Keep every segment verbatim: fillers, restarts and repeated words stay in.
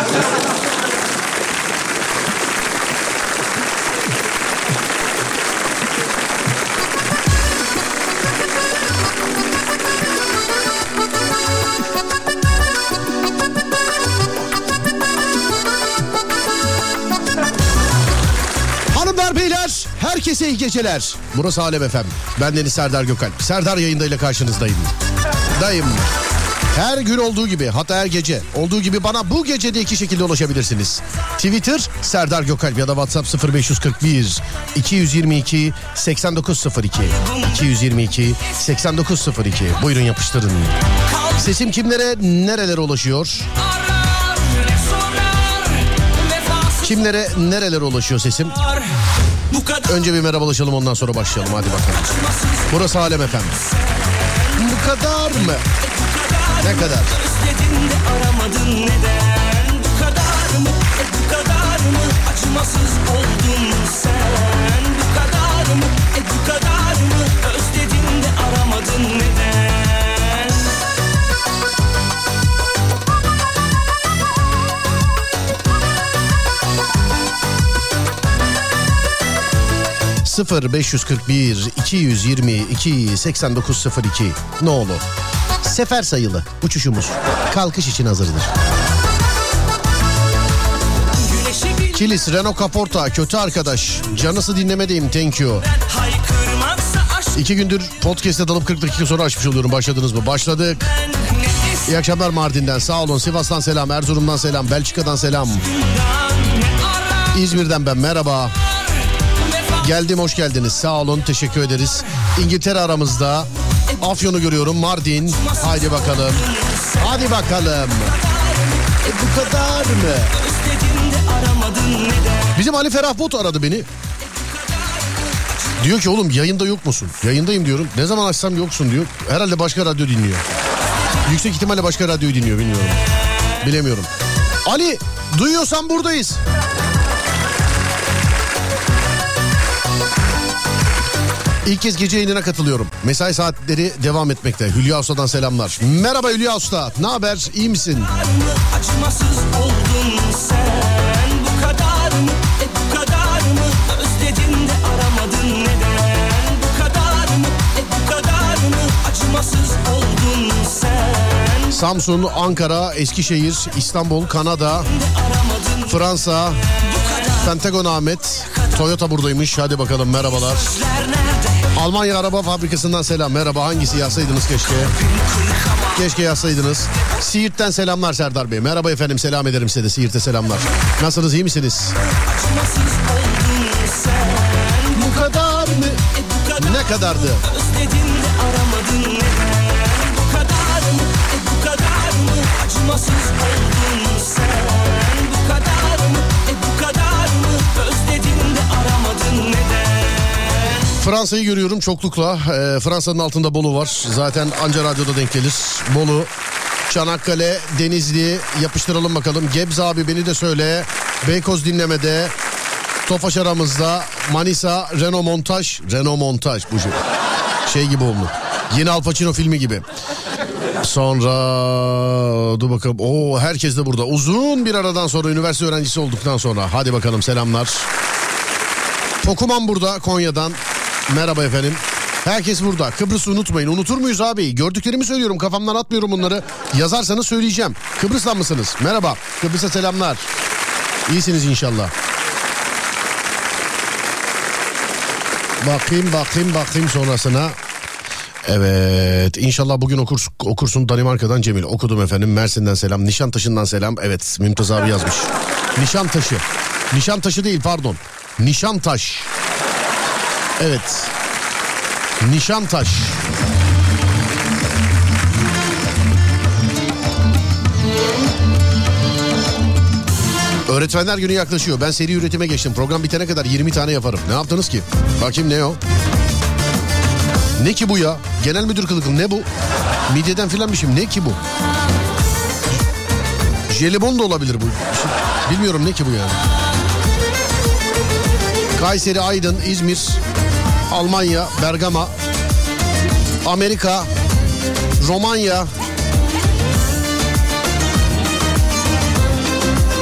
Herkese iyi geceler. Burası Alem F M. Ben Deniz Serdar Gökalp. Serdar yayındayla karşınızdayım. Dayım. Her gün olduğu gibi, hatta her gece olduğu gibi bana bu gece de iki şekilde ulaşabilirsiniz. Twitter Serdar Gökalp ya da WhatsApp sıfır beş kırk bir iki yüz yirmi iki seksen dokuz sıfır iki iki yüz yirmi iki seksen dokuz sıfır iki. Buyurun yapıştırın. Sesim kimlere, nerelere ulaşıyor? Kimlere, nerelere ulaşıyor sesim? Önce bir merhabalaşalım, ondan sonra başlayalım. Hadi bakalım. Burası Alem F M. Bu kadar mı? Ne kadar? Özledin de aramadın neden? Bu kadar mı? E bu kadar mı? Acımasız oldun sen. Bu kadar mı? E bu kadar mı? Özledin de aramadın neden? sıfır beş kırk bir iki yüz yirmi iki seksen dokuz sıfır iki. Ne olur? Sefer sayılı uçuşumuz kalkış için hazırdır. Kilis Renault Kaporta kötü arkadaş. Canısı dinlemedeyim, thank you. İki gündür podcast'e dalıp kırk dakika sonra açmış oluyorum. Başladınız mı? Başladık. İyi akşamlar Mardin'den, sağ olun. Sivas'tan selam, Erzurum'dan selam, Belçika'dan selam. İzmir'den ben merhaba. Geldim, hoş geldiniz. Sağ olun, teşekkür ederiz. İngiltere aramızda. Afyon'u görüyorum, Mardin. Haydi bakalım. Hadi bakalım. E bu kadar mı? Bizim Ali Ferah Bot aradı beni. Diyor ki oğlum yayında yok musun? Yayındayım diyorum. Ne zaman açsam yoksun diyor. Herhalde başka radyo dinliyor. Yüksek ihtimalle başka radyoyu dinliyor, bilmiyorum. Bilemiyorum. Ali, duyuyorsan buradayız. İlk kez gece yayınına katılıyorum. Mesai saatleri devam etmekte. Hülya Usta'dan selamlar. Merhaba Hülya Usta. Ne haber? İyi misin? Acımasız oldun sen. Bu kadar mı? E bu kadar mı? Özledin de aramadın neden? Bu kadar mı? E bu kadar mı? Acımasız oldun sen. Samsun, Ankara, Eskişehir, İstanbul, Kanada, Fransa, Pentagon Ahmet, Toyota buradaymış. Hadi bakalım, merhabalar. Almanya Araba Fabrikası'ndan selam. Merhaba, hangisi yazsaydınız keşke. Keşke yazsaydınız. Siirt'ten selamlar Serdar Bey. Merhaba efendim, selam ederim size de, Siirt'e selamlar. Nasılsınız, iyi misiniz? Bu kadar mı? Ne kadardı? Bu kadar mı? Bu kadar mı? Acımasız oldun sen. Bu kadar mı? E bu kadar mı? Özledin de aramadın neden? Fransa'yı görüyorum çoklukla. E, Fransa'nın altında Bolu var. Zaten anca radyoda denk gelir. Bolu, Çanakkale, Denizli, yapıştıralım bakalım. Gebze abi beni de söyle. Beykoz dinlemede. Tofaş aramızda. Manisa, Renault Montaj. Renault Montaj bu şey. Şey gibi oldu. Yeni Al Pacino filmi gibi. Sonra dur bakalım. Oo, herkes de burada. Uzun bir aradan sonra, üniversite öğrencisi olduktan sonra. Hadi bakalım, selamlar. Tokuman burada, Konya'dan. Merhaba efendim. Herkes burada. Kıbrıs'ı unutmayın. Unutur muyuz abi? Gördüklerimi söylüyorum. Kafamdan atmıyorum bunları. Yazarsanız söyleyeceğim. Kıbrıs'tan mısınız? Merhaba. Kıbrıs'a selamlar. İyisiniz inşallah. Bakayım bakayım bakayım sonrasına. Evet, inşallah bugün okur, okursun Danimarka'dan Cemil. Okudum efendim. Mersin'den selam. Nişantaşı'ndan selam. Evet, Mümtaz abi yazmış. Nişantaşı. Nişantaşı değil, pardon. Nişantaş. Evet. Nişantaş. Öğretmenler günü yaklaşıyor. Ben seri üretime geçtim. Program bitene kadar yirmi tane yaparım. Ne yaptınız ki? Bakayım ne o? Ne ki bu ya? Genel müdür kılıklı ne bu? Midyeden filan bir şey. Ne ki bu? Jelibon da olabilir bu. Bilmiyorum ne ki bu yani. Kayseri, Aydın, İzmir, Almanya, Bergama, Amerika, Romanya,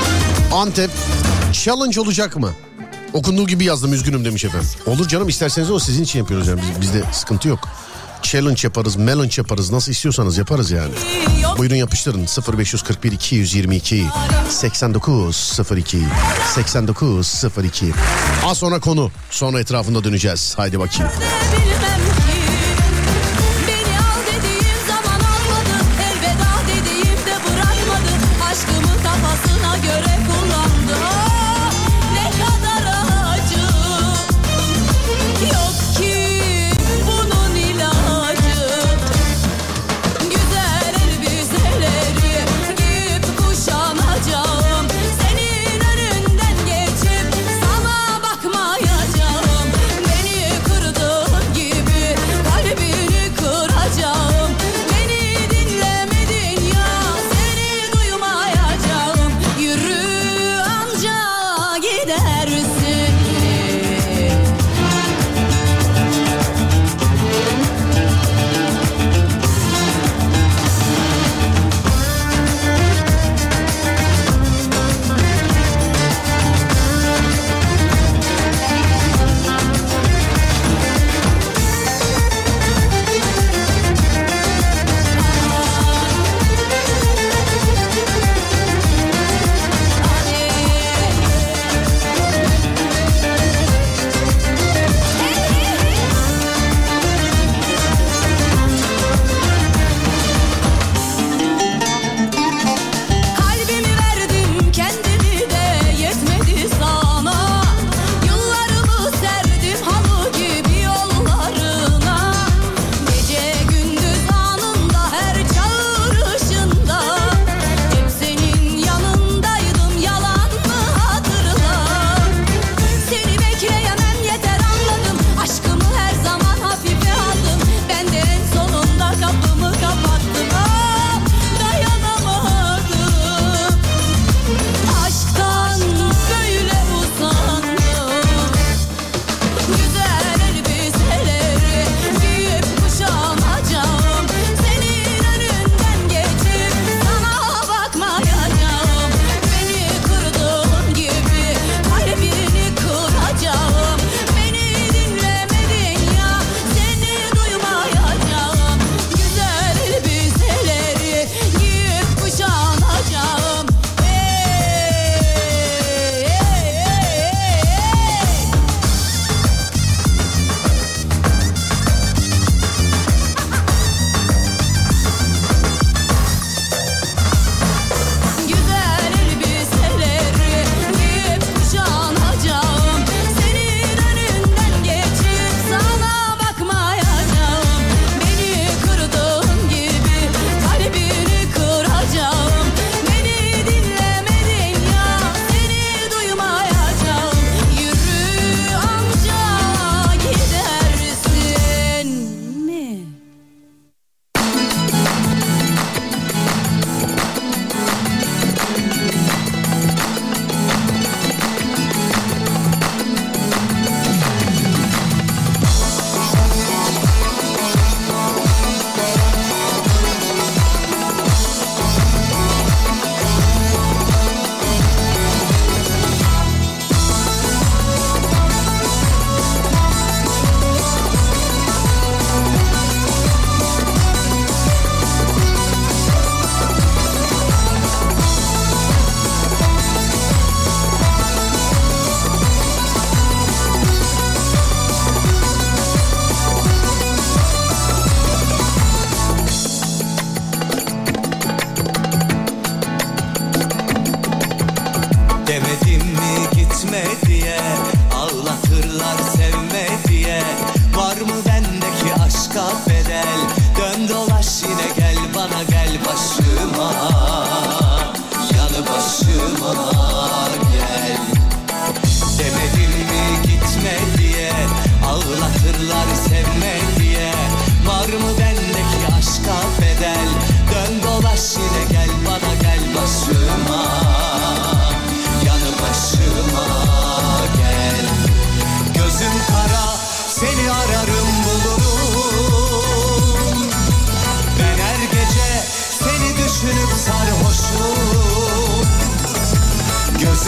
Antep challenge olacak mı? Okunduğu gibi yazdım, üzgünüm demiş efendim. Olur canım, isterseniz o sizin için yapıyoruz yani, Biz, bizde sıkıntı yok. Challenge yaparız, melon yaparız, nasıl istiyorsanız yaparız yani. Buyurun yapıştırın sıfır beş kırk bir iki yüz yirmi iki seksen dokuz sıfır iki seksen dokuz sıfır iki. Az sonra konu, sonra etrafında döneceğiz. Haydi bakayım.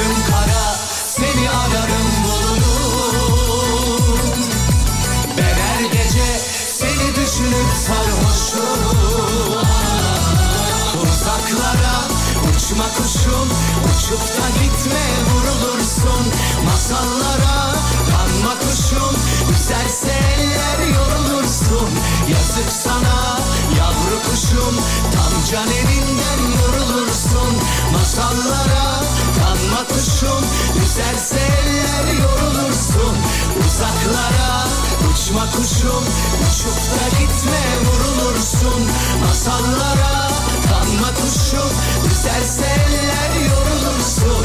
Gözüm kara, seni ararım bulurum. Ben her gece seni düşünüp sarhoşum. Uzaklara uçma kuşum, uçup da gitme vurulursun. Masallara kanma kuşum, üzerse eller yorulursun. Yazık sana yavru kuşum, tam can evinden yorulursun. Masallara kanma kuşum, üzerse eller yorulursun. Uzaklara uçma kuşum, uçup da gitme vurulursun. Masallara kanma kuşum, üzerse eller yorulursun.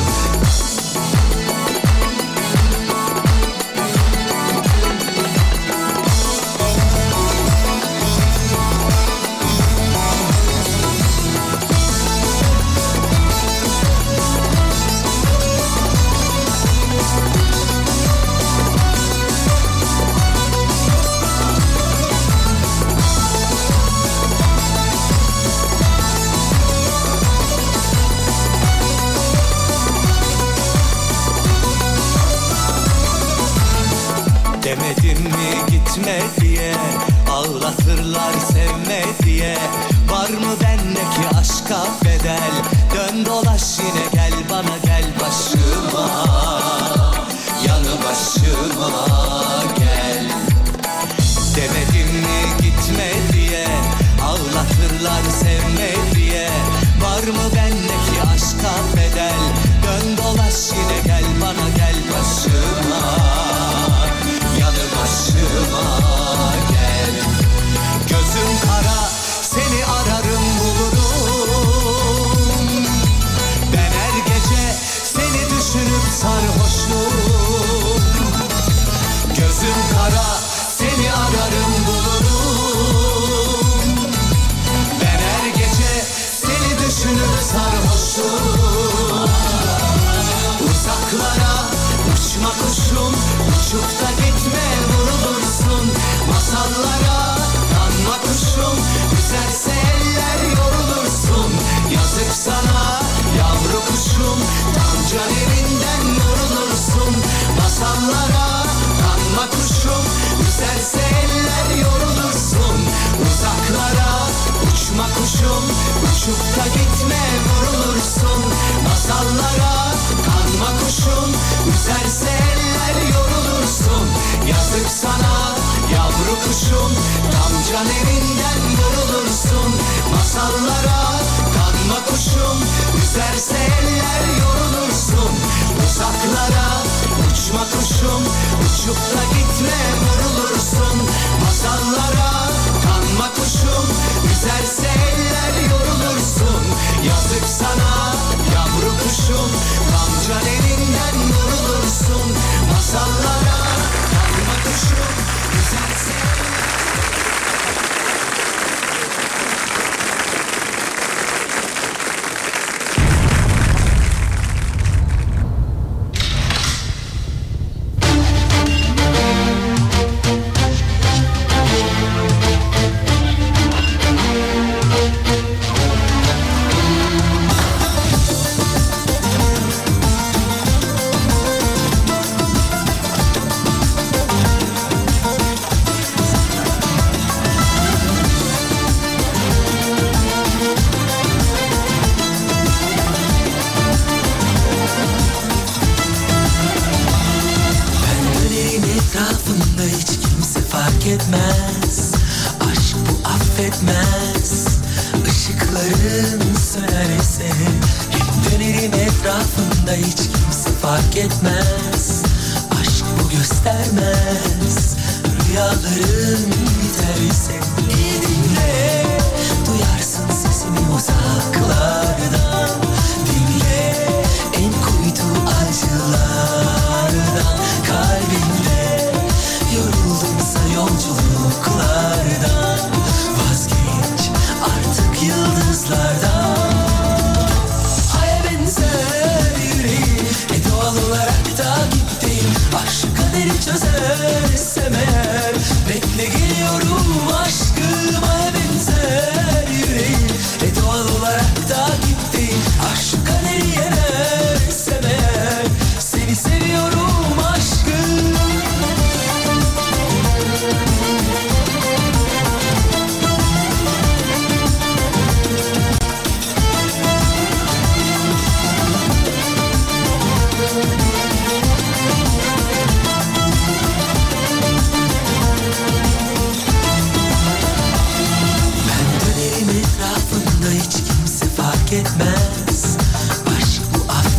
Demedim mi gitme diye, ağlatırlar sevme diye. Var mı bendeki aşka bedel? Dön dolaş yine gel bana, gel başıma, yanı başıma gel. Demedim mi gitme diye, ağlatırlar sevme diye. Var mı bendeki aşka bedel? Dön dolaş yine gel bana, gel başıma, yanı başıma gel. Gözüm kara, seni ararım bulurum. Ben her gece seni düşünüp sarhoşum. Gözüm kara, seni ararım bulurum. Ben her gece seni düşünüp sarhoşum. Uzaklara uçma kuşum, uçup da gitme vurulursun. Masallara kanma kuşum, üzerse eller yorulursun. Yazık sana yavru kuşum, tam can evinden yorulursun. Masallara kanma kuşum, üzerse eller yorulursun. Uzaklara uçma kuşum, uçup da gitme vurulursun. Masallara kanma kuşum, üzerse eller yorulursun. Yazık sana yavru kuşum, tam can evinden yorulursun. Masallara kanma kuşum, üzerse eller yorulursun. Uzaklara uçma kuşum, uçup da gitme vurulursun. Masallara kanma kuşum, üzerse eller yorulursun. Yazık sana yavru kuşum, tam can evinden yorulursun. Masallara kanma kuşum, üzerse etmez, aşk bu affetmez. Işıkların sönerse hep dönerim etrafında, hiç kimse fark etmez. Aşk bu göstermez, rüyaların biterse iyi dinle, duyarsın sesimi uzaklardan. Dinle en kuytu acılardan, kalbimle yoruldumsa yolculuklardan, vazgeç artık yıldızlardan. Aya benzer yüreğim, e doğal olarak takipteyim. Aşk kaderi çözersem eğer, bekle geliyorum aşkım. Aya benzer yüreğim, e doğal olarak takipteyim. Aşk kaderi yenersem eğer,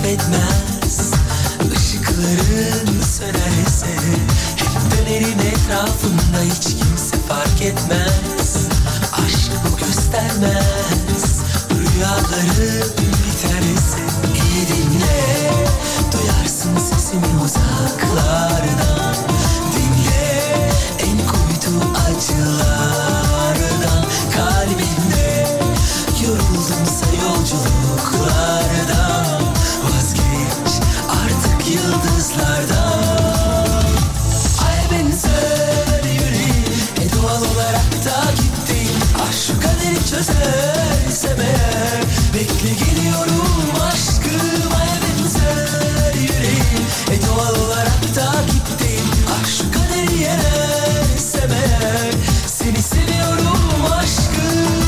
affetmez. Işıkların sönerse hep dönerim etrafında, hiç kimse fark etmez. Aşk bu göstermez. Rüyalarım biterse iyi dinle, duyarsın sesimi uzaklardan. Dinle en kuytu acılardan. Kalbimde yoruldumsa yolculuklardan, vazgeç artık yıldızlardan. Ay benzer yüreğim, e doğal olarak da gittim. Ah şu kaderi çözersem eğer, bekle geliyorum aşkım. Ay benzer yüreğim, e doğal olarak da gittim. Ah şu kaderi yenersem eğer, seni seviyorum aşkım.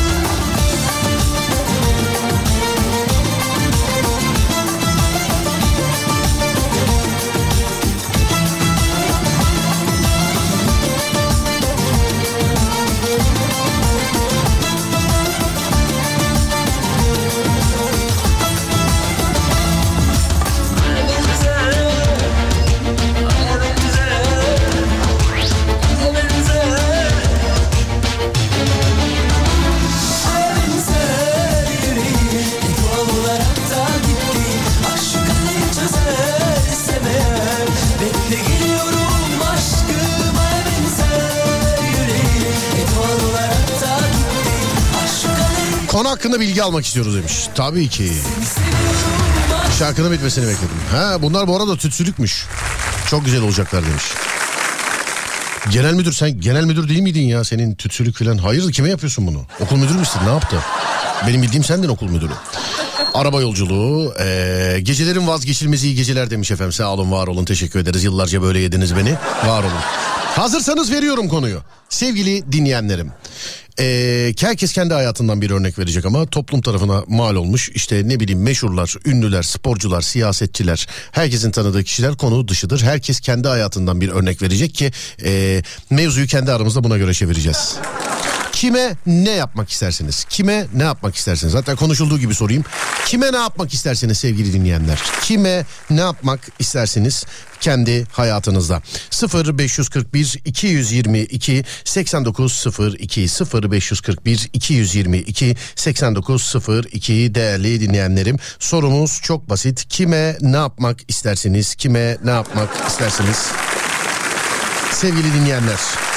Konu hakkında bilgi almak istiyoruz demiş. Tabii ki. Şarkının bitmesini bekledim. Ha, bunlar bu arada tütsülükmüş. Çok güzel olacaklar demiş. Genel müdür, sen genel müdür değil miydin ya? Senin tütsülük falan. Hayır, kime yapıyorsun bunu? Okul müdürü müsün? Ne yaptı? Benim bildiğim sendin okul müdürü. Araba yolculuğu. Ee, gecelerin vazgeçilmezi iyi geceler demiş efendim. Sağ olun, var olun, teşekkür ederiz. Yıllarca böyle yediniz beni. Var olun. Hazırsanız veriyorum konuyu. Sevgili dinleyenlerim. Ee, herkes kendi hayatından bir örnek verecek ama toplum tarafına mal olmuş. İşte ne bileyim meşhurlar, ünlüler, sporcular, siyasetçiler, herkesin tanıdığı kişiler konu dışıdır. Herkes kendi hayatından bir örnek verecek ki e, mevzuyu kendi aramızda buna göre çevireceğiz. Kime ne yapmak istersiniz? Kime ne yapmak istersiniz? Hatta konuşulduğu gibi sorayım. Kime ne yapmak istersiniz sevgili dinleyenler? Kime ne yapmak istersiniz kendi hayatınızda? sıfır beş kırk bir iki yüz yirmi iki seksen dokuz sıfır iki sıfır beş kırk bir iki yüz yirmi iki seksen dokuz sıfır iki değerli dinleyenlerim. Sorumuz çok basit. Kime ne yapmak istersiniz? Kime ne yapmak istersiniz? Sevgili dinleyenler.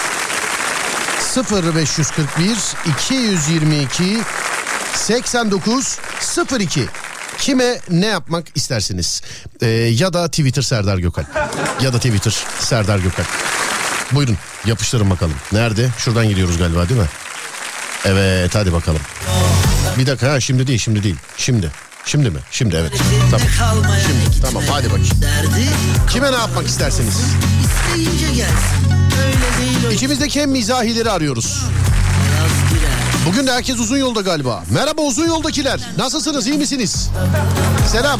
sıfır beş kırk bir iki yüz yirmi iki seksen dokuz sıfır iki. Kime ne yapmak istersiniz? Ee, ya da Twitter Serdar Gökalp. Ya da Twitter Serdar Gökalp. Buyurun yapıştırın bakalım. Nerede? Şuradan gidiyoruz galiba değil mi? Evet hadi bakalım. Bir dakika, ha şimdi değil şimdi değil. Şimdi. Şimdi mi? Şimdi evet. Tamam. Şimdi tamam hadi bakayım. Kime ne yapmak istersiniz? İçimizdeki hem mizahileri arıyoruz. Bugün de herkes uzun yolda galiba. Merhaba uzun yoldakiler. Nasılsınız? İyi misiniz? Selam.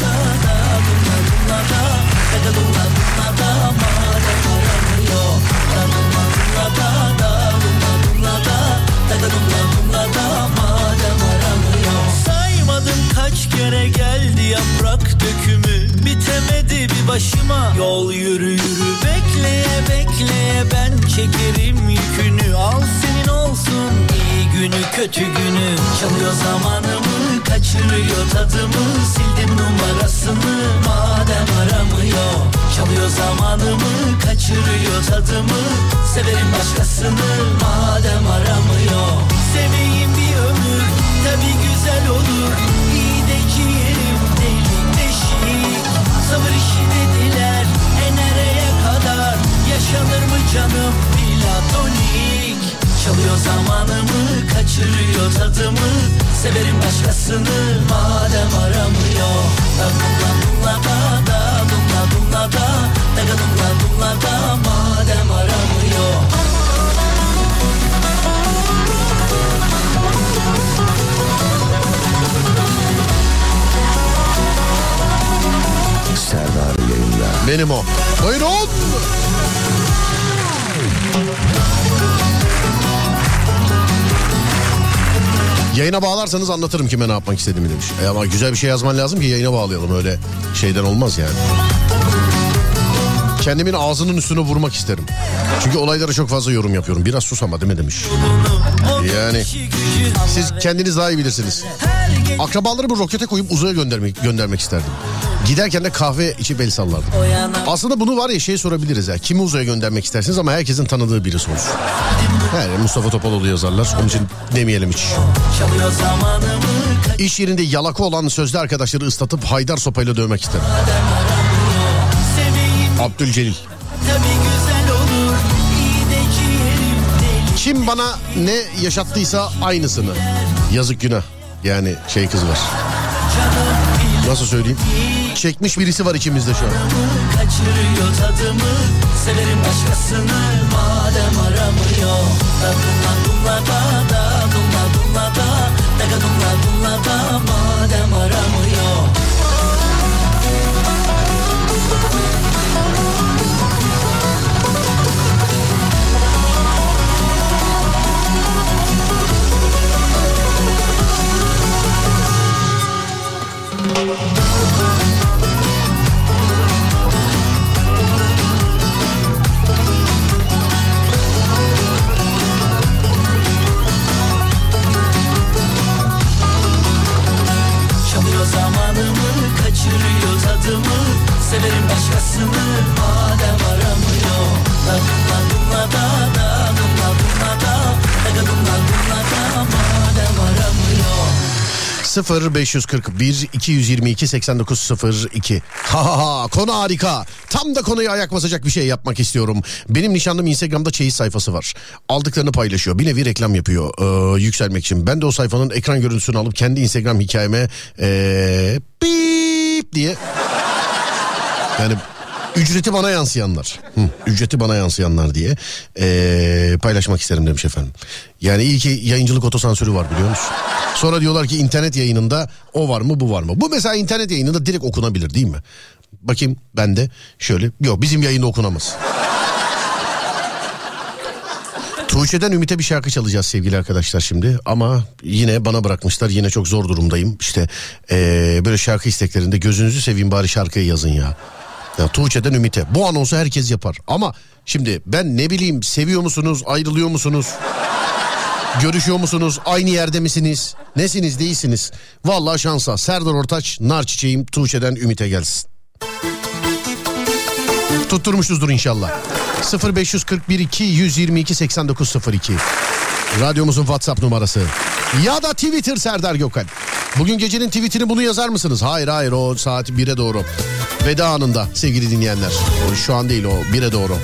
Saymadım kaç kere geldi yaprak dökümü. Bitemedi bir başıma. Yol yürü yürü bekleye bekleye ben çekerim yükünü. Al senin olsun iyi günü kötü günü. Çalıyor zamanımı, kaçırıyor tadımı. Sildim numarasını madem aramıyor. Çalıyor zamanımı, kaçırıyor tadımı. Severim başkasını madem aramıyor. Seveyim bir ömür tabii güzel olur. İyi de ciğerim delik deşik. Sabır işi dediler e nereye kadar? Yaşanır mı canım platonik? Çalıyor zamanımı, kaçırıyor tadımı. Severim başkasını madem aramıyor. Da dumla dumla da, da dumla dumla da, da dumla dumla da madem aramıyor. Serdar yayında. Benim o. Buyurun. Yayına bağlarsanız anlatırım kime ne yapmak istediğimi demiş. E ama güzel bir şey yazman lazım ki yayına bağlayalım, öyle şeyden olmaz yani. Kendimin ağzının üstüne vurmak isterim. Çünkü olaylara çok fazla yorum yapıyorum. Biraz sus ama değil mi demiş. Yani siz kendiniz daha iyi bilirsiniz. Akrabalarımı rokete koyup uzaya göndermek, göndermek isterdim. Giderken de kahve içip el sallardım. Aslında bunu var ya şey sorabiliriz ya. Kimi uzaya göndermek istersiniz ama herkesin tanıdığı birisi olsun. Yani Mustafa Topaloğlu yazarlar. Onun için demeyelim hiç. İş yerinde yalaka olan sözlü arkadaşları ıslatıp haydar sopayla dövmek isterim. Abdülcelil. Kim bana ne yaşattıysa aynısını. Yazık günah. Yani şey kız var. Nasıl söyleyeyim? Çekmiş birisi var içimizde şu an. Kaçırıyor tadımı, severim başkasını madem aramıyor. Da dumla dumla da da dumla dumla da da dumla dumla da madem aramıyor. Zamanımı kaçırıyor tadımı, severim başkasını madem aramıyor. Da dumla dumla da da dumla dumla da da dumla dumla da madem aramıyor. sıfır beş kırk bir iki yüz yirmi iki seksen dokuz sıfır iki. Ha ha ha, konu harika. Tam da konuya ayak basacak bir şey yapmak istiyorum. Benim nişanlım Instagram'da çeyiz sayfası var. Aldıklarını paylaşıyor. Bir nevi reklam yapıyor ee, yükselmek için. Ben de o sayfanın ekran görüntüsünü alıp kendi Instagram hikayeme ee, bip diye, yani ücreti bana yansıyanlar, Hı, ücreti bana yansıyanlar diye ee, paylaşmak isterim demiş efendim. Yani iyi ki yayıncılık otosansürü var, biliyor musun? Sonra diyorlar ki internet yayınında o var mı bu var mı? Bu mesela internet yayınında direkt okunabilir değil mi? Bakayım ben de şöyle, yok bizim yayında okunamaz. Tuğçe'den Ümit'e bir şarkı çalacağız sevgili arkadaşlar şimdi. Ama yine bana bırakmışlar, yine çok zor durumdayım. İşte ee, böyle şarkı isteklerinde gözünüzü seveyim bari şarkıyı yazın ya. Ya Tuğçe'den Ümit'e. Bu anonsu herkes yapar. Ama şimdi ben ne bileyim, seviyor musunuz, ayrılıyor musunuz? Görüşüyor musunuz? Aynı yerde misiniz? Nesiniz, değilsiniz? Vallahi şansa. Serdar Ortaç, Nar Çiçeğim Tuğçe'den Ümit'e gelsin. Tutturmuşuzdur inşallah. sıfır beş kırk bir iki yüz yirmi iki seksen dokuz sıfır iki. Radyomuzun WhatsApp numarası. Ya da Twitter Serdar Gökhan. Bugün gecenin tweetini bunu yazar mısınız? Hayır hayır, o saat bire doğru. Veda anında sevgili dinleyenler. O şu an değil, o bire doğru.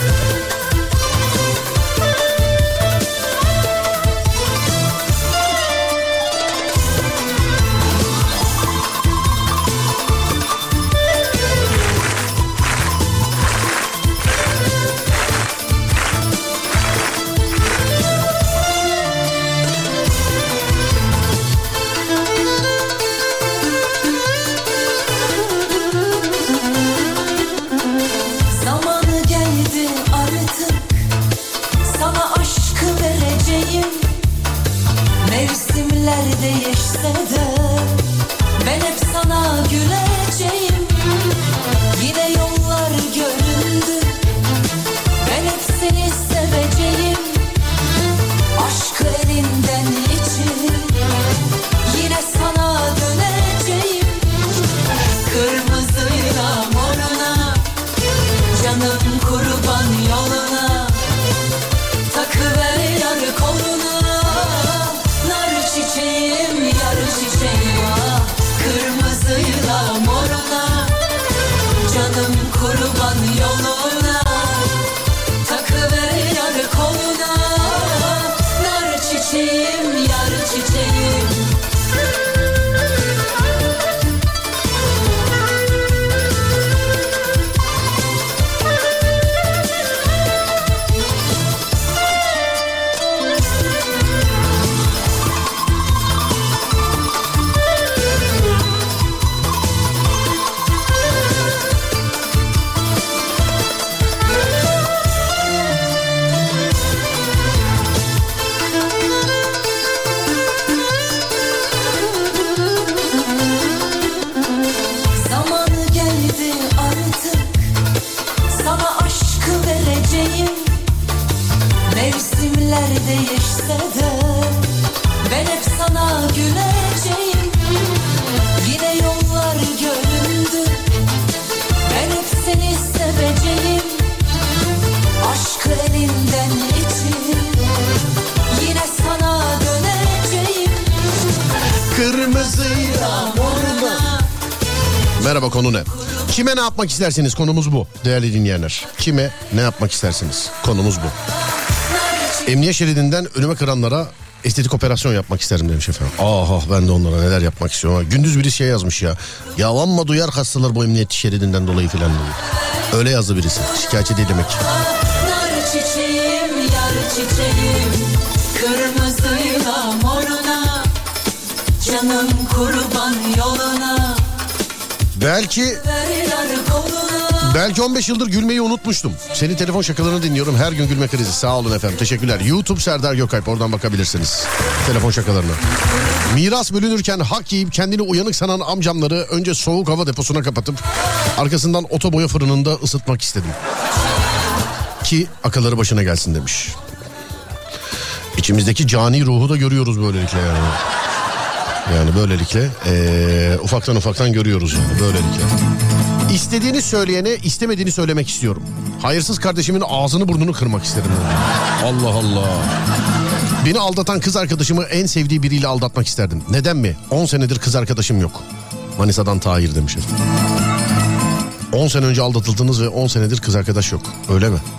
Acaba konu ne? Kime ne yapmak istersiniz? Konumuz bu değerli dinleyenler. Kime ne yapmak istersiniz? Konumuz bu. Emniyet şeridinden önüme kıranlara estetik operasyon yapmak isterim demiş efendim. Ah ben de onlara neler yapmak istiyorum. Gündüz biri şey yazmış ya. Ya amma duyar hastalar bu emniyet şeridinden dolayı filan diye. Öyle yazdı birisi. Şikayetçi değil demek. Nar çiçeğim, yar çiçeğim, kırmızıyla moruna, canım kurban yoluna. Belki Belki on beş yıldır gülmeyi unutmuştum. Senin telefon şakalarını dinliyorum. Her gün gülme krizi. Sağ olun efendim. Teşekkürler. YouTube Serdar Gökalp. Oradan bakabilirsiniz. Telefon şakalarına. Miras bölünürken hak yiyip kendini uyanık sanan amcamları önce soğuk hava deposuna kapatıp arkasından otoboya fırınında ısıtmak istedim. Ki akılları başına gelsin demiş. İçimizdeki cani ruhu da görüyoruz böylelikle yani. Yani böylelikle ee, ufaktan ufaktan görüyoruz yani böylelikle. İstediğini söyleyene istemediğini söylemek istiyorum. Hayırsız kardeşimin ağzını burnunu kırmak isterim. Yani. Allah Allah. Beni aldatan kız arkadaşımı en sevdiği biriyle aldatmak isterdim. Neden mi? on senedir kız arkadaşım yok. Manisa'dan Tahir demiş efendim. on sene önce aldatıldınız ve on senedir kız arkadaş yok. Öyle mi?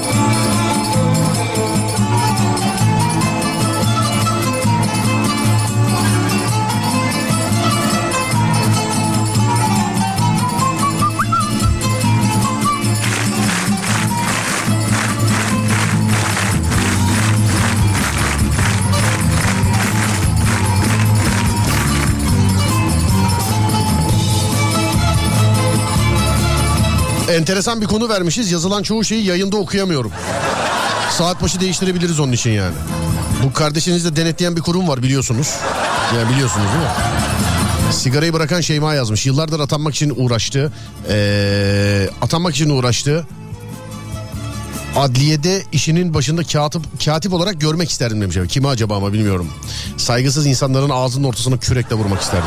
Enteresan bir konu vermişiz. Yazılan çoğu şeyi yayında okuyamıyorum. Saat başı değiştirebiliriz onun için yani. Bu kardeşinizde denetleyen bir kurum var biliyorsunuz. Yani biliyorsunuz değil mi? Sigarayı bırakan Şeyma yazmış. Yıllardır atanmak için uğraştı. Ee, atanmak için uğraştı. Adliyede işinin başında katip, katip olarak görmek isterdim demiş. Kimi acaba ama bilmiyorum. Saygısız insanların ağzının ortasına kürekle vurmak isterdim.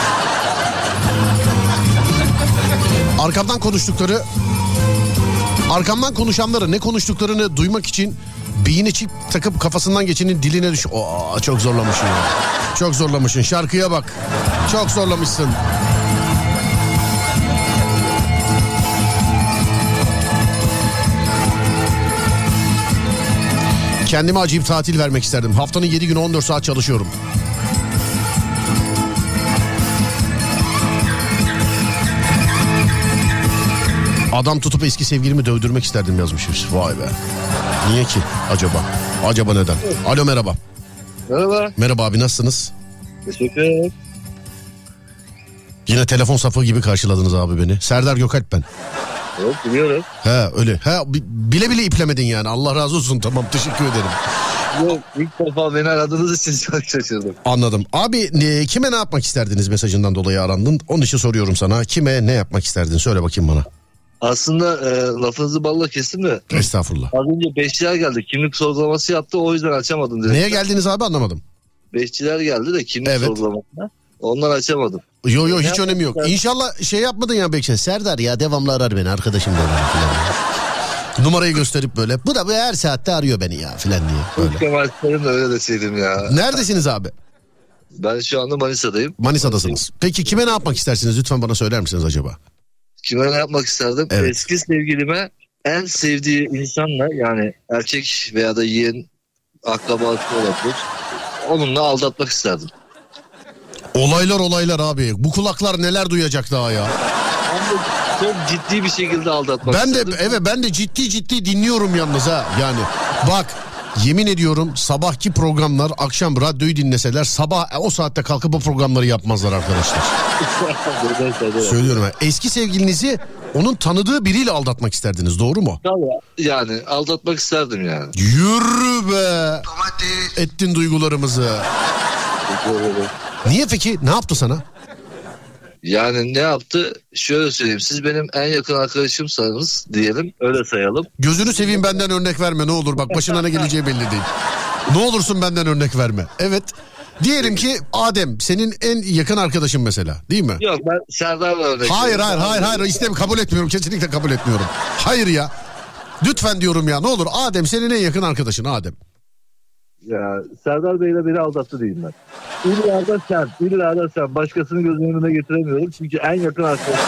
Arkamdan konuştukları, arkamdan konuşanları ne konuştuklarını duymak için beyine çip takıp kafasından geçenin diline düş. Oo, çok zorlamışsın ya. Çok zorlamışsın. Şarkıya bak. Çok zorlamışsın. Kendime acayip tatil vermek isterdim. Haftanın yedi günü on dört saat çalışıyorum. Adam tutup eski sevgilimi dövdürmek isterdim yazmış. Vay be. Niye ki acaba? Acaba neden? Alo merhaba. Merhaba. Merhaba abi nasılsınız? Teşekkür ederim. Yine telefon safı gibi karşıladınız abi beni. Serdar Gökalp ben. Evet biliyorum. He öyle. He bile bile iplemedin yani. Allah razı olsun tamam teşekkür ederim. Yok ilk defa beni aradığınız için çok şaşırdım. Anladım. Abi ne, kime ne yapmak isterdiniz mesajından dolayı arandın? Onun için soruyorum sana. Kime ne yapmak isterdin? Söyle bakayım bana. Aslında e, lafınızı balla kestim de. Estağfurullah. Az önce beşçiler geldi. Kimlik sorgulaması yaptı. O yüzden açamadım. Direkt. Neye geldiniz abi anlamadım. Beşçiler geldi de kimlik Evet. sorgulamasına. Ondan açamadım. Yo yo hiç Ne önemi yok. İnşallah şey yapmadın ya Bekçe. Serdar ya devamlı arar beni arkadaşım diye. Numarayı gösterip böyle. Bu da bu her saatte arıyor beni ya filan diye. İlk kemallerim de öyle deseydim ya. Neredesiniz abi? Ben şu anda Manisa'dayım. Manisa'dasınız. Peki kime ne yapmak istersiniz? Lütfen bana söyler misiniz acaba? Kime ne yapmak isterdim? Evet. Eski sevgilime en sevdiği insanla yani erkek veya da yeğen akrabası olabilir. Onunla aldatmak isterdim. Olaylar olaylar abi. Bu kulaklar neler duyacak daha ya. Ben de çok ciddi bir şekilde aldatmak Ben de isterdim. evet ben de ciddi ciddi dinliyorum yalnız ha. Yani bak yemin ediyorum sabahki programlar akşam radyoyu dinleseler sabah o saatte kalkıp bu programları yapmazlar arkadaşlar. Söylüyorum ha. Eski sevgilinizi onun tanıdığı biriyle aldatmak isterdiniz doğru mu? Tabii yani aldatmak isterdim yani. Yürü be. Ettin duygularımızı. Niye peki? Ne yaptı sana? Yani ne yaptı? Şöyle söyleyeyim. Siz benim en yakın arkadaşımsanız diyelim. Öyle sayalım. Gözünü seveyim benden örnek verme ne olur. Bak başına ne geleceği belli değil. Ne olursun benden örnek verme. Evet. Diyelim ki Adem senin en yakın arkadaşın mesela değil mi? Yok ben Serdar'la örnek Hayır veriyorum. hayır hayır hayır istemiyorum kabul etmiyorum kesinlikle kabul etmiyorum. Hayır ya. Lütfen diyorum ya ne olur Adem senin en yakın arkadaşın Adem. Ya Serdar Bey'le beni aldattı diyeyim ben. İlla da sen, illa da sen. Başkasını gözümün önüne getiremiyorum çünkü en yakın arkadaşım.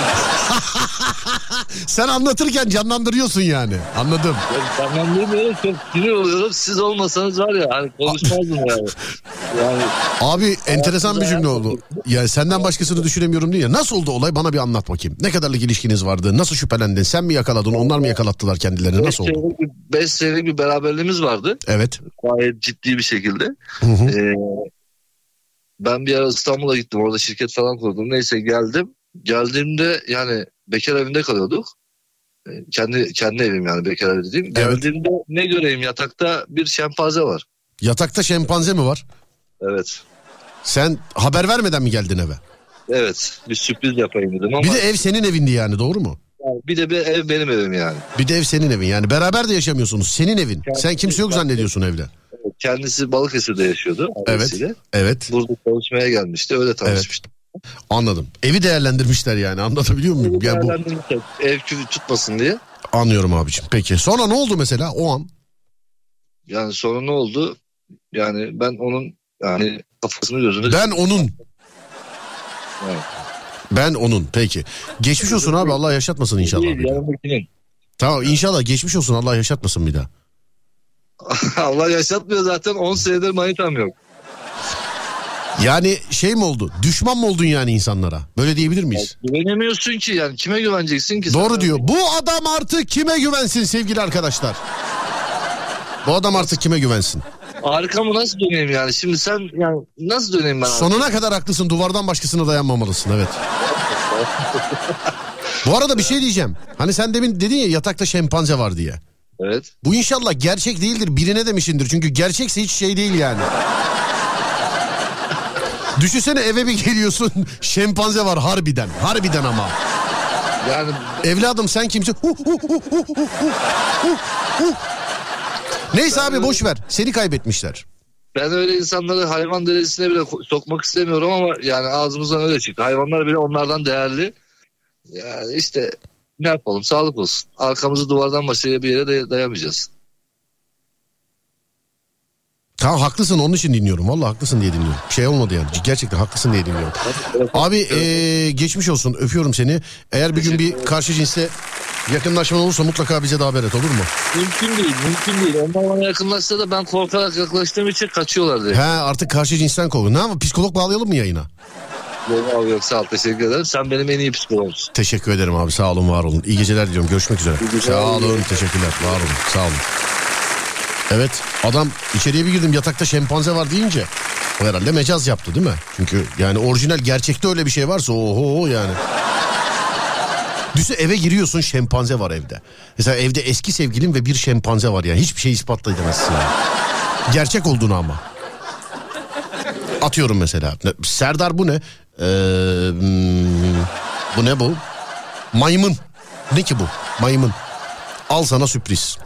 Sen anlatırken canlandırıyorsun yani. Anladım. Yani canlandırmıyorum, çok sinir oluyorum. Siz olmasanız var ya hani konuşmazdım yani. Yani abi enteresan bir cümle oldu. Ya senden başkasını düşünemiyorum diye. Nasıl oldu olay? Bana bir anlat bakayım. Ne kadarlık ilişkiniz vardı? Nasıl şüphelendin? Sen mi yakaladın? Onlar mı yakalattılar kendilerini? Nasıl oldu? beş senelik bir beraberliğimiz vardı. Evet. Gayet ciddi bir şekilde. Hı hı. Ee, ben bir ara İstanbul'a gittim. Orada şirket falan kurdum. Neyse geldim. Geldiğimde yani bekar evinde kalıyorduk. Ee, kendi kendi evim yani bekar evi dediğim. Evet. Geldiğimde ne göreyim, yatakta bir şempanze var. Yatakta şempanze mi var? Evet. Sen haber vermeden mi geldin eve? Evet. Bir sürpriz yapayım dedim ama. Bir de ev senin evindi yani, doğru mu? Bir de bir ev benim evim yani. Bir de ev senin evin yani, beraber de yaşamıyorsunuz, senin evin. Kendisi, Sen kimse yok zannediyorsun evde. Kendisi Balıkesir'de yaşıyordu. Evet. Evet. Burada çalışmaya gelmişti, öyle tanışmıştık. Evet. Anladım. Evi değerlendirmişler yani, anlatabiliyor muyum? Yani bu... Ev küfü tutmasın diye. Anlıyorum abiciğim. Peki sonra ne oldu mesela o an? Yani sonra ne oldu? Yani ben onun yani kafasını gözünü... Ben onun. Evet. Ben onun. Peki. Geçmiş olsun abi, Allah yaşatmasın inşallah. Değil, yanındakinin. Tamam inşallah geçmiş olsun, Allah yaşatmasın bir daha. Allah yaşatmıyor zaten, on senedir manitam yok. Yani şey mi oldu? Düşman mı oldun yani insanlara? Böyle diyebilir miyiz? Ya, güvenemiyorsun ki yani, kime güveneceksin ki? Doğru diyor. Bu adam artık kime güvensin sevgili arkadaşlar? Bu adam artık kime güvensin? Arkamı nasıl döneyim yani? Şimdi sen yani nasıl döneyim ben? Sonuna artık kadar haklısın. Duvardan başkasına dayanmamalısın, evet. Bu arada bir şey diyeceğim. Hani sen demin dedin ya yatakta şempanze var diye. Evet. Bu inşallah gerçek değildir. Birine demişindir. Çünkü gerçekse hiç şey değil yani. Düşünsene eve bir geliyorsun, şempanze var harbiden. Harbiden ama. Yani evladım sen kimsin? Huh, huh, huh, huh, huh, huh, huh. Neyse ben abi boş ver. Seni kaybetmişler. Ben öyle insanları hayvan derecesine bile sokmak istemiyorum ama yani ağzımızdan öyle çıktı. Hayvanlar bile onlardan değerli. Yani işte ne yapalım, sağlık olsun. Arkamızı duvardan başka bir yere day- dayamayacağız. Tamam haklısın, onun için dinliyorum. Vallahi haklısın diye dinliyorum. Şey olmadı yani. Gerçekten haklısın diye dinliyorum. Abi ee, geçmiş olsun, öpüyorum seni. Eğer bir gün bir karşı cinsle yakınlaşman olursa mutlaka bize de haber et, olur mu? Mümkün değil, mümkün değil. Onlar bana yakınlaşsa da ben korkarak yaklaştığım için kaçıyorlar diye. He artık karşı cinsten korkuyor. Ne yapalım, psikolog bağlayalım mı yayına? Yok abi yok, sağ ol, teşekkür ederim. Sen benim en iyi psikologumsun. Teşekkür ederim abi, sağ olun, var olun. İyi geceler diliyorum, görüşmek üzere. Sağ olun, teşekkürler, var olun, sağ olun. Evet, adam içeriye bir girdim, yatakta şempanze var deyince o herhalde mecaz yaptı değil mi? Çünkü yani orijinal gerçekte öyle bir şey varsa oho yani. Düşünsene eve giriyorsun, şempanze var evde. Mesela evde eski sevgilin ve bir şempanze var yani. Hiçbir şey ispatla edemezsin yani. Gerçek olduğunu ama. Atıyorum mesela. Serdar bu ne? Ee, hmm, bu ne bu? Maymun. Ne ki bu? Maymun. Al sana sürpriz.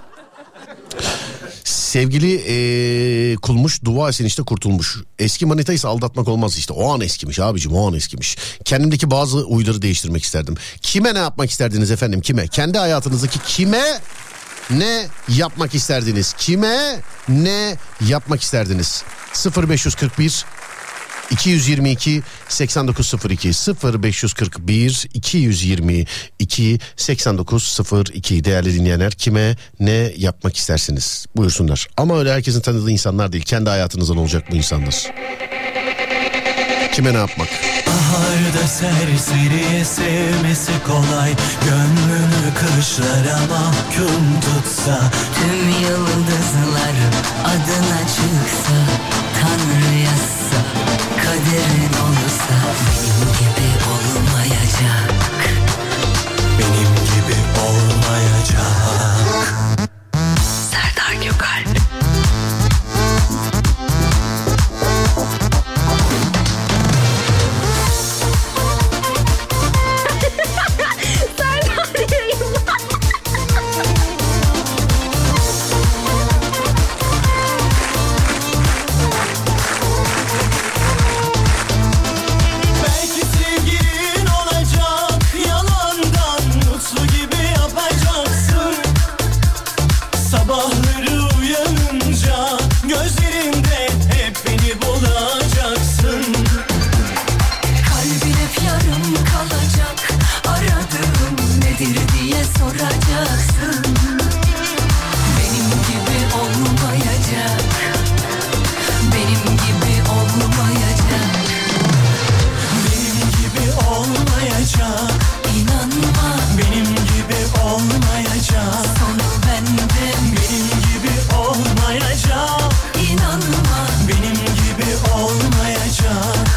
Sevgili ee, kulmuş, dua etsin işte kurtulmuş. Eski manita ise aldatmak olmaz işte. O an eskimiş abicim, o an eskimiş. Kendimdeki bazı huyları değiştirmek isterdim. Kime ne yapmak isterdiniz efendim, kime? Kendi hayatınızdaki kime ne yapmak isterdiniz? Kime ne yapmak isterdiniz? sıfır beş kırk bir iki yüz yirmi iki seksen dokuz sıfır iki sıfır beş kırk bir iki yüz yirmi iki seksen dokuz sıfır iki. Değerli dinleyenler, kime ne yapmak istersiniz? Buyursunlar. Ama öyle herkesin tanıdığı insanlar değil. Kendi hayatınızdan olacak bu insanlar. Kime ne yapmak? Baharda serseriye sevmesi kolay, gönlünü kışlara mahkum tutsa, Tüm yıldızlar adına çıksa, Tanrı yazsa, kaderin olsa, benim gibi olmayacak. benim gibi olmayacak. Serdar Gökalp. Belki sevgilin olacak, yalan soracaksın. Benim gibi olmayacak. Benim gibi olmayacak. Benim gibi olmayacak. İnanma. Benim gibi olmayacak. Sonu bende. Benim gibi olmayacak. İnanma. Benim gibi olmayacak.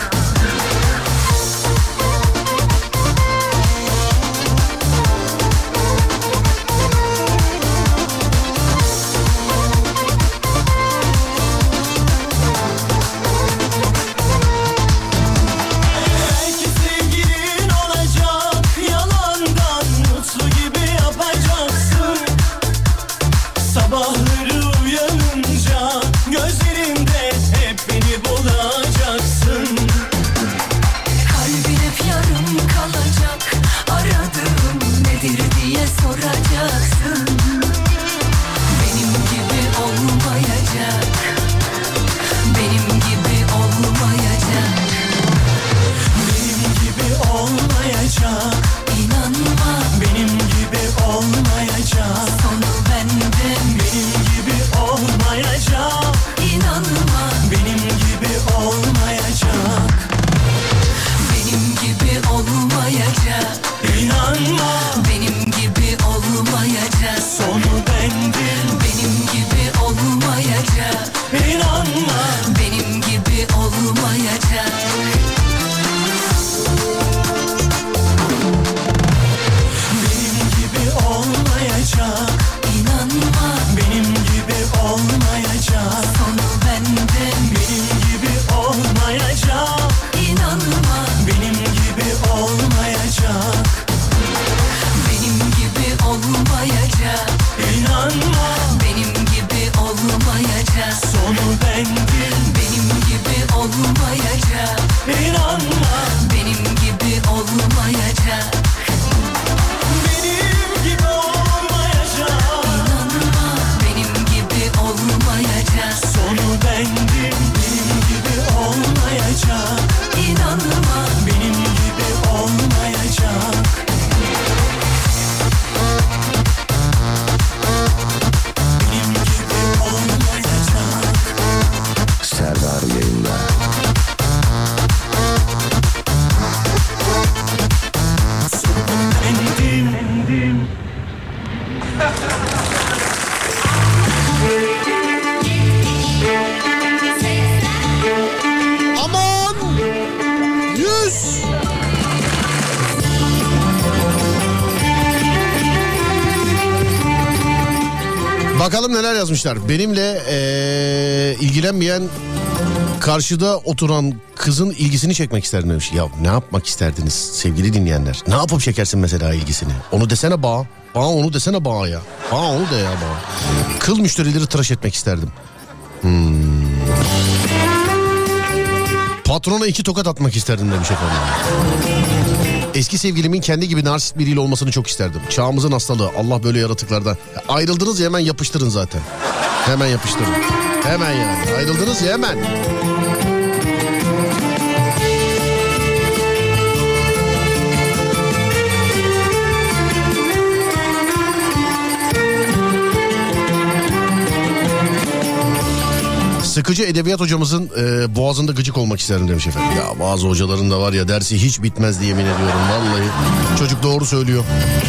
Belki sevgilin olacak. Yalandan mutlu gibi yapacaksın. Sabahları uyanınca gözlerinde hep beni bulacaksın. Kalbin hep yarım kalacak. Aradığım nedir diye soracaksın. Benim gibi olmayacak. Benim gibi olmayacak. Benim gibi olmayacak. İnanma. Benim gibi olmayacak. Sonu bende. Benim gibi olmayacak. İnanma. Benim gibi olmayacak. Benim gibi olmayacak. İnanma, Benim gibi olmayacak. sonu bendim. Benim gibi olmayacak. İnanma, Benim gibi olmayacak. benim gibi olmayacak. İnanma. Benim gibi olmayacak. Sonu bende. Benim gibi olmayacak. İnanma. Benim gibi olmayacak. Benim gibi olmayacak. İnanma, Benim gibi olmayacak. sonu bendim. Benim gibi olmayacak. İnanma, Benim gibi olmayacak. benim gibi olmayacak. İnanma. Benim gibi olmayacak. Sonu bendim. Benim gibi olmayacak. İnanma. Benim gibi olmayacak. Benim gibi olmayacak. Serdar yayında. Bendim. Aman! Yüz! Bakalım neler yazmışlar. Benimle eee, ilgilenmeyen karşıda oturan kızın ilgisini çekmek isterdim demiş. Ya ne yapmak isterdiniz sevgili dinleyenler? Ne yapıp çekersin mesela ilgisini? Onu desene bağ. Bağ onu desene bağ ya. Bağ onu de ya bağ. Kıl müşterileri tıraş etmek isterdim. Hmm. Patrona iki tokat atmak isterdim demiş efendim. Eski sevgilimin kendi gibi narsist biriyle olmasını çok isterdim. Çağımızın hastalığı. Allah böyle yaratıklardan. Ayrıldınız ya hemen yapıştırın zaten. Hemen yapıştırın. Hemen yani. Ayrıldınız ya hemen. Sıkıcı edebiyat hocamızın e, boğazında gıcık olmak isterim demiş efendim. Ya bazı hocaların da var ya dersi hiç bitmez diye yemin ediyorum vallahi. Çocuk doğru söylüyor.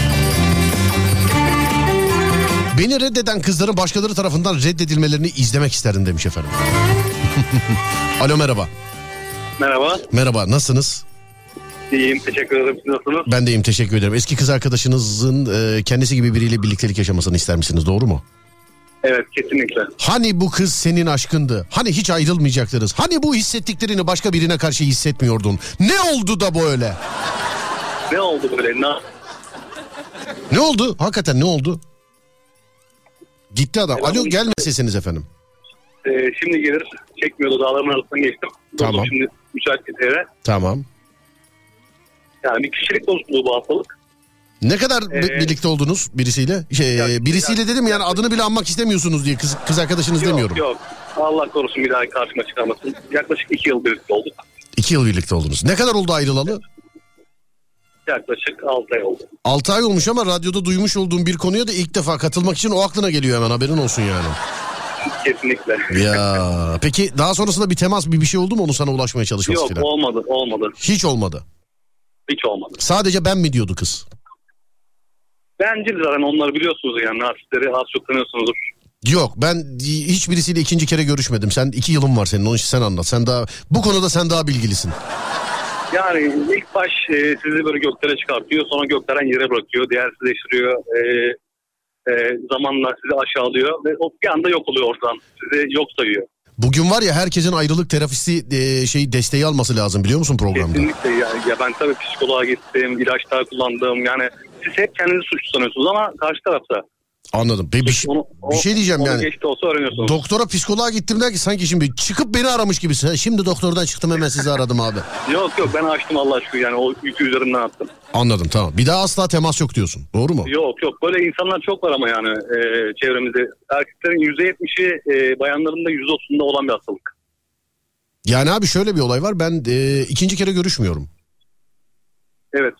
Beni reddeden kızların başkaları tarafından reddedilmelerini izlemek isterim demiş efendim. Alo merhaba. Merhaba. Merhaba nasılsınız? İyiyim. Teşekkür ederim. Siz nasılsınız? Ben de iyiyim teşekkür ederim. Eski kız arkadaşınızın e, kendisi gibi biriyle birliktelik yaşamasını ister misiniz doğru mu? Evet kesinlikle. Hani bu kız senin aşkındı? Hani hiç ayrılmayacaktınız? Hani bu hissettiklerini başka birine karşı hissetmiyordun? Ne oldu da böyle? Ne oldu böyle? Ne? Ne oldu? Hakikaten ne oldu? Gitti adam. Alo gelme sesiniz efendim. Ee, şimdi gelir. Çekmiyordu. Dağların arasından geçtim. Tamam. Durdum şimdi müsait bir yere. Tamam. Yani bir kişilik bozukluğu bu hastalık. Ne kadar Ee, bi- birlikte oldunuz birisiyle? Şey, ya- birisiyle ya- dedim yani adını bile anmak istemiyorsunuz diye kız, kız arkadaşınız Yok demiyorum. yok. Allah korusun bir daha karşıma çıkarmasın. Yaklaşık iki yıl birlikte olduk. İki yıl birlikte oldunuz. Ne kadar oldu ayrılalı? Yaklaşık altı ay oldu. altı ay olmuş ama radyoda duymuş olduğum bir konuya da ilk defa katılmak için o aklına geliyor, hemen haberin olsun yani. Kesinlikle. Ya peki daha sonrasında bir temas, bir bir şey oldu mu onu sana ulaşmaya çalışması Yok falan? olmadı olmadı. Hiç olmadı. Hiç olmadı. Sadece ben mi diyordu kız? Bencil zaten, onları biliyorsunuz yani, narsistleri az çok tanıyorsunuzdur. Yok, ben hiçbirisiyle ikinci kere görüşmedim. Sen iki yılın var senin, onun için sen anlat. Sen daha bu konuda sen daha bilgilisin. Yani ilk baş e, sizi böyle göklere çıkartıyor, sonra göklerden yere bırakıyor, değersizleştiriyor, e, e, zamanla sizi aşağılıyor ve o bir anda yok oluyor ortadan, sizi yok sayıyor. Bugün var ya, herkesin ayrılık terapisi e, şey desteği alması lazım, biliyor musun programda? Kesinlikle ya, ya ben tabii psikoloğa gittim, ilaçlar kullandım, yani siz hep kendinizi suçlu sanıyorsunuz ama karşı tarafta. Anladım. Bir, bir, Onu, bir şey diyeceğim onu yani. Geçti olsa öğreniyorsunuz. Doktora, psikoloğa gittim der ki sanki şimdi çıkıp beni aramış gibisin. Şimdi doktordan çıktım hemen sizi aradım abi. Yok yok, ben açtım Allah aşkına, yani o yükü üzerimden attım. Anladım, tamam. Bir daha asla temas yok diyorsun. Doğru mu? Yok yok, böyle insanlar çok var ama yani e, çevremizde. Erkeklerin yüzde yetmişi, e, bayanların da yüzde otuzunda olan bir hastalık. Yani abi şöyle bir olay var. Ben e, ikinci kere görüşmüyorum. Evet.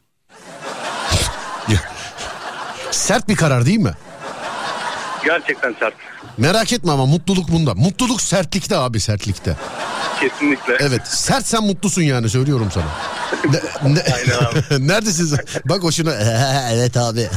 Sert bir karar değil mi? Gerçekten sert. Merak etme ama mutluluk bunda. Mutluluk sertlikte abi, sertlikte. Kesinlikle. Evet, sert, sen mutlusun yani, söylüyorum sana. Ne, ne, Aynen abi. Neredesiniz? Bak hoşuna. Evet abi. Evet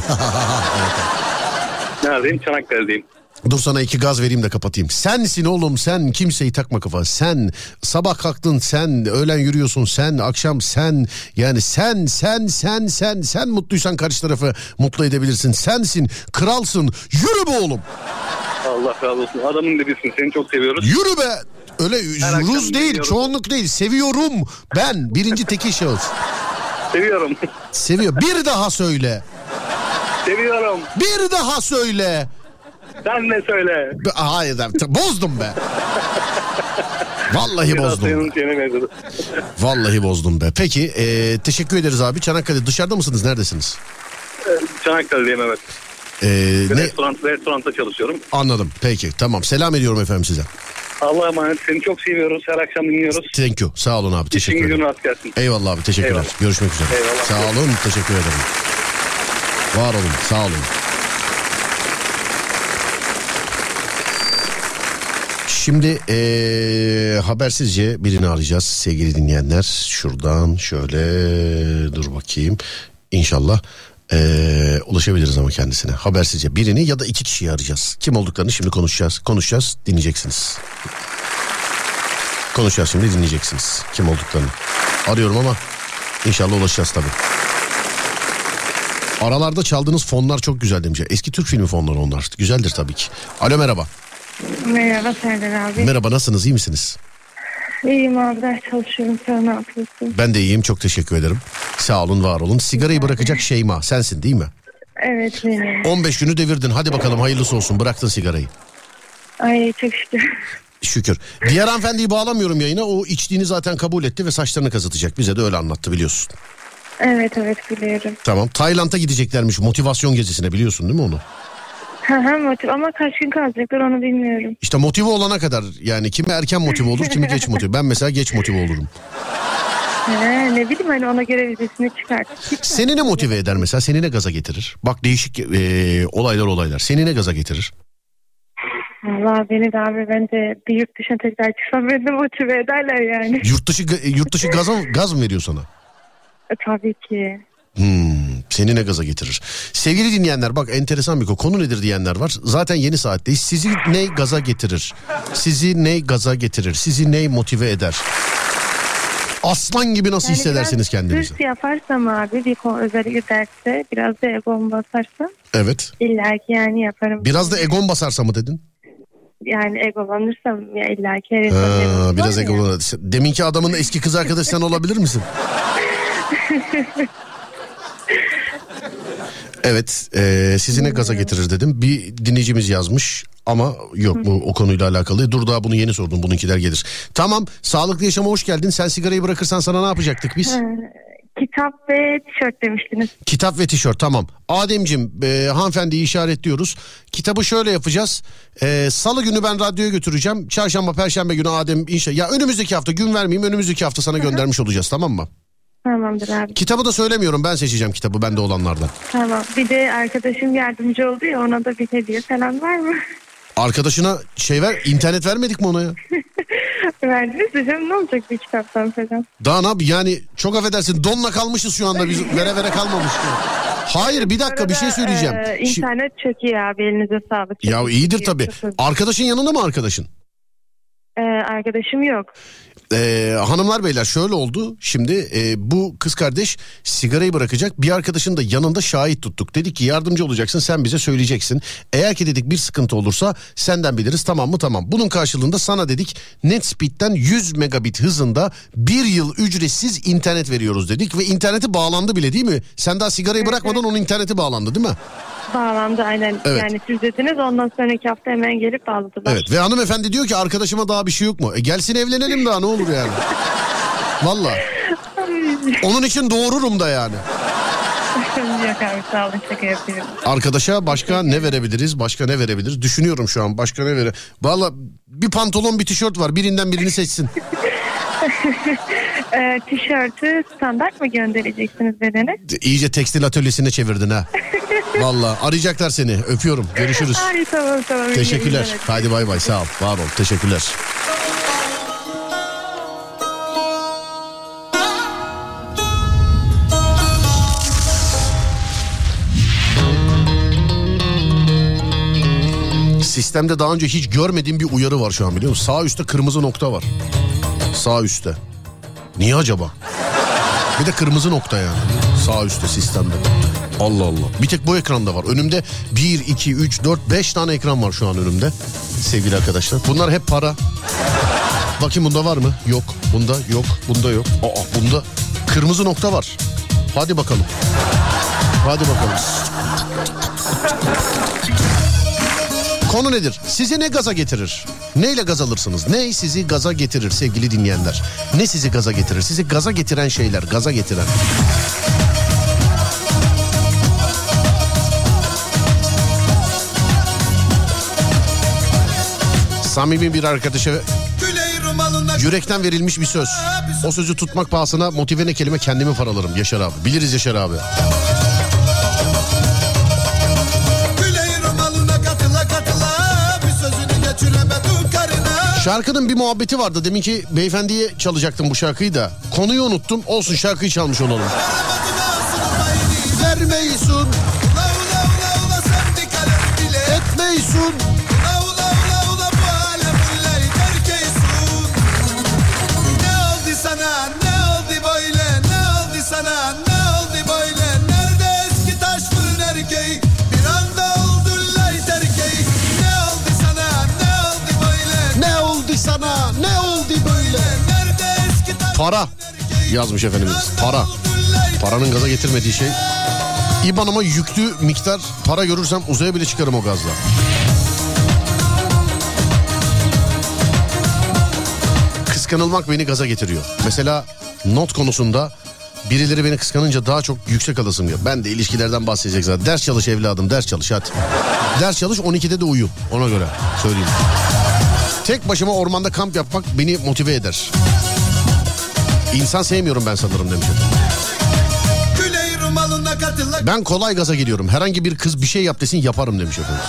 abi. Neredeyim? Çanakkale'deyim. Dur sana iki gaz vereyim de kapatayım. Sensin oğlum sen, kimseyi takma kafa. Sen sabah kalktın, sen öğlen yürüyorsun, sen akşam sen, yani sen sen sen sen sen mutluysan karşı tarafı mutlu edebilirsin. Sensin, kralsın, yürü be oğlum. Allah razı olsun. Adamın dedisin, seni çok seviyoruz. Yürü be. Öyle Her ruz değil, seviyorum. çoğunluk değil, seviyorum ben, birinci tekil şahıs. Seviyorum. Seviyor. Bir daha söyle. Seviyorum. Bir daha söyle. Sen de söyle. Hayır, bozdum be. Vallahi bozdum. Vallahi bozdum be. Peki e, teşekkür ederiz abi. Çanakkale dışarıda mısınız? Neredesiniz? Çanakkale'deyim evet. E, ne? Restoran, restoranda çalışıyorum. Anladım. Peki tamam. Selam ediyorum efendim size. Allah'a emanet. Seni çok seviyoruz. Her akşam dinliyoruz. Thank you. Sağ olun abi. Teşekkür ederim. rast gelsin. Eyvallah abi. Teşekkürler. Eyvallah. Görüşmek üzere. Eyvallah. Sağ olun. Teşekkür ederim. Var olun. Sağ olun. Şimdi ee, habersizce birini arayacağız sevgili dinleyenler. Şuradan şöyle dur bakayım. İnşallah ee, ulaşabiliriz ama kendisine. Habersizce birini ya da iki kişiyi arayacağız. Kim olduklarını şimdi konuşacağız. Konuşacağız, dinleyeceksiniz. Konuşacağız şimdi, dinleyeceksiniz kim olduklarını. Arıyorum ama inşallah ulaşacağız tabii. Aralarda çaldığınız fonlar çok güzel demiş. Eski Türk filmi fonları onlar. Güzeldir tabii ki. Alo merhaba. Merhaba Serdar abi. Merhaba, nasılsınız, iyi misiniz? İyiyim abi, ders çalışıyorum, sen ne yapıyorsun? Ben de iyiyim, çok teşekkür ederim. Sağ olun, var olun. Sigarayı bırakacak Şeyma sensin değil mi? Evet benim. on beş günü devirdin, hadi bakalım hayırlısı olsun, bıraktın sigarayı. Ay çok şükür. Şükür. Diğer hanımefendiyi bağlamıyorum yayına, o içtiğini zaten kabul etti ve saçlarını kazıtacak. Bize de öyle anlattı, biliyorsun. Evet evet biliyorum. Tamam, Tayland'a gideceklermiş motivasyon gezisine, biliyorsun değil mi onu? Hı hı motiv ama kaç gün kalacaklar onu bilmiyorum. İşte motive olana kadar yani, kimi erken motive olur, kimi geç motive. Ben mesela geç motive olurum. He, ne bileyim hani ona göre vizesini çıkart. Seni ne motive eder mesela, seni ne gaza getirir? Bak değişik e, olaylar olaylar. Seni ne gaza getirir? Valla beni de abi, ben de bir yurt dışına tekrar çıksam beni de motive ederler yani. Yurt dışı yurt dışı gaz, gaz mı veriyor sana? E, tabii ki. Hmm, seni ne gaza getirir? Sevgili dinleyenler, bak enteresan bir konu. Konu nedir diyenler var. Zaten yeni saatteyiz. Sizi ne gaza getirir? Sizi ne gaza getirir? Sizi ne motive eder? Aslan gibi nasıl Yani hissedersiniz kendinizi? Hırs yaparsam abi bir konu özellikle derste biraz da egom basarsam. Evet. İlla ki yani yaparım. Biraz da egon basarsa mı dedin? Yani egolanırsam ya illa ki. Evet, Ha, biraz egolan. Deminki adamın eski kız arkadaşı sen olabilir misin? Evet, e, sizi ne gaza getirir dedim. Bir dinleyicimiz yazmış ama yok, bu o konuyla alakalı. Dur, daha bunu yeni sordum, bununkiler gelir. Tamam, sağlıklı yaşama hoş geldin. Sen sigarayı bırakırsan sana ne yapacaktık biz? Ha, kitap ve tişört demiştiniz. Kitap ve tişört, tamam. Ademciğim, e, hanımefendiyi işaretliyoruz. Kitabı şöyle yapacağız. E, Salı günü ben radyoya götüreceğim. Çarşamba, Perşembe günü Adem inşallah. Ya önümüzdeki hafta, gün vermeyeyim, önümüzdeki hafta sana göndermiş olacağız, tamam mı? Tamamdır abi. Kitabı da söylemiyorum, ben seçeceğim kitabı bende olanlardan. Tamam. Bir de arkadaşım yardımcı oldu ya, ona da bir hediye falan var mı? Arkadaşına şey ver, internet vermedik mi ona ya? Verdiniz hocam, ne olacak bir kitaptan falan? Daha ne yap yani, çok affedersin, donla kalmışız şu anda, biz vere vere kalmamış. Hayır bir dakika, bir şey söyleyeceğim. Ee, internet çok iyi abi, elinize sağlık. Çok ya iyidir tabii. Arkadaşın yanında mı arkadaşın? Ee, arkadaşım yok. Ee, hanımlar beyler şöyle oldu. Şimdi e, bu kız kardeş sigarayı bırakacak. Bir arkadaşın da yanında şahit tuttuk. Dedik ki yardımcı olacaksın, sen bize söyleyeceksin. Eğer ki dedik bir sıkıntı olursa senden biliriz, tamam mı? Tamam. Bunun karşılığında sana dedik NetSpeed'den yüz megabit hızında bir yıl ücretsiz internet veriyoruz dedik. Ve interneti bağlandı bile değil mi? Sen daha sigarayı Evet, bırakmadan evet. onun interneti bağlandı değil mi? Bağlandı aynen. Evet. Yani siz dediniz, ondan sonraki hafta hemen gelip bağladılar. Evet, ve hanımefendi diyor ki arkadaşıma daha bir şey yok mu? E gelsin evlenelim daha, ne olur yani. Valla. Onun için doğururum da yani. Yok abi, sağ olun, şaka yapıyorum. Arkadaşa başka ne verebiliriz? Başka ne verebiliriz? Düşünüyorum şu an, başka ne vere... Valla bir pantolon bir tişört var, birinden birini seçsin. e, tişörtü standart mı göndereceksiniz bedene? İyice tekstil atölyesine çevirdin ha. Valla arayacaklar seni, öpüyorum, görüşürüz. Ay tamam tamam. Teşekkürler, Evet. hadi bay bay, sağ ol, var ol, teşekkürler. Sistemde daha önce hiç görmediğim bir uyarı var şu an, biliyor musun? Sağ üstte kırmızı nokta var. Sağ üstte. Niye acaba? Bir de kırmızı nokta yani. Sağ üstte sistemde. Allah Allah. Bir tek bu ekranda var. Önümde bir, iki, üç, dört, beş tane ekran var şu an önümde. Sevgili arkadaşlar. Bunlar hep para. Bakayım bunda var mı? Yok. Bunda yok. Bunda yok. Aa, bunda kırmızı nokta var. Hadi bakalım. Hadi bakalım. Konu nedir? Sizi ne gaza getirir? Neyle gaz alırsınız? Ne sizi gaza getirir sevgili dinleyenler? Ne sizi gaza getirir? Sizi gaza getiren şeyler, gaza getiren. Samimi bir arkadaşa yürekten verilmiş bir söz. O sözü tutmak pahasına motive ne kelime kendimi paralarım. Yaşar abi. Biliriz Yaşar abi. Şarkının bir muhabbeti vardı. Deminki beyefendiye çalacaktım bu şarkıyı da. Konuyu unuttum. Olsun, şarkıyı çalmış olalım. Vermeysun. Etmeysun. Ne oldu sana? Ne oldu böyle? Ne oldu sana? Ne oldu böyle? Nerede eski taş fırın erkeği? Bir anda oldun light erkeği. Ne oldu sana? Ne oldu böyle? Ne oldu sana? Ne oldu böyle? Nerede eski taş Para yazmış efendimiz. Para. Paranın gaza getirmediği şey. İban'ıma yüklü miktar para görürsem uzaya bile çıkarım o gazla. Kıskanılmak beni gaza getiriyor. Mesela not konusunda birileri beni kıskanınca daha çok yüksek alasım geliyor. Ben de ilişkilerden bahsedecek zaten. Ders çalış evladım, ders çalış hadi. Ders çalış, on ikide de uyu. Ona göre söyleyeyim. Tek başıma ormanda kamp yapmak beni motive eder. İnsan sevmiyorum ben sanırım demişim. Ben kolay gaza geliyorum. Herhangi bir kız bir şey yap desin yaparım demiş efendim.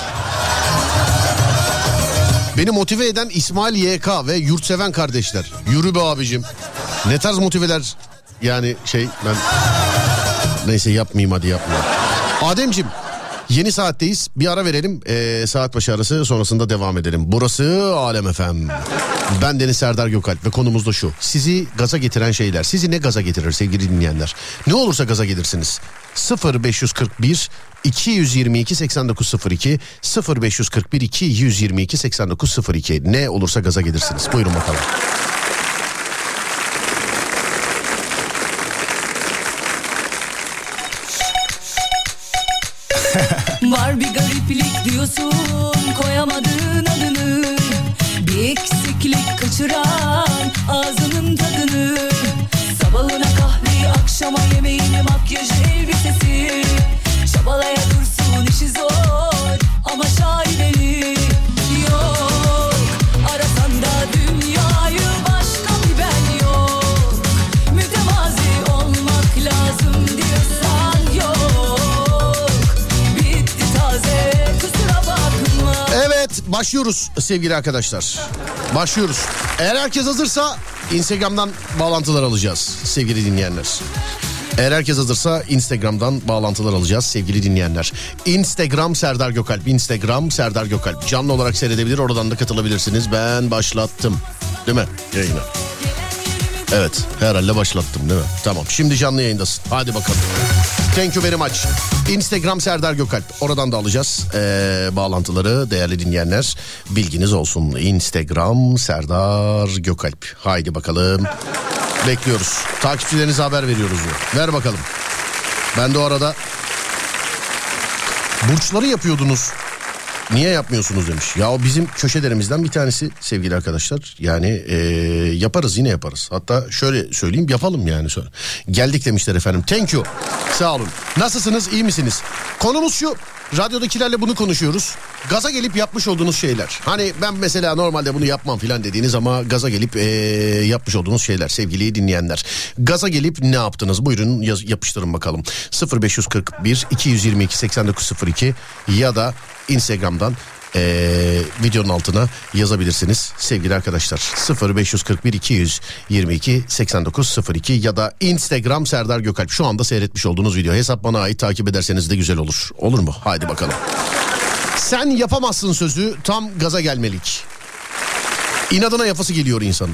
Beni motive eden İsmail Y K ve yurtseven kardeşler. Yürü be abicim. Ne tarz motiveler yani şey ben... Neyse yapmayayım hadi yapmayayım. Ademciğim, yeni saatteyiz. Bir ara verelim. Ee, saat başı arası, sonrasında devam edelim. Burası Alem F M. Ben Deniz Serdar Gökalp ve konumuz da şu. Sizi gaza getiren şeyler. Sizi ne gaza getirir sevgili dinleyenler? Ne olursa gaza gelirsiniz. sıfır beş kırk bir iki yüz yirmi iki seksen dokuz sıfır iki sıfır beş kırk bir iki yüz yirmi iki seksen dokuz sıfır iki. Ne olursa gaza gelirsiniz. Buyurun bakalım. Var bir gariplik diyorsun, koyamadığın adını. Bir eksiklik kaçıran ağzının tadını. Sabahına kahveyi, akşama yemeğini, makyajı, elbisesi. Çabalaya dursun işi zor ama şaibeli. Yok arasan da dünyayı başka bir ben yok. Mütevazi olma. başlıyoruz sevgili arkadaşlar. Başlıyoruz. Eğer herkes hazırsa Instagram'dan bağlantılar alacağız sevgili dinleyenler. Eğer herkes hazırsa Instagram'dan bağlantılar alacağız sevgili dinleyenler. Instagram Serdar Gökalp. Instagram Serdar Gökalp. Canlı olarak seyredebilir, oradan da katılabilirsiniz. Ben başlattım. Değil mi yayını? Evet, herhalde başlattım değil mi? Tamam, şimdi canlı yayındasın. Hadi bakalım. Thank you very much. Instagram Serdar Gökalp. Oradan da alacağız ee, bağlantıları değerli dinleyenler. Bilginiz olsun. Instagram Serdar Gökalp. Haydi bakalım. Bekliyoruz. Takipçilerinize haber veriyoruz. Diyor. Ver bakalım. Ben de o arada burçları yapıyordunuz. Niye yapmıyorsunuz demiş. Ya o bizim köşelerimizden bir tanesi sevgili arkadaşlar. Yani ee, yaparız, yine yaparız. Hatta şöyle söyleyeyim, yapalım yani. Geldik demişler efendim. Thank you. Sağ olun. Nasılsınız? İyi misiniz? Konumuz şu. Radyodakilerle bunu konuşuyoruz. Gaza gelip yapmış olduğunuz şeyler. Hani ben mesela normalde bunu yapmam filan dediğiniz ama gaza gelip ee, yapmış olduğunuz şeyler sevgili dinleyenler. Gaza gelip ne yaptınız? Buyurun yaz, yapıştırın bakalım. sıfır beş kırk bir iki yüz yirmi iki seksen dokuz sıfır iki ya da Instagram'dan ee, videonun altına yazabilirsiniz sevgili arkadaşlar. sıfır beş kırk bir iki yüz yirmi iki seksen dokuz sıfır iki ya da Instagram Serdar Gökalp. Şu anda seyretmiş olduğunuz video. Hesap bana ait, takip ederseniz de güzel olur. Olur mu? Haydi bakalım. Sen yapamazsın sözü tam gaza gelmelik. İnadına yapası geliyor insanın.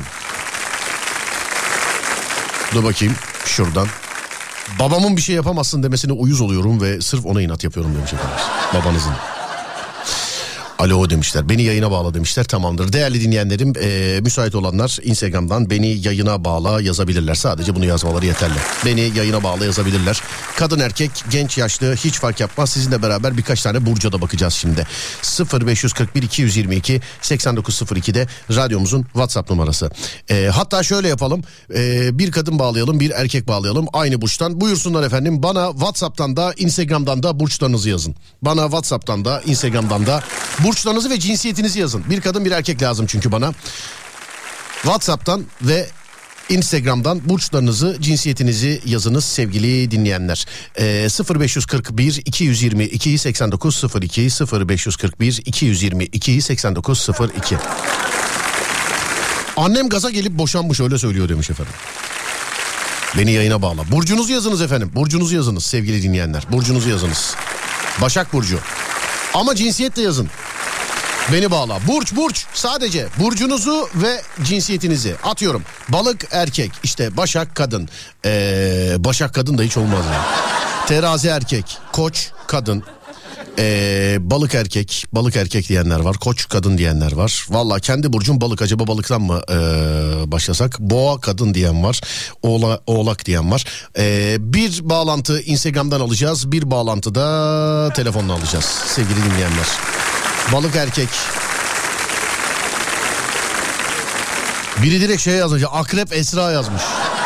Dur bakayım şuradan. Babamın bir şey yapamazsın demesine uyuz oluyorum ve sırf ona inat yapıyorum demiş efendim. Babanızın. Alo demişler, beni yayına bağla demişler. Tamamdır değerli dinleyenlerim, e, müsait olanlar Instagram'dan beni yayına bağla yazabilirler. Sadece bunu yazmaları yeterli. Beni yayına bağla yazabilirler. Kadın erkek genç yaşlı hiç fark yapmaz. Sizinle beraber birkaç tane burca da bakacağız şimdi. sıfır beş kırk bir iki yüz yirmi iki seksen dokuz sıfır iki'de radyomuzun WhatsApp numarası. E, hatta şöyle yapalım, e, bir kadın bağlayalım, bir erkek bağlayalım aynı burçtan. Buyursunlar efendim, bana WhatsApp'tan da Instagram'dan da burçlarınızı yazın. Bana WhatsApp'tan da Instagram'dan da burçlarınızı ve cinsiyetinizi yazın. Bir kadın bir erkek lazım çünkü bana. WhatsApp'tan ve Instagram'dan burçlarınızı, cinsiyetinizi yazınız sevgili dinleyenler. Ee, sıfır beş kırk bir iki yüz yirmi iki seksen dokuz sıfır iki sıfır beş kırk bir iki yüz yirmi iki seksen dokuz sıfır iki. Annem gaza gelip boşanmış, öyle söylüyor demiş efendim. Beni yayına bağla. Burcunuzu yazınız efendim. Burcunuzu yazınız sevgili dinleyenler. Burcunuzu yazınız. Başak Burcu. Ama cinsiyet de yazın. Beni bağla. Burç burç sadece burcunuzu ve cinsiyetinizi atıyorum. Balık erkek, işte Başak kadın. Ee, Başak kadın da hiç olmaz ya. Terazi erkek, Koç kadın. Ee, balık erkek, balık erkek diyenler var. Koç kadın diyenler var. Valla kendi burcum balık, acaba balıktan mı ee, başlasak? Boğa kadın diyen var. Oğla, oğlak diyen var. Ee, bir bağlantı Instagram'dan alacağız. Bir bağlantı da telefonla alacağız sevgili dinleyenler. Balık erkek. Biri direkt şey yazmış. Akrep Esra yazmış.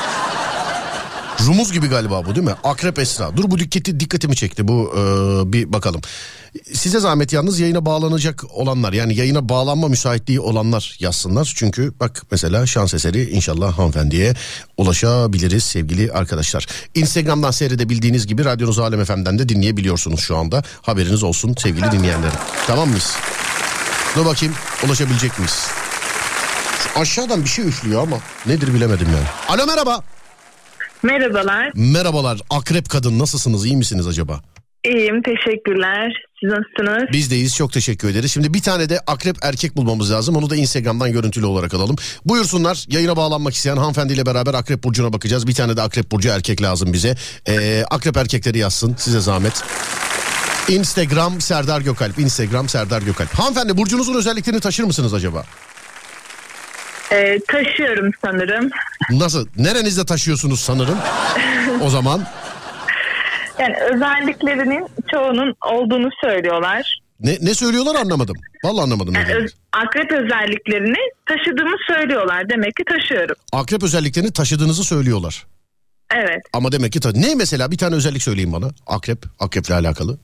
Rumuz gibi galiba bu değil mi? Akrep Esra. Dur, bu dikkati, dikkatimi çekti bu, ee, bir bakalım. Size zahmet yalnız yayına bağlanacak olanlar, yani yayına bağlanma müsaitliği olanlar yazsınlar. Çünkü bak mesela şans eseri inşallah hanımefendiye ulaşabiliriz sevgili arkadaşlar. Instagram'dan seyredebildiğiniz gibi radyonuz Alem F M'den de dinleyebiliyorsunuz şu anda. Haberiniz olsun sevgili dinleyenlerim. Tamam mıyız? Dur bakayım, ulaşabilecek miyiz? Şu aşağıdan bir şey üflüyor ama nedir bilemedim yani. Alo, merhaba. Merhabalar. Merhabalar. Akrep kadın, nasılsınız? İyi misiniz acaba? İyiyim, teşekkürler. Siz nasılsınız? Biz deyiz, çok teşekkür ederiz. Şimdi bir tane de akrep erkek bulmamız lazım. Onu da Instagram'dan görüntülü olarak alalım. Buyursunlar, yayına bağlanmak isteyen hanımefendiyle beraber akrep burcuna bakacağız. Bir tane de akrep burcu erkek lazım bize. Ee, akrep erkekleri yazsın size zahmet. Instagram Serdar Gökalp. Instagram Serdar Gökalp. Hanımefendi, burcunuzun özelliklerini taşır mısınız acaba? Ee, taşıyorum sanırım. Nasıl? Nerenizde taşıyorsunuz sanırım? O zaman... Yani özelliklerinin çoğunun olduğunu söylüyorlar. Ne, ne söylüyorlar anlamadım. Vallahi anlamadım. Yani öz, akrep özelliklerini taşıdığımı söylüyorlar. Demek ki taşıyorum. Akrep özelliklerini taşıdığınızı söylüyorlar. Evet. Ama demek ki ta- ne mesela, bir tane özellik söyleyin bana. Akrep, akreple alakalı.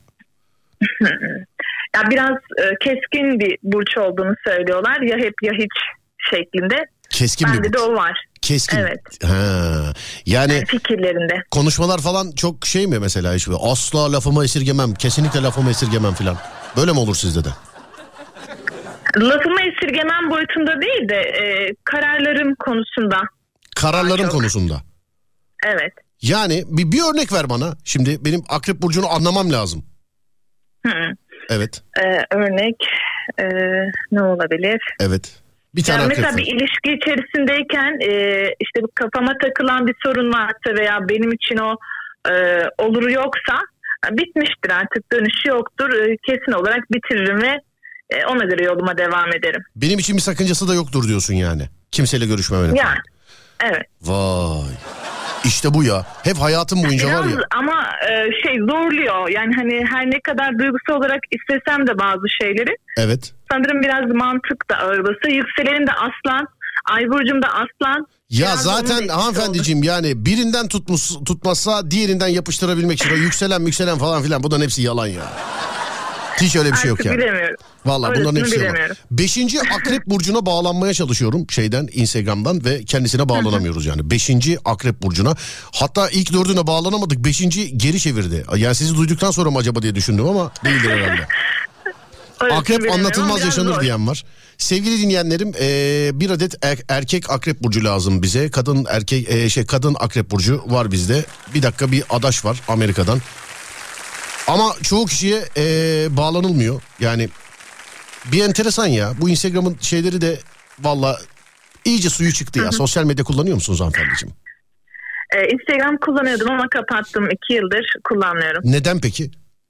Ya biraz e, keskin bir burç olduğunu söylüyorlar. Ya hep ya hiç şeklinde. Keskin Bende bir burç. de o var. Keskin. Evet. Ha. Yani fikirlerinde. Konuşmalar falan çok şey mi mesela, hiç böyle asla lafımı esirgemem, kesinlikle lafımı esirgemem falan. Böyle mi olur sizde de? Lafımı esirgemem boyutunda değil de e, kararlarım konusunda. Kararların konusunda. Evet. Yani bir, bir örnek ver bana. Şimdi benim Akrep Burcu'nu anlamam lazım. Hı. Evet. Ee, örnek e, ne olabilir? Evet. Bir tane yani Akrep mesela var. bir ilişki içerisindeyken e, işte bu kafama takılan bir sorun varsa veya benim için o e, oluru yoksa bitmiştir, artık dönüşü yoktur. E, kesin olarak bitiririm ve e, ona göre yoluma devam ederim. Benim için bir sakıncası da yoktur diyorsun yani. Kimseyle görüşmemenin. Yani evet. Vay. İşte bu ya. Hep hayatım boyunca Biraz var ya. ama e, şey zorluyor. Yani hani her ne kadar duygusal olarak istesem de bazı şeyleri. Evet. Sanırım biraz mantık da ağır basıyor. Yükselenim de Aslan, Ay burcum da Aslan. Ya Biraz zaten hanımefendiciğim yani birinden tutmuş, tutmazsa diğerinden yapıştırabilmek için o yükselen yükselen falan filan bunların hepsi yalan ya. Hiç öyle bir şey yok Artık yani. bilemiyorum. Vallahi Orasını bunların hepsi yalan. bilemiyorum. Beşinci Akrep Burcu'na bağlanmaya çalışıyorum şeyden, Instagram'dan ve kendisine bağlanamıyoruz yani. Beşinci Akrep Burcu'na. Hatta ilk dördüne bağlanamadık. Beşinci geri çevirdi. Yani sizi duyduktan sonra mı acaba diye düşündüm ama değildir herhalde. Orasını Akrep bilemiyorum. anlatılmaz Biraz yaşanır zor. diyen var. Sevgili dinleyenlerim ee, bir adet er- erkek Akrep Burcu lazım bize. Kadın erkek ee, şey kadın Akrep Burcu var bizde. Bir dakika bir adaş var Amerika'dan. Ama çoğu kişiye ee, bağlanılmıyor. Yani bir enteresan ya. Bu Instagram'ın şeyleri de valla iyice suyu çıktı ya. Hı hı. Sosyal medya kullanıyor musunuz hanımefendiciğim? Ee, Instagram kullanıyordum ama kapattım. iki yıldır kullanmıyorum. Neden peki?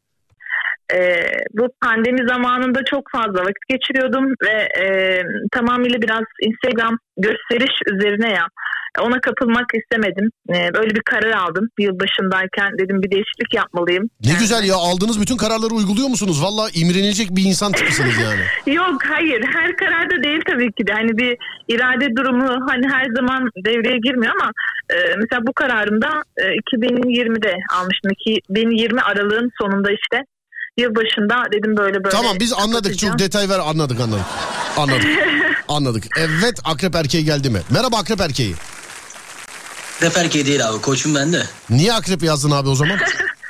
Ee, bu pandemi zamanında çok fazla vakit geçiriyordum ve e, tamamıyla biraz Instagram gösteriş üzerine ya. Ona kapılmak istemedim. Ee, böyle bir karar aldım. Yılbaşındayken dedim bir değişiklik yapmalıyım. Ne yani. güzel ya, aldığınız bütün kararları uyguluyor musunuz? Valla imrenilecek bir insan tipsiniz yani. Yok hayır, her kararda değil tabii ki de. Hani bir irade durumu hani her zaman devreye girmiyor ama e, mesela bu kararımda e, iki bin yirmide almıştım. iki bin yirmi aralığın sonunda işte. Yılbaşında dedim böyle böyle. Tamam biz anladık, çok detay ver, anladık anladık. Anladık. Anladık. Evet, Akrep Erkeği geldi mi? Merhaba Akrep Erkeği. Akrep Erkeği değil abi, koçum ben de. Niye Akrep yazdın abi o zaman?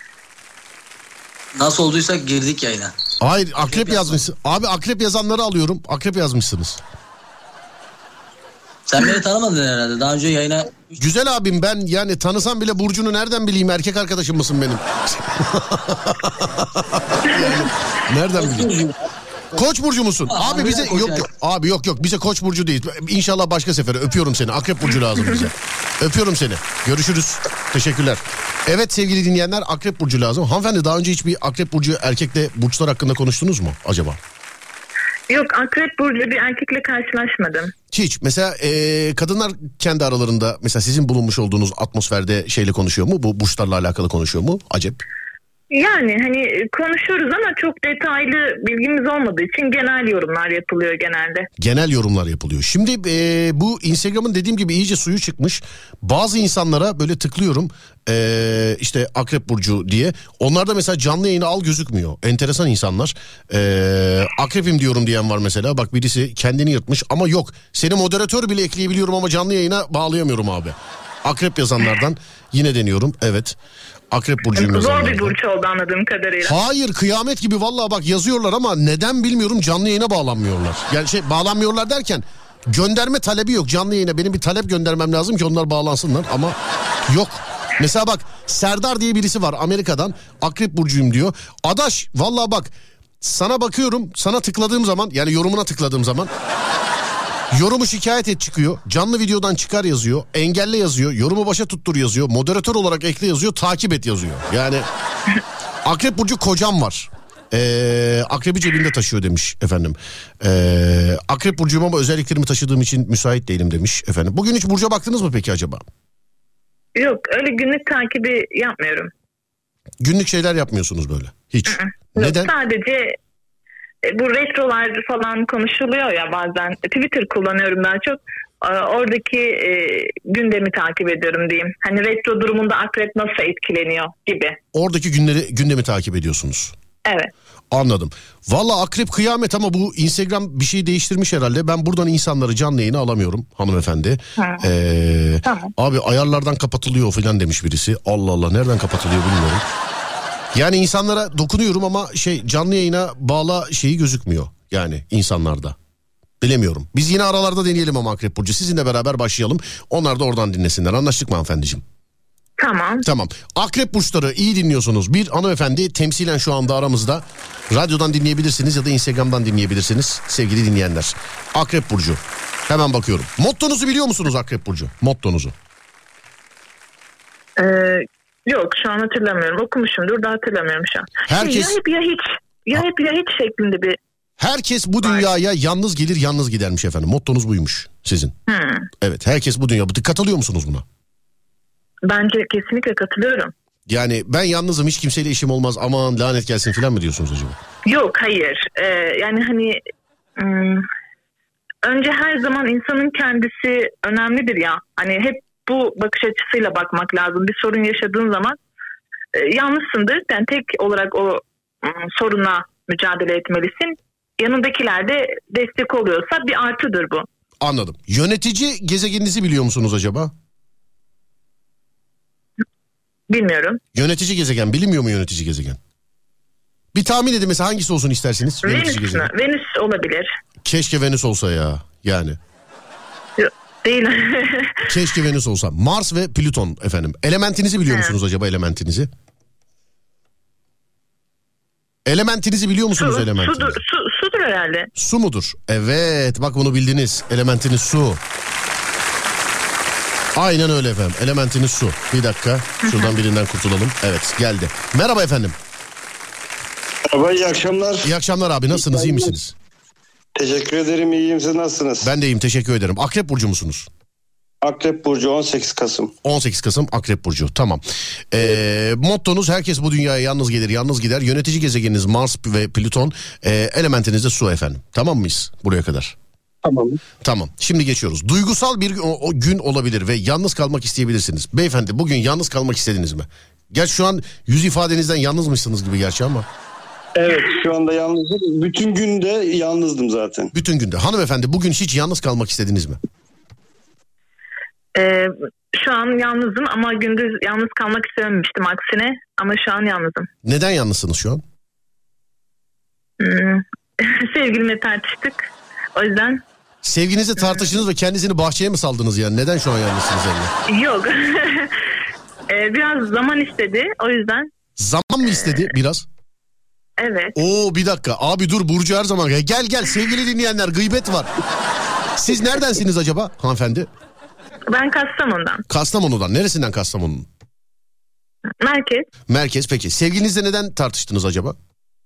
Nasıl olduysa girdik yayına. Hayır Akrep, akrep yazmışsın. Abi Akrep yazanları alıyorum. Akrep yazmışsınız. Sen beni tanımadın herhalde. Daha önce yayına... Güzel abim, ben yani tanısam bile burcunu nereden bileyim? Erkek arkadaşım mısın benim? Yani, nereden bileyim? Koç burcu musun? Aa, abi bize yok yok. Abi yok yok, bize Koç burcu değil. İnşallah başka sefere. Öpüyorum seni. Akrep burcu lazım bize. Öpüyorum seni. Görüşürüz. Teşekkürler. Evet sevgili dinleyenler, Akrep burcu lazım. Hanımefendi daha önce hiç bir Akrep burcu erkekle burçlar hakkında konuştunuz mu acaba? Yok, Akrep burcu bir erkekle karşılaşmadım. Hiç. Mesela e, kadınlar kendi aralarında mesela sizin bulunmuş olduğunuz atmosferde şeyle konuşuyor mu? Bu burçlarla alakalı konuşuyor mu? Acep. Yani hani konuşuyoruz ama çok detaylı bilgimiz olmadığı için genel yorumlar yapılıyor genelde. Genel yorumlar yapılıyor. Şimdi e, bu Instagram'ın dediğim gibi iyice suyu çıkmış. Bazı insanlara böyle tıklıyorum e, işte Akrep Burcu diye. Onlarda mesela canlı yayını al gözükmüyor. Enteresan insanlar. E, akrepim diyorum diyen var mesela. Bak birisi kendini yırtmış ama yok. Seni moderatör bile ekleyebiliyorum ama canlı yayına bağlayamıyorum abi. Akrep yazanlardan yine deniyorum. Evet. Akrep burcuyum yazanlardan. Zor bir burç oldu anladığım kadarıyla. Hayır, kıyamet gibi vallahi, bak yazıyorlar ama neden bilmiyorum canlı yayına bağlanmıyorlar. Yani şey bağlanmıyorlar derken gönderme talebi yok canlı yayına. Benim bir talep göndermem lazım ki onlar bağlansınlar ama yok. Mesela bak Serdar diye birisi var Amerika'dan, Akrep burcuyum diyor. Adaş vallahi bak sana bakıyorum, sana tıkladığım zaman yani yorumuna tıkladığım zaman yorumu şikayet et çıkıyor. Canlı videodan çıkar yazıyor. Engelle yazıyor. Yorumu başa tuttur yazıyor. Moderatör olarak ekle yazıyor. Takip et yazıyor. Yani Akrep burcu kocam var. Ee, akrebi cebinde taşıyor demiş efendim. Ee, Akrep burcuyum ama özelliklerimi taşıdığım için müsait değilim demiş efendim. Bugün hiç burca baktınız mı peki acaba? Yok, öyle günlük takibi yapmıyorum. Günlük şeyler yapmıyorsunuz böyle. Hiç. Hı-hı. Neden? Yok, sadece bu retrolar falan konuşuluyor ya bazen. Twitter kullanıyorum daha çok. Oradaki e, gündemi takip ediyorum diyeyim. Hani retro durumunda akrep nasıl etkileniyor gibi. Oradaki günleri, gündemi takip ediyorsunuz. Evet. Anladım. Valla akrep kıyamet ama bu Instagram bir şey değiştirmiş herhalde. Ben buradan insanları canlı yayına alamıyorum hanımefendi. Ee, tamam. Abi ayarlardan kapatılıyor falan demiş birisi. Allah Allah, nereden kapatılıyor bilmiyorum. Yani insanlara dokunuyorum ama şey canlı yayına bağla şeyi gözükmüyor yani insanlarda. Bilemiyorum. Biz yine aralarda deneyelim ama Akrep Burcu. Sizinle beraber başlayalım. Onlar da oradan dinlesinler. Anlaştık mı hanımefendiciğim? Tamam. Tamam. Akrep burçları iyi dinliyorsunuz. Bir hanımefendi temsilen şu anda aramızda. Radyodan dinleyebilirsiniz ya da Instagram'dan dinleyebilirsiniz sevgili dinleyenler. Akrep Burcu. Hemen bakıyorum. Mottonuzu biliyor musunuz Akrep Burcu? Mottonuzu. Ee, yok şu an hatırlamıyorum. Okumuşumdur da hatırlamıyorum şu an. Herkes... Ya hep ya hiç. Ya hep ya hiç şeklinde bir... Herkes bu dünyaya yalnız gelir yalnız gidermiş efendim. Mottonuz buymuş sizin. Hmm. Evet, herkes bu dünya. Katılıyor musunuz buna? Bence kesinlikle katılıyorum. Yani ben yalnızım, hiç kimseyle işim olmaz, aman lanet gelsin falan mı diyorsunuz acaba? Yok hayır. Ee, yani hani ım, önce her zaman insanın kendisi önemlidir ya. Hani hep bu bakış açısıyla bakmak lazım. Bir sorun yaşadığın zaman e, yalnızsındır. Yani tek olarak o ım, soruna mücadele etmelisin. Yanındakiler de destek oluyorsa bir artıdır bu. Anladım. Yönetici gezegeninizi biliyor musunuz acaba? Bilmiyorum. Yönetici gezegen bilinmiyor mu yönetici gezegen? Bir tahmin edin mesela, hangisi olsun istersiniz? Venüs mü? Venüs olabilir. Keşke Venüs olsa ya yani. Yok, değil. Keşke Venüs olsa. Mars ve Plüton efendim. Elementinizi biliyor musunuz acaba, elementinizi? Elementinizi biliyor musunuz su, elementinizi? Sudur, su, sudur herhalde. Su mudur? Evet, bak bunu bildiniz. Elementiniz su. Aynen öyle efendim. Elementiniz su. Bir dakika. Şuradan birinden kurtulalım. Evet, geldi. Merhaba efendim. Merhaba, iyi akşamlar. İyi akşamlar abi. Nasılsınız? İyi misiniz? Teşekkür ederim. İyiyim. Siz nasılsınız? Ben de iyiyim. Teşekkür ederim. Akrep burcu musunuz? Akrep burcu, on sekiz Kasım. on sekiz Kasım Akrep burcu. Tamam. Ee, mottonuz herkes bu dünyaya yalnız gelir, yalnız gider. Yönetici gezegeniniz Mars ve Plüton. Ee, elementiniz de su efendim. Tamam mıyız buraya kadar? Tamam. Tamam. Şimdi geçiyoruz. Duygusal bir o, o gün olabilir ve yalnız kalmak isteyebilirsiniz. Beyefendi, bugün yalnız kalmak istediniz mi? Gerçi şu an yüz ifadenizden yalnızmışsınız gibi gerçi ama. Evet, şu anda yalnızım. Bütün gün de yalnızdım zaten. Bütün günde. Hanımefendi, bugün hiç yalnız kalmak istediniz mi? Ee, şu an yalnızım ama gündüz yalnız kalmak istememiştim aksine. Ama şu an yalnızım. Neden yalnızsınız şu an? Hmm. Sevgilimle tartıştık. O yüzden... Sevginizle tartıştınız ve kendisini bahçeye mi saldınız yani? Neden şu an yalnızsınız yani? Yok. ee, biraz zaman istedi. O yüzden... Zaman mı istedi biraz? Evet. Oo, bir dakika. Abi dur, Burcu her zaman. Gel gel sevgili dinleyenler, gıybet var. Siz neredensiniz acaba hanımefendi? Ben Kastamonu'dan. Kastamonu'dan. Neresinden Kastamonu'nun? Merkez. Merkez, peki. Sevgilinizle neden tartıştınız acaba?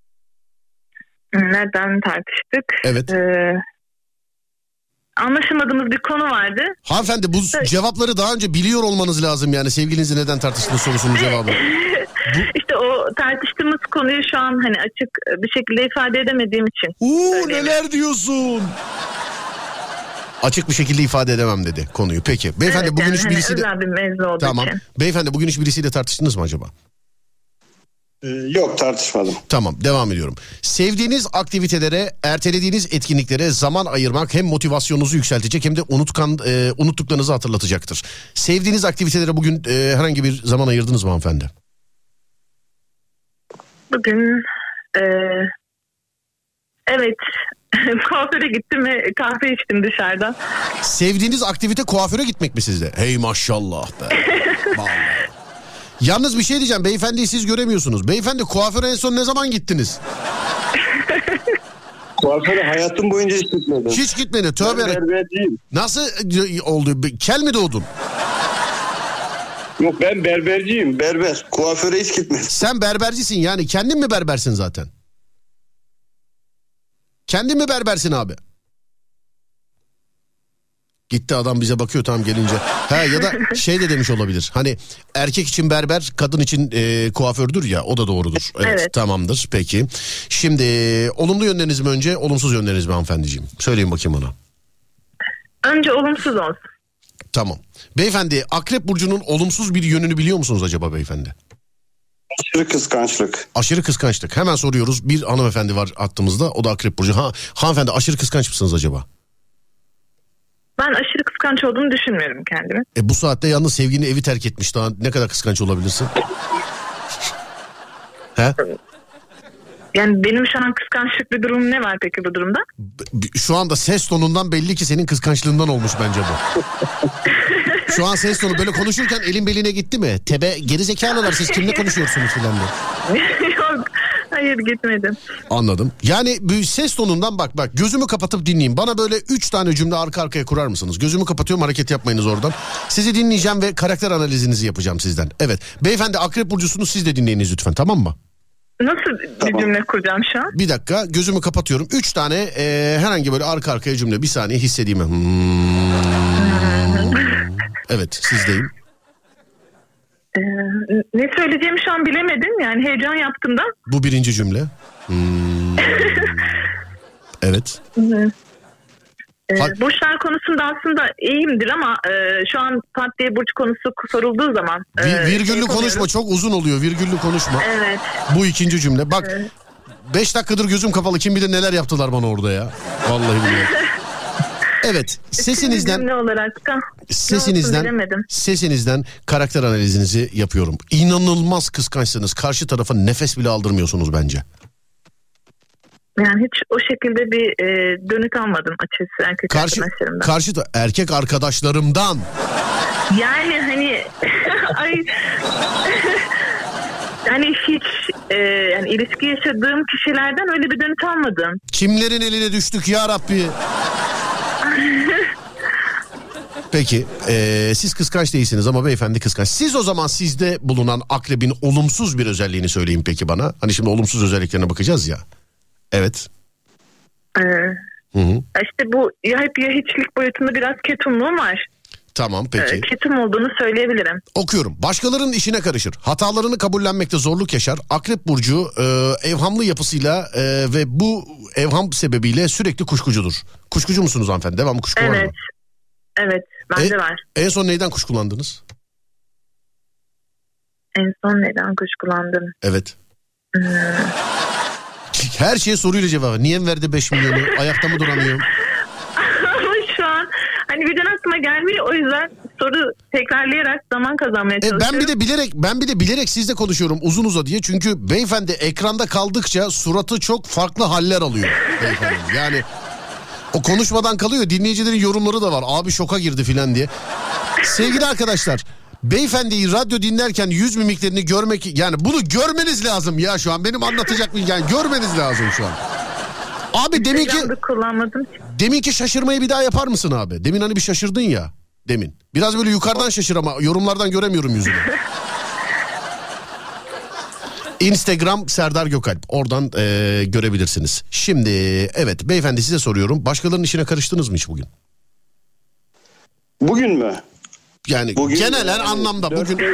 Nereden tartıştık? Evet. Ee, anlaşamadığımız bir konu vardı. Hanımefendi, bu evet. Cevapları daha önce biliyor olmanız lazım yani. Sevgilinizle neden tartıştınız sorusunun cevabı. Bu... İşte o tartıştığımız konuyu şu an hani açık bir şekilde ifade edemediğim için. Uuu, neler diyorsun? Açık bir şekilde ifade edemem dedi konuyu. Peki. Beyefendi, evet, bugün yani hiç birisiyle... Hani özel bir mevzu olduğu tamam. için. Beyefendi, bugün hiç birisiyle tartıştınız mı acaba? Ee, yok, tartışmadım. Tamam, devam ediyorum. Sevdiğiniz aktivitelere, ertelediğiniz etkinliklere zaman ayırmak hem motivasyonunuzu yükseltecek hem de unutkan e, unuttuklarınızı hatırlatacaktır. Sevdiğiniz aktivitelere bugün e, herhangi bir zaman ayırdınız mı hanımefendi? Bugün e, evet kuaföre gittim ve kahve içtim dışarıda. Sevdiğiniz aktivite kuaföre gitmek mi sizde? Hey maşallah be. Vallahi. Yalnız bir şey diyeceğim, beyefendiyi siz göremiyorsunuz. Beyefendi, kuaföre en son ne zaman gittiniz? Kuaföre hayatım boyunca hiç gitmedim. Hiç gitmedi. Tövbe. Ben berberciyim. Nasıl oldu? Kel mi doğdun? Yok, ben berberciyim. Berber. Kuaföre hiç gitmedim. Sen berbercisin yani. Kendin mi berbersin zaten? Kendin mi berbersin abi? Gitti adam, bize bakıyor tam gelince. Ha, ya da şey de demiş olabilir. Hani erkek için berber, kadın için e, kuafördür ya, o da doğrudur. Evet, evet. Tamamdır peki. Şimdi olumlu yönleriniz mi önce, olumsuz yönleriniz mi hanımefendiciğim? Söyleyin bakayım ona. Önce olumsuz olsun. Tamam. Beyefendi, Akrep Burcu'nun olumsuz bir yönünü biliyor musunuz acaba beyefendi? Aşırı kıskançlık. Aşırı kıskançlık. Hemen soruyoruz. Bir hanımefendi var hattımızda. O da Akrep Burcu. Ha, hanımefendi, aşırı kıskanç mısınız acaba? Ben aşırı kıskanç olduğunu düşünmüyorum kendimi. E bu saatte yalnız sevgini evi terk etmiş. Daha ne kadar kıskanç olabilirsin? He? Yani benim şu an kıskançlık bir durum ne var peki bu durumda? Şu anda ses tonundan belli ki senin kıskançlığından olmuş bence bu. Şu an ses tonu böyle konuşurken elin beline gitti mi? Tebe gerizekalılar siz kimle konuşuyorsunuz filan diye. Yok, hayır gitmedim. Anladım. Yani ses tonundan bak bak gözümü kapatıp dinleyeyim. Bana böyle üç tane cümle arka arkaya kurar mısınız? Gözümü kapatıyorum, hareket yapmayınız oradan. Sizi dinleyeceğim ve karakter analizinizi yapacağım sizden. Evet. Beyefendi Akrep burcusunuz, siz de dinleyiniz lütfen, tamam mı? Nasıl bir tamam. cümle kuracağım şu an? Bir dakika, gözümü kapatıyorum. Üç tane e, herhangi böyle arka arkaya cümle, bir saniye hissedeyim. Hmm. Evet, sizdeyim. Ee, ne söyleyeceğimi şu an bilemedim. Yani heyecan yaptım da. Bu birinci cümle. Hmm. Evet. Hı. Ee, burçlar konusunda aslında iyiyimdir ama e, şu an pat diye burç konusu sorulduğu zaman. Vir, e, virgüllü şey konuşma, çok uzun oluyor. Virgüllü konuşma. Evet. Bu ikinci cümle. Bak evet. Beş dakikadır gözüm kapalı, kim bilir neler yaptılar bana orada ya. Vallahi billahi. Evet, sesinizden olarak da, sesinizden sesinizden karakter analizinizi yapıyorum. İnanılmaz kıskançsınız. Karşı tarafa nefes bile aldırmıyorsunuz bence. Yani hiç o şekilde bir e, dönüt almadım açıkçası erkek karşı, arkadaşlarımdan. Karşı da erkek arkadaşlarımdan. Yani hani ay yani hiç e, yani ilişki yaşadığım kişilerden öyle bir dönüt almadım. Kimlerin eline düştük ya Rabbi? Peki ee, siz kıskanç değilsiniz ama beyefendi kıskanç. Siz o zaman sizde bulunan akrebin olumsuz bir özelliğini söyleyin peki bana. Hani şimdi olumsuz özelliklerine bakacağız ya. Evet. Ee, hı hı. İşte bu ya hep ya hiçlik boyutunda biraz ketumluğum var. Tamam peki. Ee, ketum olduğunu söyleyebilirim. Okuyorum. Başkalarının işine karışır. Hatalarını kabullenmekte zorluk yaşar. Akrep burcu e, evhamlı yapısıyla e, ve bu evham sebebiyle sürekli kuşkucudur. Kuşkucu musunuz hanımefendi? Devamlı kuşku evet. var mı? Evet. Bende e, var. En son neyden kuşkulandınız? En son neyden kuşkulandım? Evet. Hmm. Her şeye soruyla cevabı. Niye verdi beş milyonu? Ayakta mı duramıyorum? Ama şu an hani birden aklıma gelmiyor, o yüzden soru tekrarlayarak zaman kazanmaya çalışıyorum. E ben bir de bilerek ben bir de bilerek sizle konuşuyorum uzun uza diye. Çünkü beyefendi ekranda kaldıkça suratı çok farklı haller alıyor beyefendi. Yani o konuşmadan kalıyor. Dinleyicilerin yorumları da var. Abi şoka girdi filan diye. Sevgili arkadaşlar, beyefendiyi radyo dinlerken yüz mimiklerini görmek, yani bunu görmeniz lazım ya şu an. Benim anlatacak mıyım yani, görmeniz lazım şu an. Abi demin ki demin ki şaşırmayı bir daha yapar mısın abi? Demin hani bir şaşırdın ya demin. Biraz böyle yukarıdan şaşır ama yorumlardan göremiyorum yüzünü. Instagram Serdar Gökalp, oradan e, görebilirsiniz. Şimdi evet beyefendi, size soruyorum. Başkalarının işine karıştınız mı hiç bugün? Bugün mü? Yani bugün, genelen yani, anlamda dört, bugün.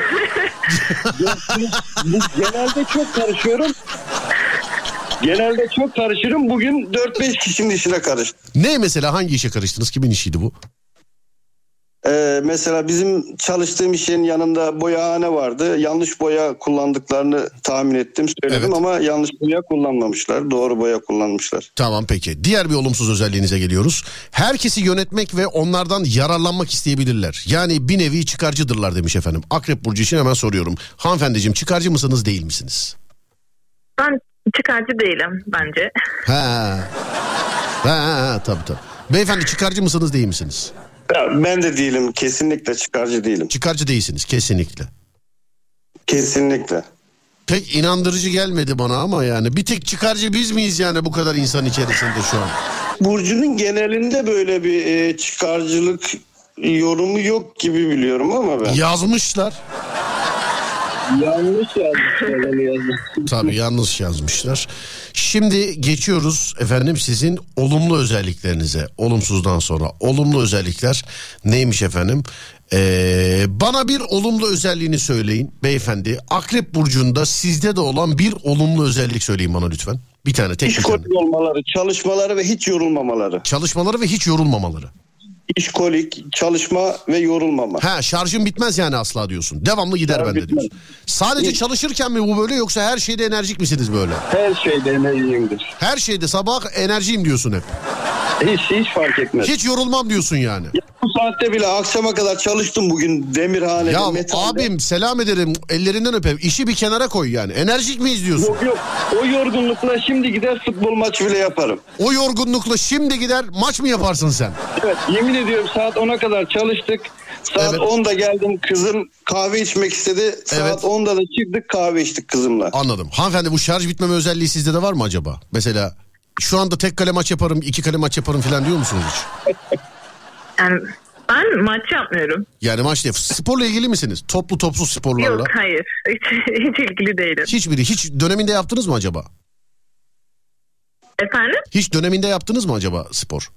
Genelde çok karışıyorum. Genelde çok karışırım. Bugün dört beş kişinin işine karıştım. Ne mesela, hangi işe karıştınız? Kimin işiydi bu? Ee, mesela bizim çalıştığım iş yerinin yanında boyahane vardı. Yanlış boya kullandıklarını tahmin ettim, söyledim evet. Ama yanlış boya kullanmamışlar. Doğru boya kullanmışlar. Tamam peki. Diğer bir olumsuz özelliğinize geliyoruz. Herkesi yönetmek ve onlardan yararlanmak isteyebilirler. Yani bir nevi çıkarcıdırlar demiş efendim. Akrep burcu için hemen soruyorum. Hanımefendiciğim, çıkarcı mısınız, değil misiniz? Ben çıkarcı değilim bence. Ha. Ha, ha tabii tabii. Beyefendi, çıkarcı mısınız, değil misiniz? Ya ben de değilim. Kesinlikle çıkarcı değilim. Çıkarcı değilsiniz kesinlikle. Kesinlikle. Pek inandırıcı gelmedi bana ama yani. Bir tek çıkarcı biz miyiz yani bu kadar insan içerisinde şu an? Burcunun genelinde böyle bir e, çıkarcılık yorumu yok gibi biliyorum ama ben. Yazmışlar. Yanlış yazmışlar. Tabii yanlış yazmışlar. Şimdi geçiyoruz efendim sizin olumlu özelliklerinize. Olumsuzdan sonra olumlu özellikler neymiş efendim? Ee, bana bir olumlu özelliğini söyleyin beyefendi. Akrep burcunda sizde de olan bir olumlu özellik söyleyin bana lütfen. Bir tane, tek bir tane. İşkolik olmaları, çalışmaları ve hiç yorulmamaları. Çalışmaları ve hiç yorulmamaları. İşkolik, çalışma ve yorulmama. Ha, şarjın bitmez yani asla diyorsun. Devamlı gider ya, bende bitmez diyorsun. Sadece hiç çalışırken mi bu böyle, yoksa her şeyde enerjik misiniz böyle? Her şeyde enerjiyimdir. Her şeyde sabah enerjiyim diyorsun hep. Hiç hiç fark etmez. Hiç yorulmam diyorsun yani. Ya, bu saatte bile akşama kadar çalıştım bugün Demirhane'de. Ya metalde. abim selam ederim, ellerinden öpeyim. İşi bir kenara koy yani. Enerjik mi izliyorsun? Yok yok. O yorgunlukla şimdi gider futbol maçı bile yaparım. O yorgunlukla şimdi gider maç mı yaparsın sen? Evet, yemin ediyorum saat ona kadar çalıştık. Saat Evet. onda geldim, kızım kahve içmek istedi. Saat Evet. onda da çıktık, kahve içtik kızımla. Anladım. Hanımefendi, bu şarj bitmeme özelliği sizde de var mı acaba? Mesela şu anda tek kale maç yaparım, iki kale maç yaparım falan diyor musunuz hiç? Yani ben maç yapmıyorum. Yani maç değil. Sporla ilgili misiniz? Toplu topsuz sporlarla. Yok, hayır. Hiç, hiç ilgili değilim. Hiçbiri. Hiç döneminde yaptınız mı acaba? Efendim? Hiç döneminde yaptınız mı acaba spor?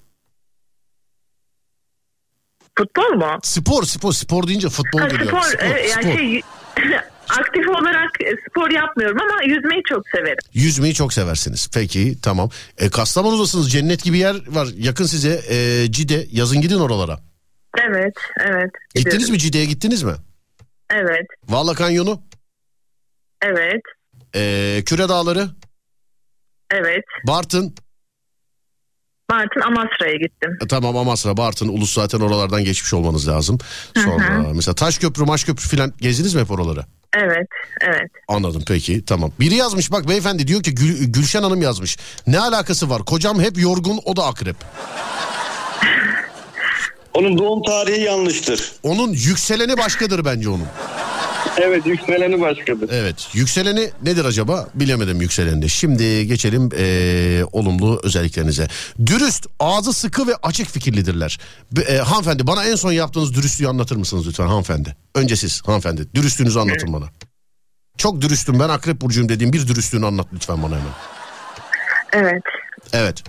Futbol mu? Spor, spor, spor deyince futbol Ha, geliyor. spor, Spor, e, yani spor. şey aktif olarak e, spor yapmıyorum ama yüzmeyi çok severim. Yüzmeyi çok seversiniz. Peki, tamam. E, Kastamonu'dasınız. Cennet gibi yer var. Yakın size. E, Cide. Yazın gidin oralara. Evet, evet. Gittiniz gidiyorum. mi Cide'ye, gittiniz mi? Evet, Valla Kanyonu. evet, E, Küre Dağları. evet. Bartın. Bartın Amasra'ya gittim. E, tamam, Amasra, Bartın, Ulus, zaten oralardan geçmiş olmanız lazım. Sonra Hı hı. mesela Taşköprü, Maşköprü falan gezdiniz mi hep oraları? Evet, evet. Anladım, peki, tamam. Biri yazmış bak beyefendi, diyor ki Gül, Gülşen Hanım yazmış. Ne alakası var? Kocam hep yorgun, o da akrep. Onun doğum tarihi yanlıştır. Onun yükseleni başkadır bence onun. Evet, yükseleni başkadır. Evet, yükseleni nedir acaba? Bilemedim yükseleni de. Şimdi geçelim ee, olumlu özelliklerinize. Dürüst, ağzı sıkı ve açık fikirlidirler. Be, e, hanımefendi, bana en son yaptığınız dürüstlüğü anlatır mısınız lütfen hanımefendi? Önce siz hanımefendi, dürüstlüğünüzü anlatın bana. Çok dürüstüm, ben akrep burcuyum dediğim bir dürüstlüğünü anlat lütfen bana hemen. Evet. Evet.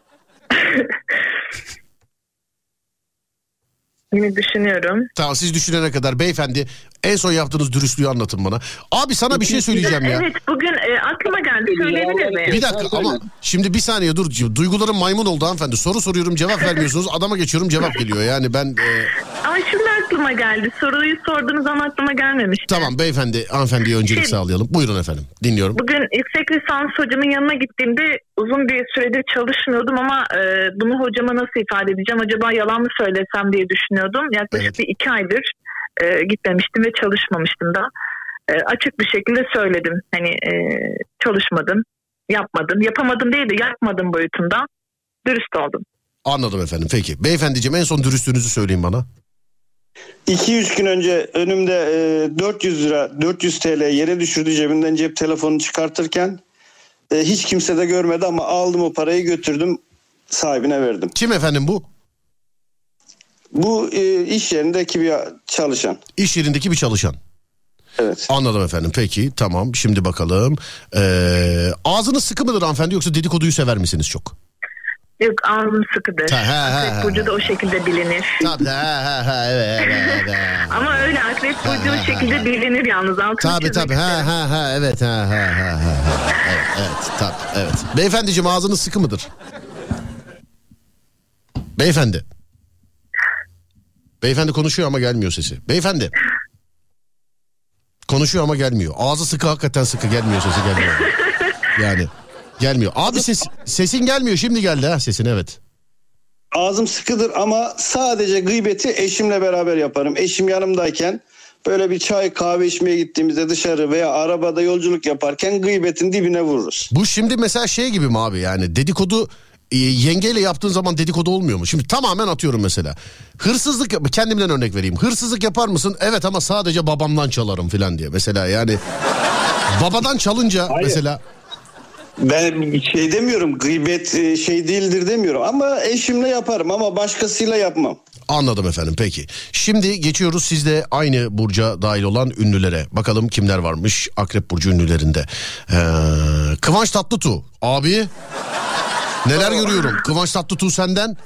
Yine düşünüyorum. Tamam, siz düşünene kadar beyefendi en son yaptığınız dürüstlüğü anlatın bana. Abi sana bir şey söyleyeceğim ya. Evet, bugün e, aklıma geldi, söyleyebilir miyim? Bir dakika ama şimdi bir saniye dur. Duygularım maymun oldu hanımefendi. Soru soruyorum, cevap vermiyorsunuz. Adama geçiyorum, cevap geliyor. Yani ben... E... Ama şimdi aklıma geldi. Soruyu sorduğunuz an aklıma gelmemişti. Tamam beyefendi, hanımefendiye öncelik Şey- sağlayalım. Buyurun efendim, dinliyorum. Bugün yüksek lisans hocamın yanına gittiğimde uzun bir süredir çalışmıyordum ama e, bunu hocama nasıl ifade edeceğim? Acaba yalan mı söylesem diye düşünüyordum. Yaklaşık Evet. bir iki aydır e, gitmemiştim ve çalışmamıştım da. E, açık bir şekilde söyledim. Hani e, çalışmadım, yapmadım, yapamadım değil de yapmadım boyutunda dürüst oldum. Anladım efendim, peki. Beyefendiciğim en son dürüstlüğünüzü söyleyin bana. iki üç gün önce önümde e, dört yüz lira, dört yüz TL yere düşürdü, cebimden cep telefonunu çıkartırken e, hiç kimse de görmedi ama aldım o parayı, götürdüm, sahibine verdim. Kim efendim bu? Bu e, iş yerindeki bir çalışan. İş yerindeki bir çalışan. Evet. Anladım efendim, peki, tamam. Şimdi bakalım. Ee, ağzınız sıkı mıdır hanımefendi, yoksa dedikoduyu sever misiniz çok? Yok, ağzım sıkıdır. Ha, ha, ha, Akrep ha. burcu da o şekilde bilinir. Tabii, ha, ha, ha, evet, evet, evet. Ama öyle akrep burcu o şekilde bilinir yalnız. Altını Tabii çizmek tabii, ha isterim. ha ha, evet, ha ha ha ha. ha. Evet, evet, tabii, evet. Beyefendiciğim ağzınız sıkı mıdır? Beyefendi. Beyefendi konuşuyor ama gelmiyor sesi. Beyefendi. Konuşuyor ama gelmiyor. Ağzı sıkı, hakikaten sıkı, gelmiyor sesi, gelmiyor. Yani gelmiyor. Abi ses, sesin gelmiyor, şimdi geldi ha sesin, evet. Ağzım sıkıdır ama sadece gıybeti eşimle beraber yaparım. Eşim yanımdayken böyle bir çay kahve içmeye gittiğimizde dışarı veya arabada yolculuk yaparken gıybetin dibine vururuz. Bu şimdi mesela şey gibi mi abi, yani dedikodu e, yengeyle yaptığın zaman dedikodu olmuyor mu? Şimdi tamamen atıyorum mesela. Hırsızlık yap- kendimden örnek vereyim. Hırsızlık yapar mısın? Evet ama sadece babamdan çalarım falan diye. Mesela yani babadan çalınca Hayır. mesela... Ben şey demiyorum, gıybet e, şey değildir demiyorum ama eşimle yaparım ama başkasıyla yapmam. Anladım efendim, peki. Şimdi geçiyoruz sizde aynı burca dahil olan ünlülere. Bakalım kimler varmış Akrep burcu ünlülerinde. Ee, Kıvanç Tatlıtuğ. Abi neler görüyorum. Kıvanç Tatlıtuğ senden.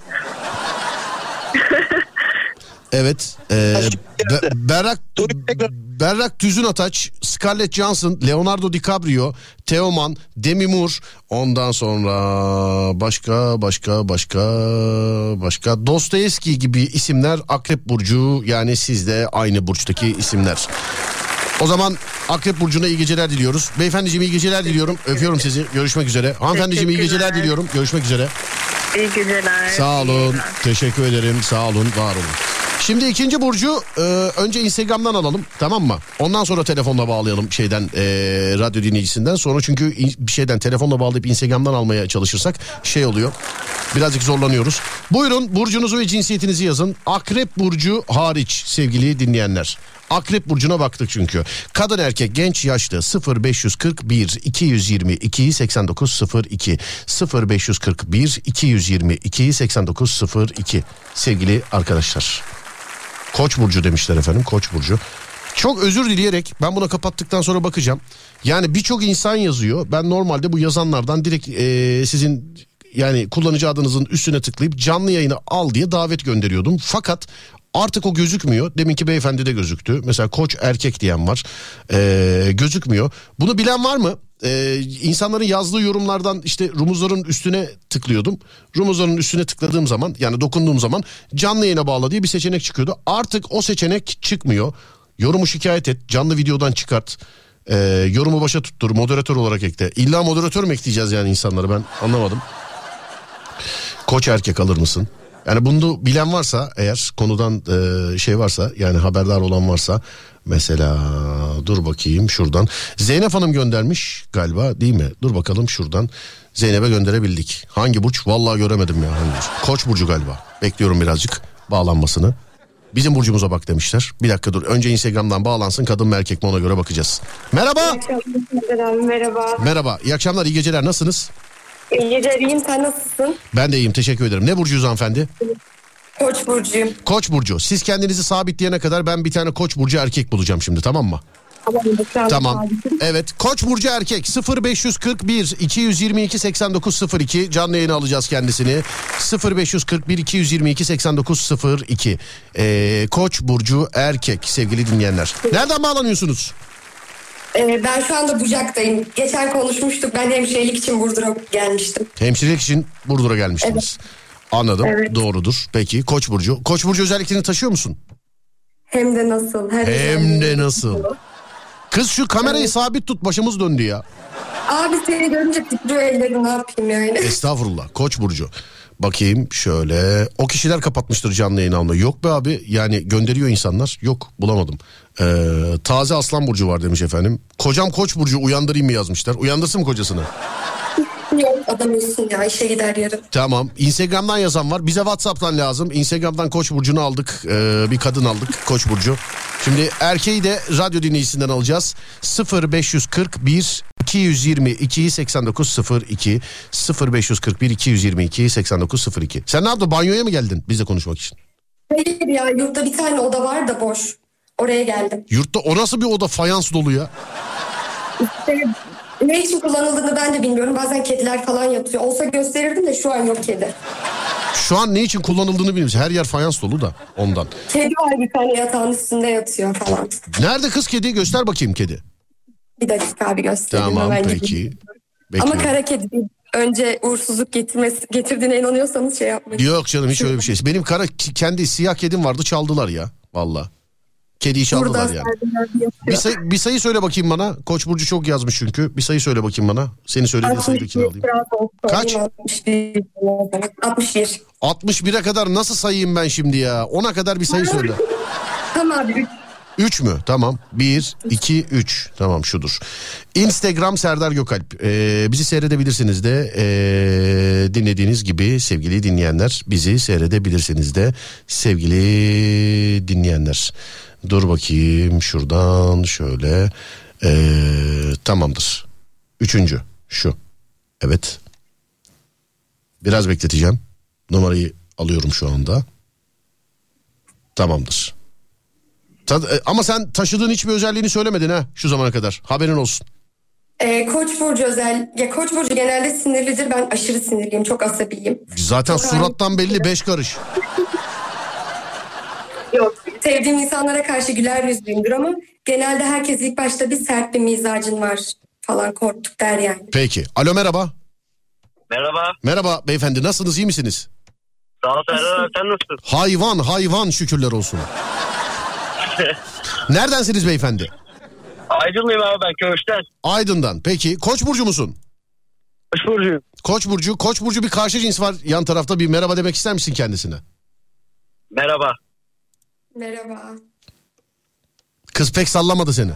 Evet. E, Be- Berrak Berrak Tüzün Ataç, Scarlett Johansson, Leonardo DiCaprio, Teoman, Demi Moore, ondan sonra başka başka başka başka Dostoyevski gibi isimler Akrep burcu, yani sizde aynı burçtaki isimler. O zaman Akrep burcuna iyi geceler diliyoruz. Beyefendiciğim iyi geceler diliyorum. Öpüyorum sizi. Görüşmek üzere. Hanımefendiciğim iyi geceler diliyorum. Görüşmek üzere. İyi geceler. Sağ olun. Teşekkür ederim. Sağ olun. Var olun. Şimdi ikinci burcu e, önce Instagram'dan alalım, tamam mı? Ondan sonra telefonla bağlayalım şeyden e, radyo dinleyicisinden. Sonra çünkü bir şeyden telefonla bağlayıp Instagram'dan almaya çalışırsak şey oluyor. Birazcık zorlanıyoruz. Buyurun, burcunuzu ve cinsiyetinizi yazın. Akrep burcu hariç sevgili dinleyenler. Akrep burcuna baktık çünkü. Kadın erkek genç yaşlı sıfır beş kırk bir iki yüz yirmi iki seksen dokuz sıfır iki sıfır beş kırk bir iki yüz yirmi iki seksen dokuz sıfır iki sevgili arkadaşlar. Koç burcu demişler efendim, Koç burcu. Çok özür dileyerek ben buna kapattıktan sonra bakacağım. Yani birçok insan yazıyor. Ben normalde bu yazanlardan direkt e, sizin yani kullanıcı adınızın üstüne tıklayıp canlı yayını al diye davet gönderiyordum. Fakat artık o gözükmüyor. Deminki beyefendi de gözüktü. Mesela Koç erkek diyen var. Ee, gözükmüyor. Bunu bilen var mı? Ee, insanların yazdığı yorumlardan işte rumuzların üstüne tıklıyordum. Rumuzların üstüne tıkladığım zaman, yani dokunduğum zaman canlı yayına bağla diye bir seçenek çıkıyordu. Artık o seçenek çıkmıyor. Yorumu şikayet et. Canlı videodan çıkart. Ee, yorumu başa tuttur. Moderatör olarak ekle. İlla moderatör mü ekleyeceğiz yani insanları, ben anlamadım. Koç erkek alır mısın? Yani bunu bilen varsa eğer, konudan e, şey varsa, yani haberdar olan varsa, mesela dur bakayım şuradan. Zeynep Hanım göndermiş galiba, değil mi? Dur bakalım şuradan. Zeynep'e gönderebildik. Hangi burç? Vallahi göremedim ya. Hangi burç? Koç burcu galiba. Bekliyorum birazcık bağlanmasını. Bizim burcumuza bak demişler. Bir dakika dur. Önce Instagram'dan bağlansın, kadın mı erkek mi, ona göre bakacağız. Merhaba. Merhaba. Merhaba. İyi akşamlar, iyi geceler. Nasılsınız? İyi geceler, iyiyim. Sen nasılsın? Ben de iyiyim, teşekkür ederim. Ne burcuyuz hanımefendi? Koç burcuyum. Koç burcu. Siz kendinizi sabitleyene kadar ben bir tane Koç burcu erkek bulacağım şimdi, tamam mı? Tamam. Tamam. Evet, Koç burcu erkek sıfır beş kırk bir iki yüz yirmi iki seksen dokuz sıfır iki, canlı yayına alacağız kendisini. sıfır beş kırk bir iki yüz yirmi iki seksen dokuz sıfır iki. Ee, Koç burcu erkek sevgili dinleyenler. Nereden bağlanıyorsunuz? Ee, ben şu anda Bucak'tayım. Geçen konuşmuştuk. Ben hemşirelik için Burdur'a gelmiştim. Hemşirelik için Burdur'a gelmiştiniz. Evet. Anladım. Evet. Doğrudur. Peki Koç burcu. Koç burcu özelliklerini taşıyor musun? Hem de nasıl? Her Hem de nasıl? Kız şu kamerayı evet. sabit tut, başımız döndü ya. Abi seni görünce titriyor ellerim, ne yapayım yani. Estağfurullah. Koç burcu. Bakayım şöyle. O kişiler kapatmıştır canlı yayın almayı. Yok be abi, yani gönderiyor insanlar. Yok, bulamadım. Ee, taze Aslan burcu var demiş efendim. Kocam Koç burcu, uyandırayım mı yazmışlar. Uyandırsın mı kocasını? Yok, adam ölsün ya, işe gider yarın. Tamam. Instagram'dan yazan var. Bize WhatsApp'tan lazım. Instagram'dan Koç burcunu aldık. Ee, bir kadın aldık, Koç burcu. Şimdi erkeği de radyo dinleyicisinden alacağız. sıfır beş kırk bir iki yüz yirmi iki seksen dokuz sıfır iki sıfır beş kırk bir iki yüz yirmi iki seksen dokuz sıfır iki. Sen ne yaptın? Banyoya mı geldin bizle konuşmak için? Hayır ya, yurtta bir tane oda var da boş. Oraya geldim. Yurtta o nasıl bir oda, fayans dolu ya? İşte ne için kullanıldığını ben de bilmiyorum. Bazen kediler falan yatıyor. Olsa gösterirdim de şu an yok kedi. Şu an ne için kullanıldığını bilmiyoruz. Her yer fayans dolu da ondan. Kedi var, bir tane yatağın üstünde yatıyor falan. Nerede kız kedi? Göster bakayım kedi. Bir dakika abi, göstereyim. Tamam hemen peki. Ama kara kedi değil. Önce uğursuzluk getirmesi, getirdiğine inanıyorsanız şey yapmayın. Yok canım, hiç öyle bir şey. Benim kara kendi siyah kedim vardı, çaldılar ya. Valla. Kediyi çaldılar buradan yani. Bir sayı, bir sayı söyle bakayım bana. Koç burcu çok yazmış çünkü. Bir sayı söyle bakayım bana. Seni söylediğin sayıdakini alayım. Kaç? altmış bir. altmış bir. altmış bire kadar nasıl sayayım ben şimdi ya? ona kadar bir sayı söyle. Tamam abi. üç mü? Tamam. bir, iki, üç. Tamam, şudur. Instagram Serdar Gökalp. Ee, bizi seyredebilirsiniz de ee, dinlediğiniz gibi sevgili dinleyenler. Bizi seyredebilirsiniz de sevgili dinleyenler. Dur bakayım şuradan şöyle. Ee, tamamdır. Üçüncü şu. Evet. Biraz bekleteceğim. Numarayı alıyorum şu anda. Tamamdır. Ama sen taşıdığın hiçbir özelliğini söylemedin ha şu zamana kadar. Haberin olsun. Ee, Koç burcu özel. Ya Koç burcu genelde sinirlidir. Ben aşırı sinirliyim. Çok asabiyim. Zaten çok surattan belli, beş karış. Yok. Sevdiğim insanlara karşı güler yüzlüyümdür ama genelde herkes ilk başta bir sert bir mizacın var falan, korktuk der yani. Peki. Alo, merhaba. Merhaba. Merhaba beyefendi, nasılsınız, iyi misiniz? Sağ ol Serdar, sen nasılsın? Hayvan hayvan şükürler olsun. Neredensiniz beyefendi? Aydınlıyım abi, ben Köşk'ten. Aydın'dan. Peki Koç burcu musun? Koç burcu. Koç burcu. Koç burcu bir karşı cins var yan tarafta, bir merhaba demek ister misin kendisine? Merhaba. Merhaba. Kız pek sallamadı seni.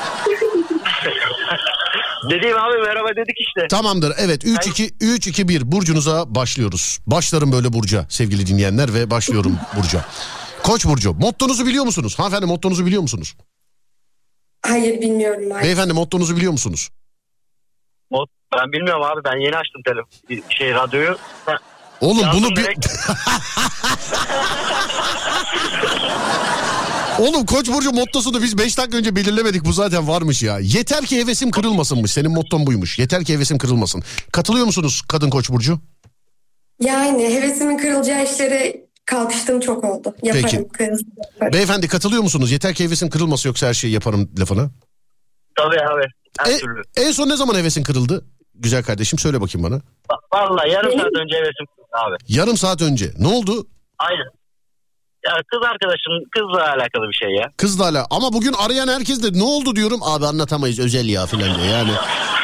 Dediğim abi merhaba dedik işte. Tamamdır. Evet üç iki üç iki bir burcunuza başlıyoruz. Başlarım böyle burca sevgili dinleyenler ve başlıyorum burca. Koç burcu. Mottonuzu biliyor musunuz? Hanımefendi mottonuzu biliyor musunuz? Hayır bilmiyorum. Hayır. Beyefendi mottonuzu biliyor musunuz? Mot, ben bilmiyorum abi, ben yeni açtım telefon şey radyoyu. Ben, Oğlum bunu bir... Oğlum Koç burcu mottosunu biz beş dakika önce belirlemedik, bu zaten varmış ya. Yeter ki hevesim kırılmasınmış, senin motton buymuş. Yeter ki hevesim kırılmasın. Katılıyor musunuz kadın Koç burcu? Yani hevesimin kırılacağı işlere kalkıştığım çok oldu. Yaparım. Peki. Kırılsın. Beyefendi katılıyor musunuz? Yeter ki hevesim kırılması, yoksa her şeyi yaparım lafına. Tabii abi. Her e, türlü. En son ne zaman hevesin kırıldı? Güzel kardeşim söyle bakayım bana. Vallahi yarım saat önce hevesim kırıldı abi. Yarım saat önce. Ne oldu? Aynen. Ya kız arkadaşım, kızla alakalı bir şey ya. Kızla alakalı. Ama bugün arayan herkes de ne oldu diyorum. Abi anlatamayız özel ya filan diye yani.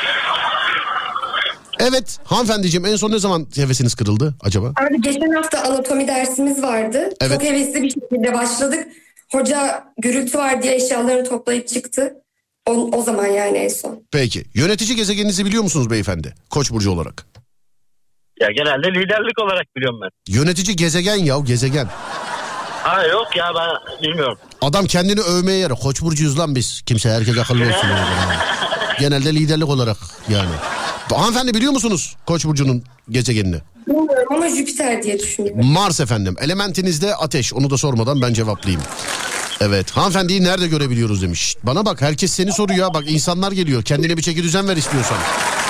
Evet hanımefendiciğim, en son ne zaman hevesiniz kırıldı acaba? Abi geçen hafta anatomi dersimiz vardı. Evet. Çok hevesli bir şekilde başladık. Hoca gürültü var diye eşyalarını toplayıp çıktı. O, o zaman yani en son. Peki yönetici gezegeninizi biliyor musunuz beyefendi? Koç burcu olarak. Ya genelde liderlik olarak biliyorum ben. Yönetici gezegen ya, gezegen. Ha yok ya, ben bilmiyorum. Adam kendini övmeye yarar. Koç burcuyuz lan biz. Kimse, herkes akıllı olsun. Genelde liderlik olarak yani. Hanımefendi biliyor musunuz Koç burcunun gezegenini? Bilmiyorum ama Jüpiter diye düşünüyorum. Mars efendim. Elementinizde ateş. Onu da sormadan ben cevaplayayım. Evet, hanımefendiyi nerede görebiliyoruz demiş. Bana bak, herkes seni soruyor. Bak insanlar geliyor. Kendine bir çeki düzen ver istiyorsan.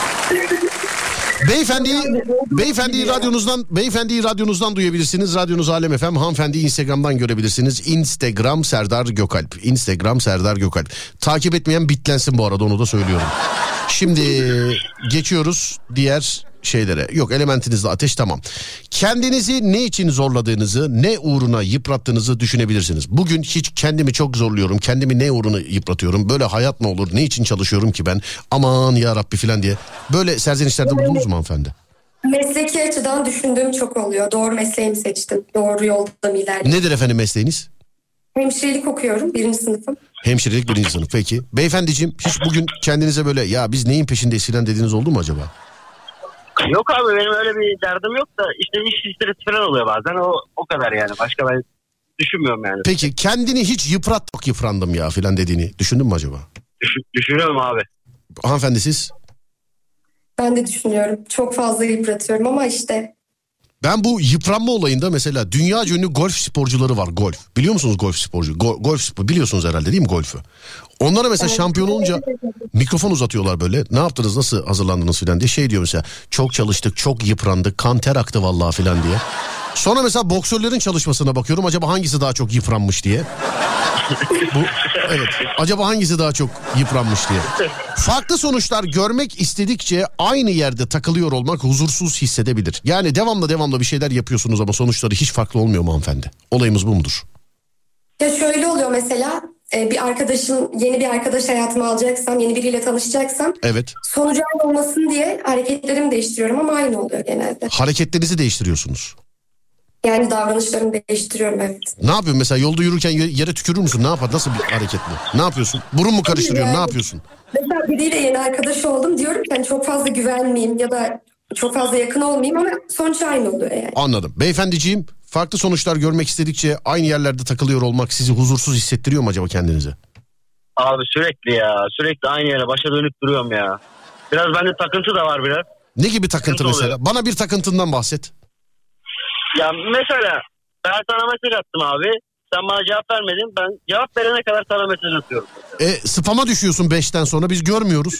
Beyefendiyi, beyefendiyi radyonuzdan, beyefendiyi radyonuzdan duyabilirsiniz. Radyonuz Alem F M. Hanımefendiyi Instagram'dan görebilirsiniz. Instagram Serdar Gökalp. Instagram Serdar Gökalp. Takip etmeyen bitlensin bu arada, onu da söylüyorum. Şimdi geçiyoruz diğer şeylere. Yok, elementinizde ateş, tamam. Kendinizi ne için zorladığınızı, ne uğruna yıprattığınızı düşünebilirsiniz. Bugün hiç kendimi çok zorluyorum. Kendimi ne uğruna yıpratıyorum? Böyle hayat mı olur? Ne için çalışıyorum ki ben? Aman ya Rabbi filan diye. Böyle serzenişlerde bulundunuz mu hanımefendi? Mesleki açıdan düşündüğüm çok oluyor. Doğru mesleğimi seçtim. Doğru yolda mı ilerledim? Nedir efendim mesleğiniz? Hemşirelik okuyorum. Birinci sınıfım. Hemşirelik birinci sınıf. Peki. Beyefendiciğim, hiç bugün kendinize böyle ya biz neyin peşindeyiz filan dediğiniz oldu mu acaba? Yok abi, benim öyle bir derdim yok da işte iş stresi falan oluyor bazen, o o kadar yani, başka ben düşünmüyorum yani. Peki kendini hiç yıprat, çok yıprandım ya filan dediğini düşündün mü acaba? Düş- düşünüyorum abi. Hanımefendi siz? Ben de düşünüyorum. Çok fazla yıpratıyorum ama işte. Ben bu yıpranma olayında mesela dünya ünlü golf sporcuları var, golf. Biliyor musunuz golf sporcu? Go- golf spor biliyorsunuz herhalde değil mi golfü? Onlara mesela şampiyon olunca mikrofon uzatıyorlar böyle. Ne yaptınız, nasıl hazırlandınız filan diye, şey diyor mesela. Çok çalıştık, çok yıprandık, kan ter aktı vallahi filan diye. Sonra mesela boksörlerin çalışmasına bakıyorum, acaba hangisi daha çok yıpranmış diye. Bu, evet, acaba hangisi daha çok yıpranmış diye. Farklı sonuçlar görmek istedikçe aynı yerde takılıyor olmak huzursuz hissedebilir. Yani devamlı devamlı bir şeyler yapıyorsunuz ama sonuçları hiç farklı olmuyor mu hanımefendi? Olayımız bu mudur? Ya şöyle oluyor mesela, bir arkadaşım, yeni bir arkadaş hayatıma alacaksam, yeni biriyle tanışacaksam, evet, sonucu aynı olmasın diye hareketlerimi değiştiriyorum ama aynı oluyor genelde. Hareketlerinizi değiştiriyorsunuz. Yani davranışlarımı değiştiriyorum, evet. Ne yapıyorsun mesela, yolda yürürken yere tükürür müsün? Ne yapar? Nasıl bir hareket bu? Ne yapıyorsun? Burun mu karıştırıyorsun? Yani, ne yapıyorsun? Mesela biriyle yeni arkadaş oldum, diyorum ki yani çok fazla güvenmeyeyim ya da çok fazla yakın olmayayım ama sonuç aynı oluyor yani. Anladım. Beyefendiciğim, farklı sonuçlar görmek istedikçe aynı yerlerde takılıyor olmak sizi huzursuz hissettiriyor mu acaba kendinize? Abi sürekli ya, sürekli aynı yere başa dönüp duruyorum ya. Biraz bende takıntı da var biraz. Ne gibi takıntı, takıntı mesela? Oluyor. Bana bir takıntından bahset. Ya mesela ben sana mesaj attım abi. Sen bana cevap vermedin. Ben cevap verene kadar sana mesaj atıyorum. E spama düşüyorsun beşten sonra, biz görmüyoruz.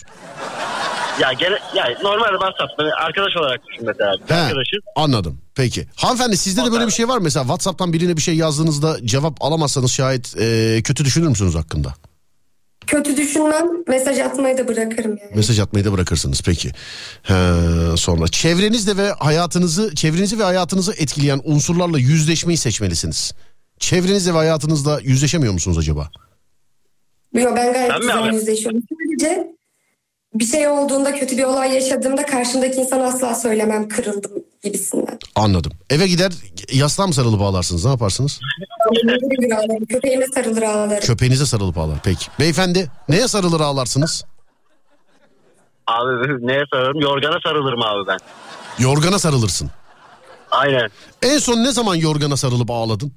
Ya gene ya normal WhatsApp, arkadaş olarak düşün mesela. He, arkadaşız. Anladım. Peki. Hanımefendi sizde de böyle bir şey var mı? Mesela WhatsApp'tan birine bir şey yazdığınızda cevap alamazsanız şayet e, kötü düşünür müsünüz hakkında? Kötü düşünmem, mesaj atmayı da bırakırım yani. Mesaj atmayı da bırakırsınız, peki. He, sonra çevrenizde ve hayatınızı, çevrenizi ve hayatınızı etkileyen unsurlarla yüzleşmeyi seçmelisiniz. Çevrenizle ve hayatınızla yüzleşemiyor musunuz acaba? Yok, ben gayet ben güzel yüzleşiyorum. Sadece bir şey olduğunda, kötü bir olay yaşadığımda karşımdaki insana asla söylemem, kırıldım gibisinden. Anladım. Eve gider yastığa mı sarılıp ağlarsınız? Ne yaparsınız? Köpeğime sarılır ağlarım. Köpeğinize sarılıp ağlar. Peki. Beyefendi neye sarılır ağlarsınız? Abi neye sarılırım? Yorgana sarılırım abi ben. Yorgana sarılırsın. Aynen. En son ne zaman yorgana sarılıp ağladın?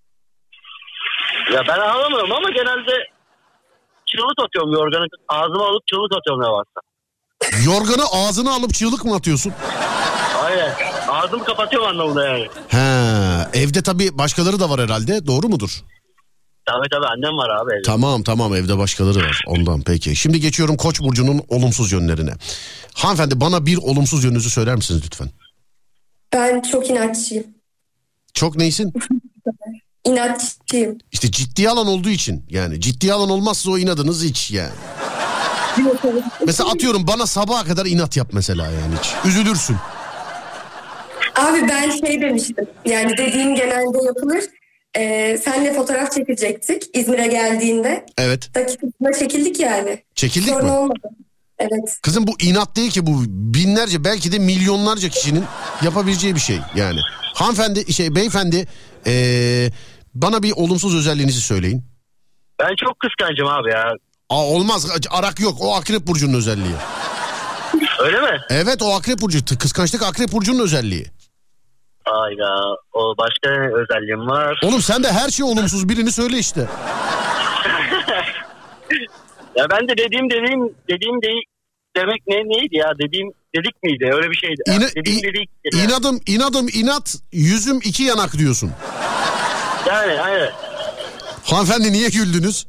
Ya ben ağlamıyorum ama genelde çığlık atıyorum yorganı. Ağzıma alıp çığlık atıyorum ne varsa. Yorganı ağzına alıp çığlık mı atıyorsun? Aynen. Ağzımı kapatıyorum anlamında yani. He, evde tabii başkaları da var herhalde. Doğru mudur? Tabii tabii annem var abi evde. Tamam tamam evde başkaları var ondan peki. Şimdi geçiyorum Koç burcunun olumsuz yönlerine. Hanımefendi bana bir olumsuz yönünüzü söyler misiniz lütfen? Ben çok inatçıyım. Çok neysin? İnatçıyım. İşte ciddi alan olduğu için yani ciddi alan olmazsa o inadınız hiç yani. Mesela atıyorum bana sabaha kadar inat yap mesela yani hiç. Üzülürsün. Abi ben şey demiştim. Yani dediğim genelde yapılır. Ee, senle fotoğraf çekecektik İzmir'e geldiğinde. Evet. Dakikasında çekildik yani. Çekildik Sorun mi? olmadı. Evet. Kızım bu inat değil ki, bu binlerce belki de milyonlarca kişinin yapabileceği bir şey yani. Hanımefendi şey beyefendi ee, bana bir olumsuz özelliğinizi söyleyin. Ben çok kıskancım abi ya. Aa, olmaz, arak yok, o Akrep burcunun özelliği. Öyle mi? Evet, o Akrep burcu, kıskançlık Akrep burcunun özelliği. Ayda o başka özelliğim var. Oğlum sen de her şey olumsuz, birini söyle işte. Ya ben de dediğim dediğim dediğim değil demek ne neydi ya, dediğim dedik miydi, öyle bir şeydi. İna, dediğim i, dedik. inadım inadım inat, yüzüm iki yanak diyorsun. Yani aynen. Hanımefendi niye güldünüz?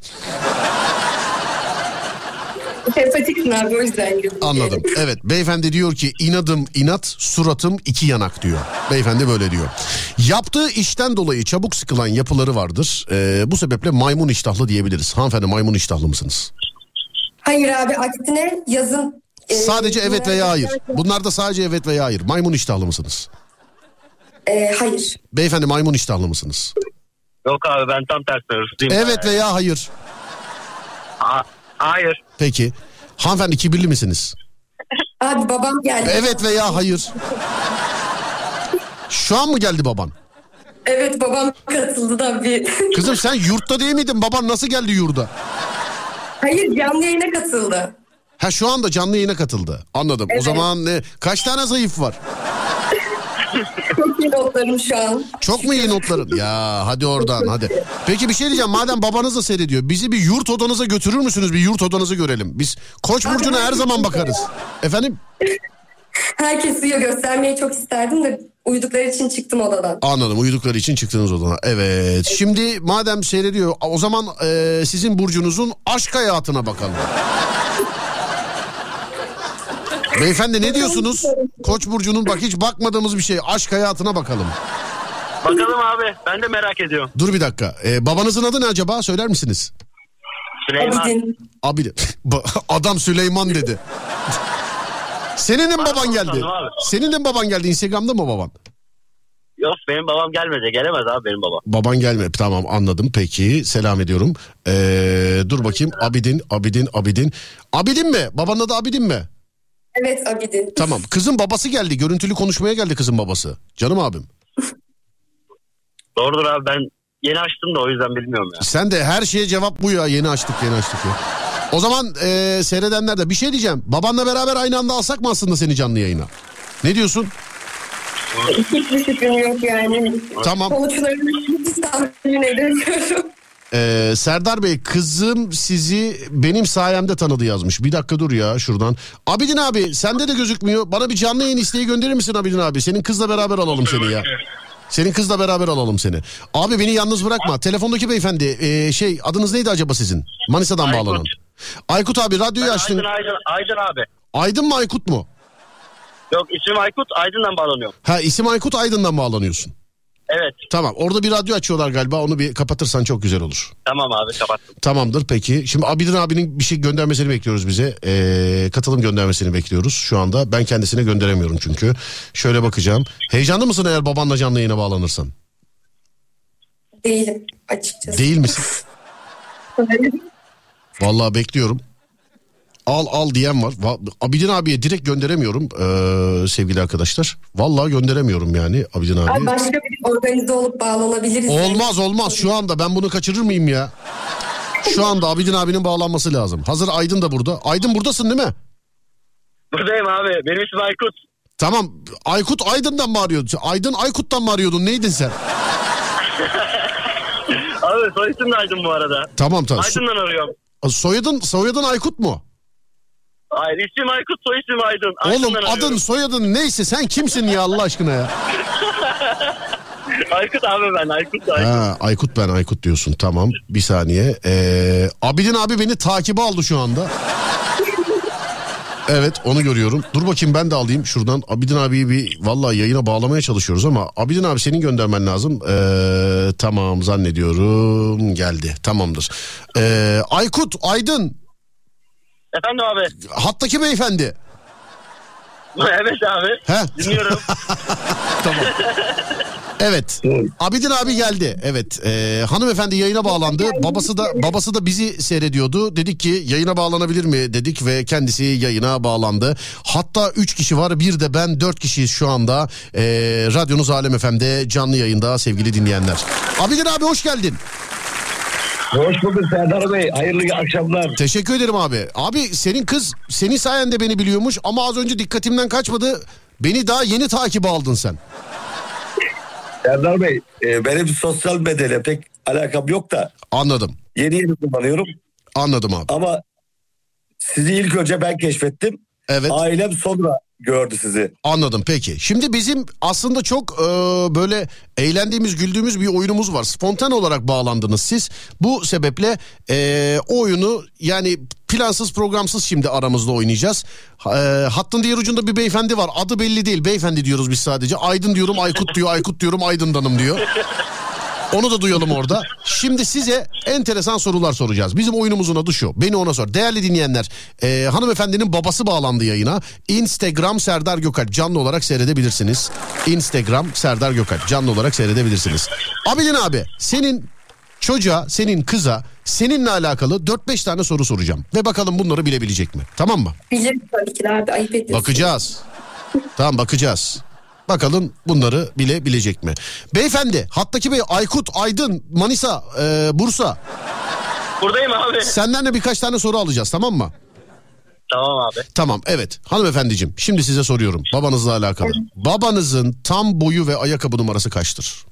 Sempatiksin abi, o yüzden güldüm. Anladım. Evet, beyefendi diyor ki inadım inat, suratım iki yanak diyor. Beyefendi böyle diyor. Yaptığı işten dolayı çabuk sıkılan yapıları vardır. Ee, bu sebeple maymun iştahlı diyebiliriz. Hanımefendi maymun iştahlı mısınız? Hayır abi, aksine yazın... E, sadece evet veya hayır. Bunlar da sadece evet veya hayır. Maymun iştahlı mısınız? E, hayır. Beyefendi maymun iştahlı mısınız? Yok abi, ben tam tersine. Evet veya hayır. Ha, hayır. Peki. Hanımefendi kibirli misiniz? Abi babam geldi. Evet veya hayır. Şu an mı geldi baban? Evet, babam katıldı da bir. Kızım sen yurtta değil miydin? Baban nasıl geldi yurda? Hayır, canlı yayına katıldı. Ha, şu anda canlı yayına katıldı. Anladım. Evet. O zaman ne? Kaç tane zayıf var? Çok iyi notlarım şu an. Çok mu iyi notların? Ya hadi oradan hadi. Peki bir şey diyeceğim, madem babanız da seyrediyor, bizi bir yurt odanıza götürür müsünüz? Bir yurt odanızı görelim. Biz Koç burcuna her zaman bakarız. Efendim? Herkes uyuyor, göstermeyi çok isterdim de uyudukları için çıktım odadan. Anladım, uyudukları için çıktınız odadan. Evet, şimdi madem seyrediyor, o zaman e, sizin burcunuzun aşk hayatına bakalım. Beyefendi ne diyorsunuz? Koç burcunun bak hiç bakmadığımız bir şey, aşk hayatına bakalım. Bakalım abi, ben de merak ediyorum. Dur bir dakika, ee, babanızın adı ne acaba, söyler misiniz? Süleyman. Abi adam Süleyman dedi. Senin de mi baban geldi? Senin de mi baban geldi? Instagram'da mı baban? Yok, benim babam gelmedi. Gelemez abi benim babam. Baban gelme. Tamam, anladım. Peki, selam ediyorum. Ee, dur bakayım. Abidin, Abidin, Abidin. Abidin mi? Babanın adı Abidin mi? Evet, Abidin. Tamam. Kızın babası geldi. Görüntülü konuşmaya geldi kızın babası. Canım abim. Doğrudur abi, ben yeni açtım da o yüzden bilmiyorum ya. Sen de her şeye cevap bu ya. Yeni açtık, yeni açtık ya. O zaman e, seyredenler de bir şey diyeceğim. Babanla beraber aynı anda alsak mı aslında seni canlı yayına? Ne diyorsun? Hiçbir fikrim yok yani. Tamam. Sonuçlarını hiç tahmin edemiyorum. Ee, Serdar Bey, kızım sizi benim sayemde tanıdı yazmış. Bir dakika dur ya şuradan. Abidin abi, sende de gözükmüyor. Bana bir canlı yayın isteği gönderir misin Abidin abi? Senin kızla beraber alalım seni ya. Senin kızla beraber alalım seni. Abi beni yalnız bırakma. Telefondaki beyefendi e, şey adınız neydi acaba sizin? Manisa'dan Aykut. bağlanan. Aykut abi, radyoyu Ben açtın. Aydın, Aydın, Aydın abi. Aydın mı Aykut mu? Yok, ismim Aykut, Aydın'dan bağlanıyorum. Ha, isim Aykut, Aydın'dan bağlanıyorsun. Evet. Tamam, orada bir radyo açıyorlar galiba, onu bir kapatırsan çok güzel olur. Tamam abi, kapattım. Tamamdır peki. Şimdi Abidin abinin bir şey göndermesini bekliyoruz bize. Ee, katılım göndermesini bekliyoruz şu anda. Ben kendisine gönderemiyorum çünkü. Şöyle bakacağım. Heyecanlı mısın eğer babanla canlı yayına bağlanırsan? Değilim açıkçası. Değil misin? Vallahi bekliyorum. Al al diyen var. Abidin abiye direkt gönderemiyorum ee, sevgili arkadaşlar. Vallahi gönderemiyorum yani Abidin abi. Abi başka bir organize olup bağlanabiliriz. Olmaz olmaz şu anda ben bunu kaçırır mıyım ya? Şu anda Abidin abinin bağlanması lazım. Hazır Aydın da burada. Aydın buradasın değil mi? Buradayım abi. Benim ismim Aykut. Tamam. Aykut Aydın'dan mı arıyordun? Aydın Aykut'tan mı arıyordun? Neydin sen? Abi soy isim de Aydın bu arada. Tamam tamam. Aydın'dan arıyorum. Soyadın, soyadın Aykut mu? Hayır, isim Aykut, soy isim Aydın. Oğlum Aydın'dan adın arıyorum. soyadın neyse sen kimsin ya Allah aşkına ya? Aykut abi ben Aykut Aykut. Ha, Aykut ben Aykut diyorsun tamam bir saniye. Ee, Abidin abi beni takibe aldı şu anda. Evet onu görüyorum. Dur bakayım ben de alayım şuradan. Abidin abiyi bir vallahi yayına bağlamaya çalışıyoruz ama Abidin abi senin göndermen lazım. Ee, tamam zannediyorum geldi tamamdır. Ee, Aykut Aydın. Efendim abi. Hattaki beyefendi. Evet abi. He? Dinliyorum. Tamam. Evet. Abidin abi geldi. Evet. Ee, hanımefendi yayına bağlandı. Babası da babası da bizi seyrediyordu. Dedik ki yayına bağlanabilir mi dedik ve kendisi yayına bağlandı. Hatta üç kişi var. Bir de ben dört kişiyiz şu anda. Ee, radyonuz Alem F M'de canlı yayında sevgili dinleyenler. Abidin abi hoş geldin. Hoş bulduk Serdar Bey. Hayırlı akşamlar. Teşekkür ederim abi. Abi senin kız senin sayende beni biliyormuş ama az önce dikkatimden kaçmadı. Beni daha yeni takibe aldın sen. Serdar Bey e, benim sosyal medyayla pek alakam yok da. Anladım. Yeni yeni kullanıyorum. Anladım abi. Ama sizi ilk önce ben keşfettim. Evet. Ailem sonra gördü sizi. Anladım peki. Şimdi bizim aslında çok e, böyle eğlendiğimiz güldüğümüz bir oyunumuz var. Spontan olarak bağlandınız siz. Bu sebeple e, o oyunu yani plansız programsız şimdi aramızda oynayacağız. E, hattın diğer ucunda bir beyefendi var. Adı belli değil. Beyefendi diyoruz biz sadece. Aydın diyorum Aykut diyor. Aykut diyorum Aydın'danım diyor. Onu da duyalım orada. Şimdi size enteresan sorular soracağız. Bizim oyunumuzun adı şu. Beni ona sor. Değerli dinleyenler, e, hanımefendinin babası bağlandı yayına. Instagram Serdar Gökalp canlı olarak seyredebilirsiniz. Instagram Serdar Gökalp canlı olarak seyredebilirsiniz. Abidin abi, senin çocuğa, senin kıza, seninle alakalı dört beş tane soru soracağım. Ve bakalım bunları bilebilecek mi? Tamam mı? Bilirim tabii ki de abi, ayıp ediyorsun. Bakacağız. Tamam bakacağız. Bakalım bunları bilebilecek mi? Beyefendi, hattaki bey Aykut, Aydın, Manisa, e, Bursa. Buradayım abi. Senden de birkaç tane soru alacağız, tamam mı? Tamam abi. Tamam, evet. Hanımefendiciğim, şimdi size soruyorum. Babanızla alakalı. Babanızın tam boyu ve ayakkabı numarası kaçtır?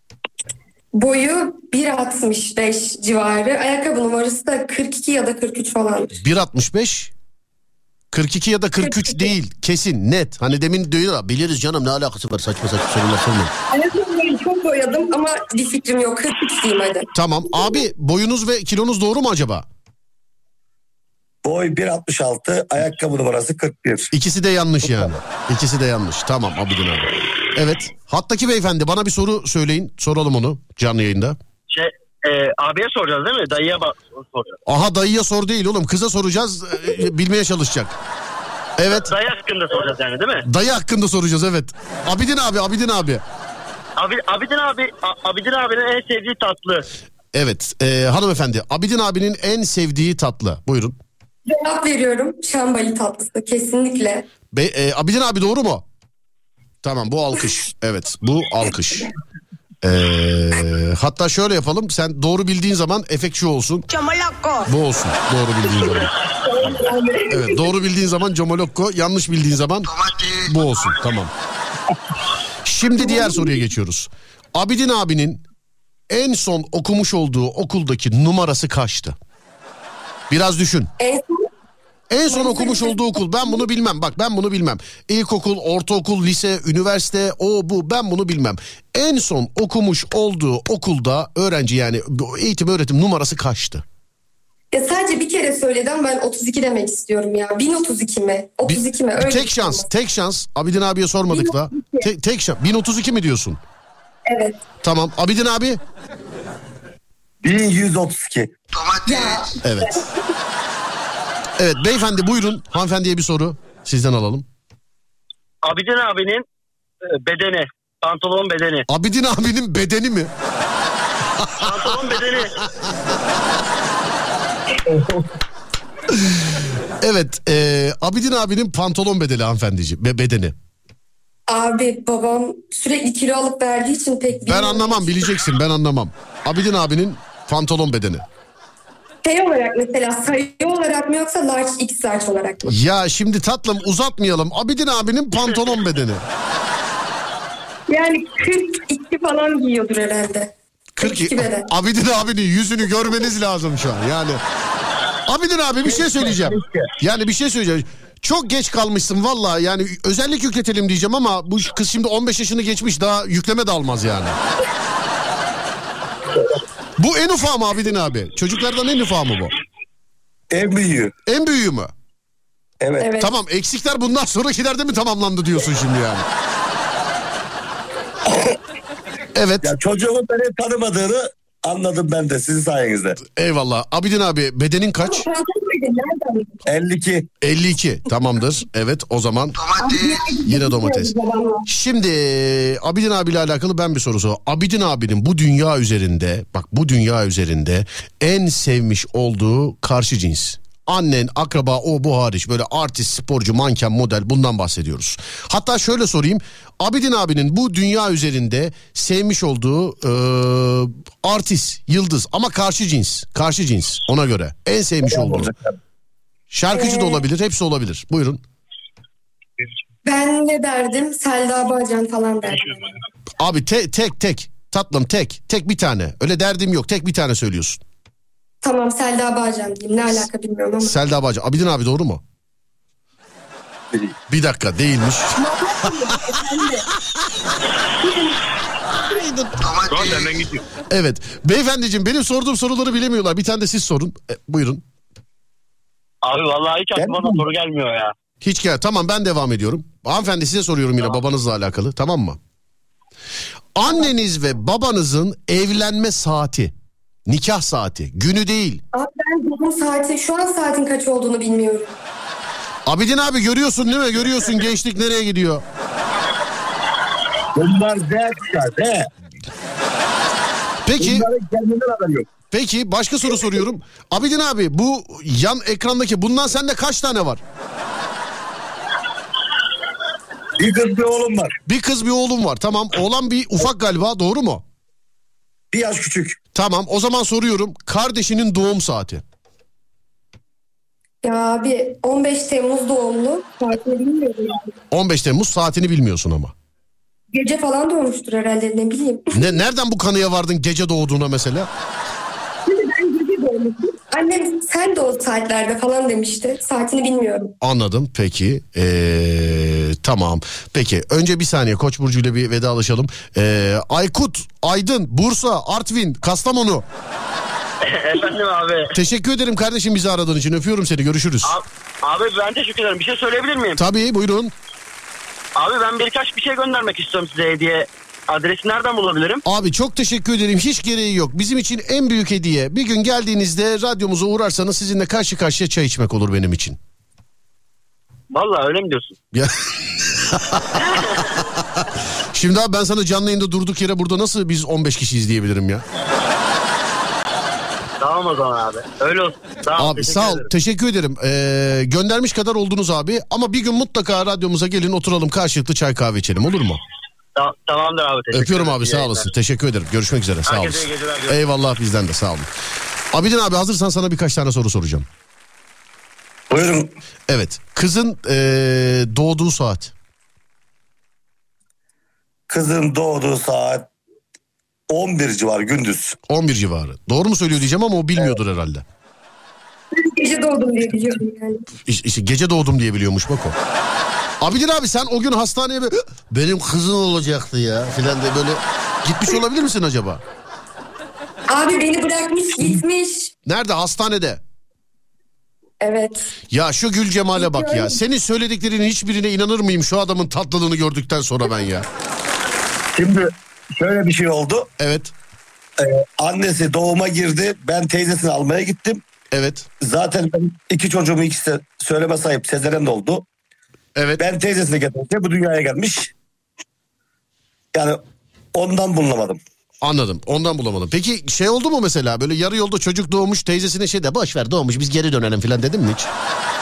Boyu bir altmış beş civarı. Ayakkabı numarası da kırk iki ya da kırk üç falan. bir altmış beş kırk iki ya da kırk üç kırk iki değil, kesin, net. Hani demin diyor ya, biliriz canım ne alakası var, saçma saçma sorular sormayın. Ayakkabıları çok boyadım ama bir fikrim yok. kırk üç diyeyim hadi. Tamam abi, boyunuz ve kilonuz doğru mu acaba? Boy bir altmış altı, ayakkabı numarası kırk bir. İkisi de yanlış yani. İkisi de yanlış. Tamam Abidin abi. Evet. Hattaki beyefendi bana bir soru söyleyin. Soralım onu canlı yayında. Şey, e, abiye soracağız değil mi? Dayıya bak soracağız. Aha dayıya sor değil oğlum. Kıza soracağız. E, bilmeye çalışacak. Evet. Dayı hakkında soracağız yani değil mi? Dayı hakkında soracağız evet. Abidin abi, Abidin abi. Abi Abidin abi, Abidin abinin en sevdiği tatlı. Evet. E, hanımefendi, Abidin abinin en sevdiği tatlı. Buyurun. Cevap veriyorum. Şambali tatlısı kesinlikle. Be, e, Abidin abi doğru mu? Tamam, bu alkış. Evet, bu alkış. Ee, hatta şöyle yapalım. Sen doğru bildiğin zaman efekt şu olsun. Çamalakko. Bu olsun. Doğru bildiğin zaman. Evet, doğru bildiğin zaman Comolokko, yanlış bildiğin zaman bu olsun. Tamam. Şimdi diğer soruya geçiyoruz. Abidin abinin en son okumuş olduğu okuldaki numarası kaçtı? Biraz düşün. En son En son okumuş olduğu okul, ben bunu bilmem, bak ben bunu bilmem. İlkokul, ortaokul, lise, üniversite, o bu, ben bunu bilmem. En son okumuş olduğu okulda öğrenci, yani eğitim öğretim numarası kaçtı? Ya sadece bir kere söyledim, ben otuz iki demek istiyorum ya. bin otuz iki mi? otuz iki mi? Öyle tek şans, olmaz. tek şans. Abidin abiye sormadık da. Te, tek şans. bin otuz iki mi diyorsun? Evet. Tamam. Abidin abi? bin yüz otuz iki. Ya. Evet. Evet beyefendi buyurun, hanımefendiye bir soru sizden alalım. Abidin abinin bedeni, pantolon bedeni. Abidin abinin bedeni mi? Pantolon bedeni. Evet, e, Abidin abinin pantolon bedeli hanımefendiciğim, be bedeni. Abi babam sürekli kilo alıp verdiği için pek bilmiyorum. Ben anlamam, bileceksin, ben anlamam. Abidin abinin pantolon bedeni. Şey olarak mesela sayı olarak mı yoksa large x large olarak mı? Ya şimdi tatlım uzatmayalım. Abidin abinin pantolon bedeni. Yani kırk iki falan giyiyordur herhalde. kırk iki beden. Abidin abinin yüzünü görmeniz lazım şu an yani. Abidin abi bir şey söyleyeceğim. Yani bir şey söyleyeceğim. Çok geç kalmışsın vallahi, yani özellik yükletelim diyeceğim ama bu kız şimdi on beş yaşını geçmiş, daha yükleme de almaz yani. Bu en ufağı mı Abidin abi? Çocuklardan en ufağı mı bu? En büyüğü. En büyüğü mü? Evet. Evet. Tamam, eksikler bundan sonrakilerde mi tamamlandı diyorsun şimdi yani? Evet. Ya çocuğumun beni tanımadığını anladım ben de sizin sayenizde. Eyvallah. Abidin abi bedenin kaç? elli iki. elli iki tamamdır. Evet, o zaman yine domates. Şimdi Abidin abiyle alakalı ben bir soru sorayım. Abidin abinin bu dünya üzerinde, bak bu dünya üzerinde en sevmiş olduğu karşı cins. Annen, akraba, o bu hariç, böyle artist, sporcu, manken, model, bundan bahsediyoruz. Hatta şöyle sorayım. Abidin abinin bu dünya üzerinde sevmiş olduğu e, artist, yıldız ama karşı cins. Karşı cins ona göre. En sevmiş olduğu. Şarkıcı da olabilir, hepsi olabilir. Buyurun. Ben ne derdim? Selda Bağcan falan derdim. Abi te, tek tek tatlım tek. Tek bir tane. Öyle derdim yok. Tek bir tane söylüyorsun. Tamam, Selda Bağcan diyeyim. Ne alaka bilmiyorum ama. Selda Bağcan. Abidin abi doğru mu? Bir dakika, değilmiş. Evet. Beyefendiciğim, benim sorduğum soruları bilemiyorlar. Bir tane de siz sorun. E, buyurun. Abi vallahi hiç aklıma da soru gelmiyor ya. Hiç gel. Tamam, ben devam ediyorum. Hanımefendi size soruyorum yine, tamam. Babanızla alakalı, tamam mı? Anneniz ve babanızın evlenme saati, nikah saati, günü değil. Abi ben doğum saati, şu an saatin kaç olduğunu bilmiyorum. Abidin abi görüyorsun değil mi? Görüyorsun gençlik nereye gidiyor? Bunlar Z kuşağı, Z. Peki. Bunların kendinden haberi yok. Peki başka soru soruyorum. Abidin abi, bu yan ekrandaki bundan sende kaç tane var? Bir kız bir oğlum var. Bir kız bir oğlum var, tamam. Oğlan bir ufak galiba, doğru mu? Bir yaş küçük. Tamam, o zaman soruyorum. Kardeşinin doğum saati. Ya abi on beş Temmuz doğumlu. Saatini bilmiyorum yani. on beş Temmuz saatini bilmiyorsun ama. Gece falan doğmuştur herhalde, ne bileyim. Ne, nereden bu kanıya vardın gece doğduğuna mesela? Şimdi ben gece doğmuşum. Annem sen de o saatlerde falan demişti. Saatini bilmiyorum. Anladım, peki. Ee, tamam. Peki önce bir saniye Koç burcu ile bir vedalaşalım. Ee, Aykut, Aydın, Bursa, Artvin, Kastamonu. Efendim abi. Teşekkür ederim kardeşim bizi aradığın için. Öpüyorum seni, görüşürüz. Abi, abi ben teşekkür ederim. Bir şey söyleyebilir miyim? Tabii, buyurun. Abi ben birkaç bir şey göndermek istiyorum size hediye. Adresi nereden bulabilirim? Abi çok teşekkür ederim. Hiç gereği yok. Bizim için en büyük hediye, bir gün geldiğinizde radyomuza uğrarsanız sizinle karşı karşıya çay içmek olur benim için. Vallahi öyle mi diyorsun? Ya. Şimdi abi ben sana canlı yayında durduk yere burada nasıl biz on beş kişi izleyebilirim ya? Tamam o zaman abi. Öyle olsun. Tamam, abi sağ ol. Ederim. Teşekkür ederim. Ee, göndermiş kadar oldunuz abi. Ama bir gün mutlaka radyomuza gelin, oturalım karşılıklı çay kahve içelim, olur mu? Ta- tamamdır abi. Öpüyorum abi, sağ olasın. Teşekkür ederim. Görüşmek üzere. Sağ olasın. Eyvallah, bizden de sağ olun. Abidin abi hazırsan sana birkaç tane soru soracağım. Buyurun. Evet. Kızın ee, doğduğu saat. Kızın doğduğu saat on bir civarı gündüz. on bir civarı. Doğru mu söylüyor diyeceğim ama o bilmiyordur evet. herhalde. Gece doğdum diye biliyorum yani. İşte, işte gece doğdum diye biliyormuş bak o. Abidin abi sen o gün hastaneye böyle, benim kızım olacaktı ya filan diye böyle gitmiş olabilir misin acaba? Abi beni bırakmış gitmiş. Nerede? Hastanede. Evet. Ya şu Gül Cemal'e bak ya. Senin söylediklerinin hiçbirine inanır mıyım şu adamın tatlılığını gördükten sonra ben ya? Şimdi şöyle bir şey oldu. Evet. Ee, annesi doğuma girdi. Ben teyzesini almaya gittim. Evet. Zaten ben iki çocuğumu ikisi de söyleme sahip sezeren de oldu. Evet. Ben teyzesini getirince bu dünyaya gelmiş. Yani ondan bulunamadım. Anladım, ondan bulamadım. Peki şey oldu mu mesela, böyle yarı yolda çocuk doğmuş, teyzesine şey de boş ver doğmuş biz geri dönelim falan dedin mi hiç?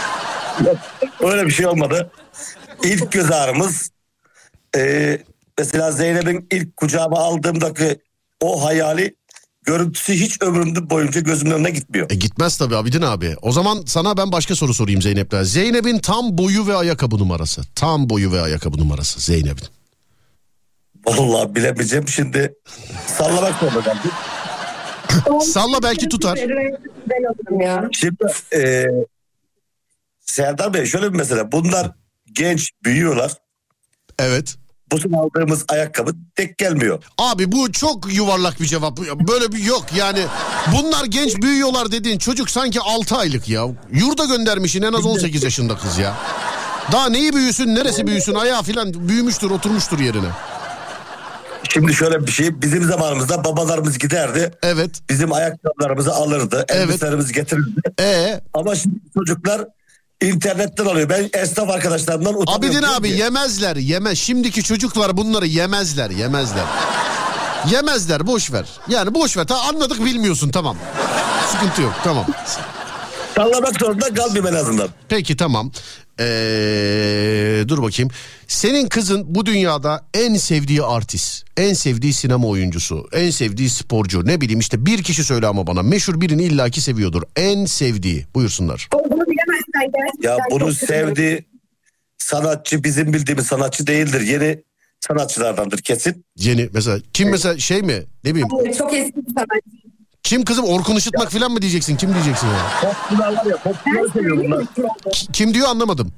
Öyle bir şey olmadı. İlk göz ağrımız e, mesela Zeynep'in ilk kucağıma aldığımdaki o hayali görüntüsü hiç ömrümde boyunca gözümün önüne gitmiyor. E gitmez tabii Abidin abi. O zaman sana ben başka soru sorayım Zeynep'le. Zeynep'in tam boyu ve ayakkabı numarası. Tam boyu ve ayakkabı numarası Zeynep'in. Vallahi bilemeyeceğim şimdi. Sallamak zorunda kaldım. Salla belki tutar. Ben alırım ya. Şimdi e, Serdar Bey şöyle bir mesele. Bunlar genç büyüyorlar. Evet. Bu sene aldığımız ayakkabı tek gelmiyor. Abi bu çok yuvarlak bir cevap. Böyle bir yok yani. Bunlar genç büyüyorlar dediğin çocuk sanki altı aylık ya. Yurda göndermişsin en az on sekiz yaşında kız ya. Daha neyi büyüsün, neresi büyüsün, ayağı filan büyümüştür, oturmuştur yerine. Şimdi şöyle bir şey, bizim zamanımızda babalarımız giderdi. Evet. Bizim ayakkabılarımızı alırdı, evet. elbiselerimizi getirirdi. Ee? Ama şimdi çocuklar internetten alıyor. Ben esnaf arkadaşlarımdan utanıyorum. Abidin abi ki. yemezler, yemez. Şimdiki çocuklar bunları yemezler, yemezler. Yemezler, boş ver. Yani boş ver. Ta anladık, bilmiyorsun, tamam. Sıkıntı yok, tamam. Sallamak zorunda kalmayayım en azından. Peki tamam. Ee, dur bakayım. Senin kızın bu dünyada en sevdiği artist, en sevdiği sinema oyuncusu, en sevdiği sporcu, ne bileyim işte bir kişi söyle ama bana. Meşhur birini illaki seviyordur. En sevdiği. Buyursunlar. Bunu bilemezsen gerçekten. Ya bunu çok sevdiği sanatçı bizim bildiğimiz sanatçı değildir. Yeni sanatçılardandır kesin. Yeni mesela kim mesela şey mi? Ne bileyim. Hayır, çok eski bir sanatçı. Kim kızım, Orkun Işıtmak falan mı diyeceksin? Kim diyeceksin ya? Popçular var ya, popçuları seviyor bunlar. Kim diyor anlamadım.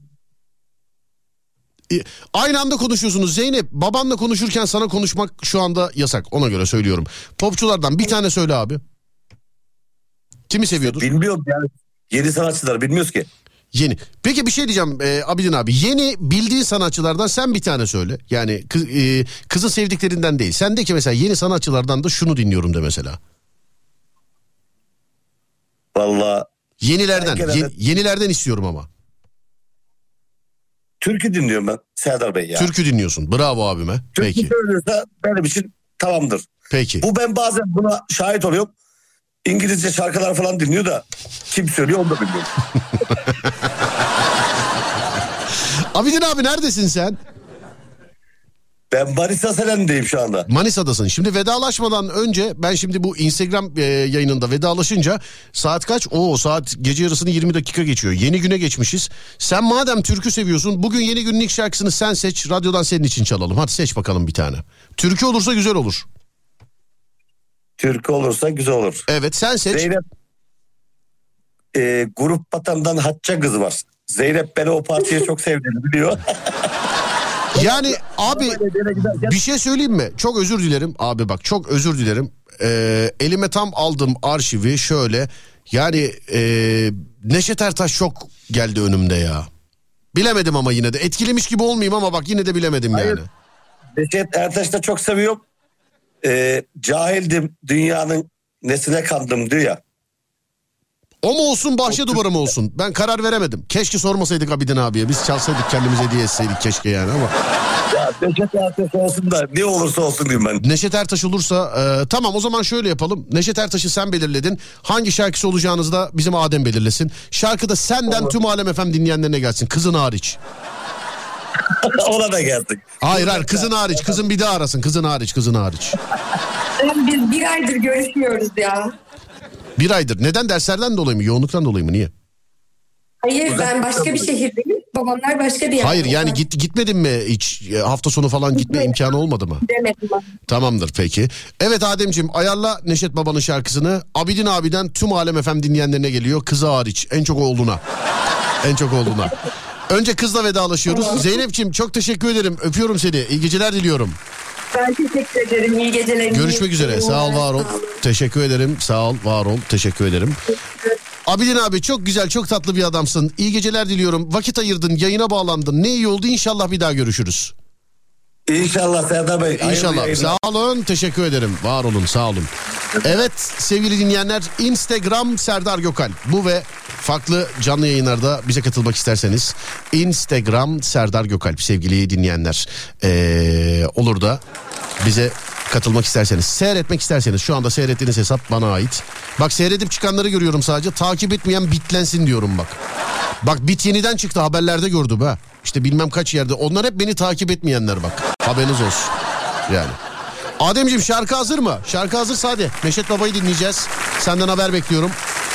Aynı anda konuşuyorsunuz Zeynep. Babanla konuşurken sana konuşmak şu anda yasak. Ona göre söylüyorum. Popçulardan bir tane söyle abi. Kimi seviyordur? Bilmiyorum yani. Yeni sanatçılar bilmiyoruz ki. Yeni. Peki bir şey diyeceğim e, Abidin abi. Yeni bildiğin sanatçılardan sen bir tane söyle. Yani kız, e, kızın sevdiklerinden değil. Sen de ki mesela yeni sanatçılardan da şunu dinliyorum de mesela. Vallahi. Yenilerden. Ye, yenilerden istiyorum ama. Türkü dinliyorum ben Serdar Bey ya. Türkü dinliyorsun. Bravo abime. Türkü Peki. söylüyorsa benim için tamamdır. Peki. Bu ben bazen buna şahit oluyorum. İngilizce şarkılar falan dinliyor da kim söylüyor onu da bilmiyorum. Abidin abi neredesin sen? Ben Manisa Selen'deyim şu anda. Manisa'dasın. Şimdi vedalaşmadan önce ben şimdi bu Instagram e, yayınında vedalaşınca saat kaç? Oo saat gece yarısını yirmi dakika geçiyor. Yeni güne geçmişiz. Sen madem türkü seviyorsun bugün yeni günün ilk şarkısını sen seç. Radyodan senin için çalalım. Hadi seç bakalım bir tane. Türkü olursa güzel olur. Türkü olursa güzel olur. Evet sen seç. Zeynep e, Grup Batan'dan Hatça kızı var. Zeynep beni o partiye çok sevdiğini biliyor. Yani abi bir şey söyleyeyim mi? Çok özür dilerim abi, bak çok özür dilerim. Ee, elime tam aldım arşivi şöyle. Yani e, Neşet Ertaş çok geldi önümde ya. Bilemedim ama yine de etkilemiş gibi olmayayım ama bak yine de bilemedim. Hayır. Yani. Neşet Ertaş'ı da çok seviyorum. Ee, cahildim, dünyanın nesine kandım diyor ya. O mu olsun bahçe duvarı mı olsun? Ben karar veremedim. Keşke sormasaydık Abidin abiye. Biz çalsaydık kendimize hediye etseydik keşke yani ama. Ya Neşet Ertaş olsun da ne olursa olsun diyeyim ben. Neşet Ertaş olursa e, tamam o zaman şöyle yapalım. Neşet Ertaş'ı sen belirledin. Hangi şarkısı olacağınızı da bizim Adem belirlesin. Şarkı da senden olur. Tüm Alem F M dinleyenlerine gelsin. Kızın hariç. Ona da geldik. Hayır hayır kızın hariç. Kızın bir daha arasın. Kızın hariç. Kızın hariç. Biz bir aydır görüşmüyoruz ya. Bir aydır. Neden? Derslerden dolayı mı? Yoğunluktan dolayı mı? Niye? Hayır ben başka bir şehirdeyim. Babamlar başka bir yerde. Hayır yani git, gitmedin mi hiç? Hafta sonu falan gitme imkanı olmadı mı? Demedim ben. Tamamdır peki. Evet Ademciğim ayarla Neşet Baba'nın şarkısını. Abidin abiden tüm Alem F M dinleyenlerine geliyor. Kızı hariç. En çok oğluna. En çok oğluna. Önce kızla vedalaşıyoruz. Tamam. Zeynep'ciğim çok teşekkür ederim. Öpüyorum seni. İyi geceler diliyorum. Ben teşekkür ederim. İyi geceler. Görüşmek üzere. Sağ ol, var ol. Teşekkür ederim. Sağ ol, var ol. Teşekkür ederim. Abidin abi çok güzel, çok tatlı bir adamsın. İyi geceler diliyorum. Vakit ayırdın, yayına bağlandın. Ne iyi oldu. İnşallah bir daha görüşürüz. İnşallah Serdar Bey. İnşallah. Sağ olun. Teşekkür ederim. Var olun. Sağ olun. Evet sevgili dinleyenler, Instagram Serdar Gökalp. Bu ve farklı canlı yayınlarda bize katılmak isterseniz Instagram Serdar Gökalp sevgili dinleyenler. Ee, olur da bize katılmak isterseniz, seyretmek isterseniz, şu anda seyrettiğiniz hesap bana ait. Bak seyredip çıkanları görüyorum sadece. Takip etmeyen bitlensin diyorum bak. Bak bit yeniden çıktı, haberlerde gördüm ha. İşte bilmem kaç yerde. Onlar hep beni takip etmeyenler bak. Haberiniz olsun. Yani. Ademciğim şarkı hazır mı? Şarkı hazırsa hadi. Neşet Baba'yı dinleyeceğiz. Senden haber bekliyorum.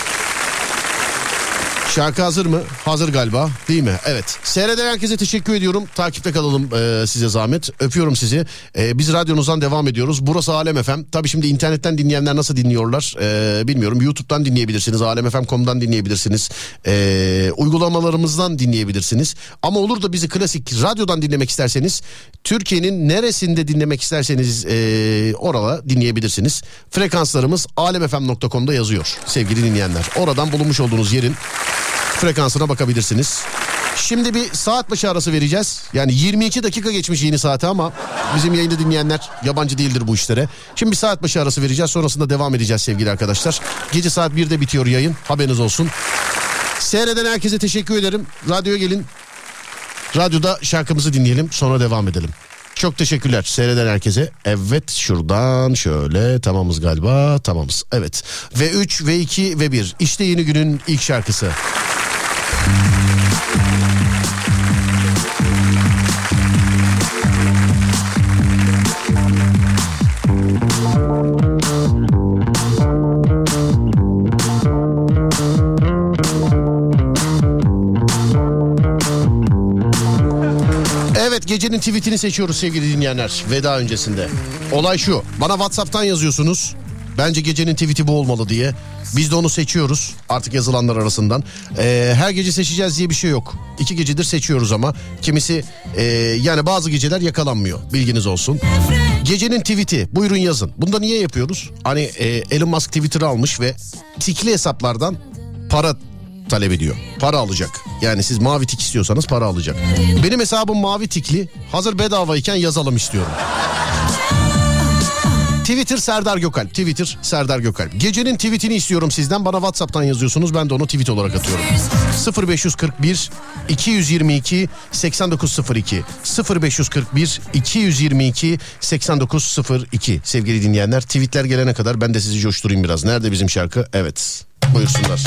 Şarkı hazır mı? Hazır galiba, değil mi? Evet. Seyreden herkese teşekkür ediyorum. Takipte kalalım e, size zahmet. Öpüyorum sizi. E, biz radyonuzdan devam ediyoruz. Burası Alem F M. Tabii şimdi internetten dinleyenler nasıl dinliyorlar e, bilmiyorum. YouTube'dan dinleyebilirsiniz. alem f m nokta com'dan dinleyebilirsiniz. E, uygulamalarımızdan dinleyebilirsiniz. Ama olur da bizi klasik radyodan dinlemek isterseniz, Türkiye'nin neresinde dinlemek isterseniz e, orada dinleyebilirsiniz. Frekanslarımız alem f m nokta com'da yazıyor sevgili dinleyenler. Oradan bulunmuş olduğunuz yerin frekansına bakabilirsiniz. Şimdi bir saat başı arası vereceğiz. Yani yirmi iki dakika geçmiş yeni saate ama bizim yayını dinleyenler yabancı değildir bu işlere. Şimdi bir saat başı arası vereceğiz. Sonrasında devam edeceğiz sevgili arkadaşlar. Gece saat birde bitiyor yayın. Haberiniz olsun. Seyreden herkese teşekkür ederim. Radyoya gelin. Radyoda şarkımızı dinleyelim. Sonra devam edelim. Çok teşekkürler seyreden herkese. Evet, şuradan şöyle tamamız galiba. Tamamız. Evet. ve üç, ve iki, ve bir. İşte yeni günün ilk şarkısı. Evet, gecenin tweetini seçiyoruz sevgili dinleyenler veda öncesinde. Olay şu: bana WhatsApp'tan yazıyorsunuz. Bence gecenin tweet'i bu olmalı diye. Biz de onu seçiyoruz artık yazılanlar arasından. Ee, her gece seçeceğiz diye bir şey yok. İki gecedir seçiyoruz ama kimisi e, yani bazı geceler yakalanmıyor. Bilginiz olsun. Gecenin tweet'i, buyurun yazın. Bunu da niye yapıyoruz? Hani e, Elon Musk Twitter'ı almış ve tikli hesaplardan para talep ediyor. Para alacak. Yani siz mavi tik istiyorsanız para alacak. Benim hesabım mavi tikli. Hazır bedavayken yazalım istiyorum. Twitter Serdar Gökalp. Twitter Serdar Gökalp. Gecenin tweetini istiyorum sizden. Bana WhatsApp'tan yazıyorsunuz. Ben de onu tweet olarak atıyorum. sıfır beş kırk bir iki yüz yirmi iki seksen dokuz sıfır iki sıfır beş kırk bir iki yüz yirmi iki seksen dokuz sıfır iki. Sevgili dinleyenler, tweetler gelene kadar ben de sizi coşturayım biraz. Nerede bizim şarkı? Evet. Buyursunlar.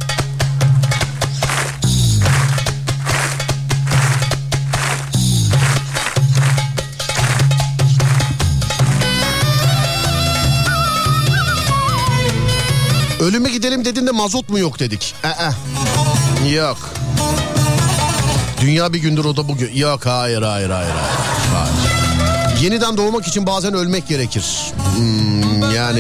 Ölüme gidelim dedin de mazot mu yok dedik. Ee, yok. Dünya bir gündür, o da bugün. Yok, hayır hayır hayır hayır. hayır. Yeniden doğmak için bazen ölmek gerekir. Hmm, yani.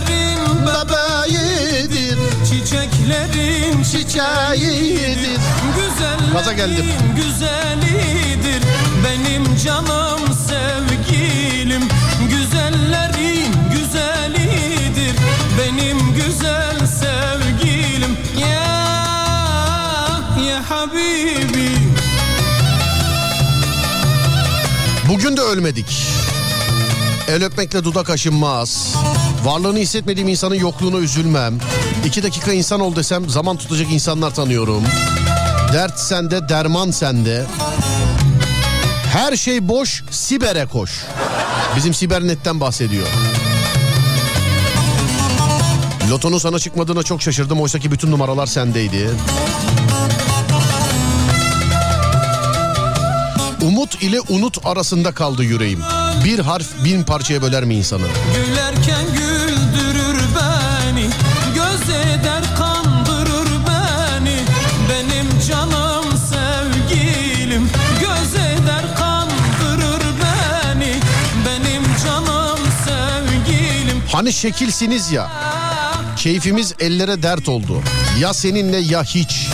Bebeğidir, çiçeklerin çiçeğidir. Gaza geldim. Güzelidir benim canım sevgilim. Güzellerin güzelidir benim güzel sevgilim. Ya ya habibi. Bugün de ölmedik. El öpmekle dudak aşınmaz. Varlığını hissetmediğim insanın yokluğuna üzülmem. İki dakika insan ol desem zaman tutacak insanlar tanıyorum. Dert sende, derman sende. Her şey boş, Siber'e koş. Bizim Sibernet'ten bahsediyor. Lotonun sana çıkmadığına çok şaşırdım. Oysa ki bütün numaralar sendeydi. Umut ile unut arasında kaldı yüreğim. Bir harf bin parçaya böler mi insanı? Gülerken güldürür beni, göz eder kandırır beni. Benim canım sevgilim, göz eder kandırır beni. Benim canım sevgilim. Hani şekilsiniz ya, keyfimiz ellere dert oldu. Ya seninle ya hiç.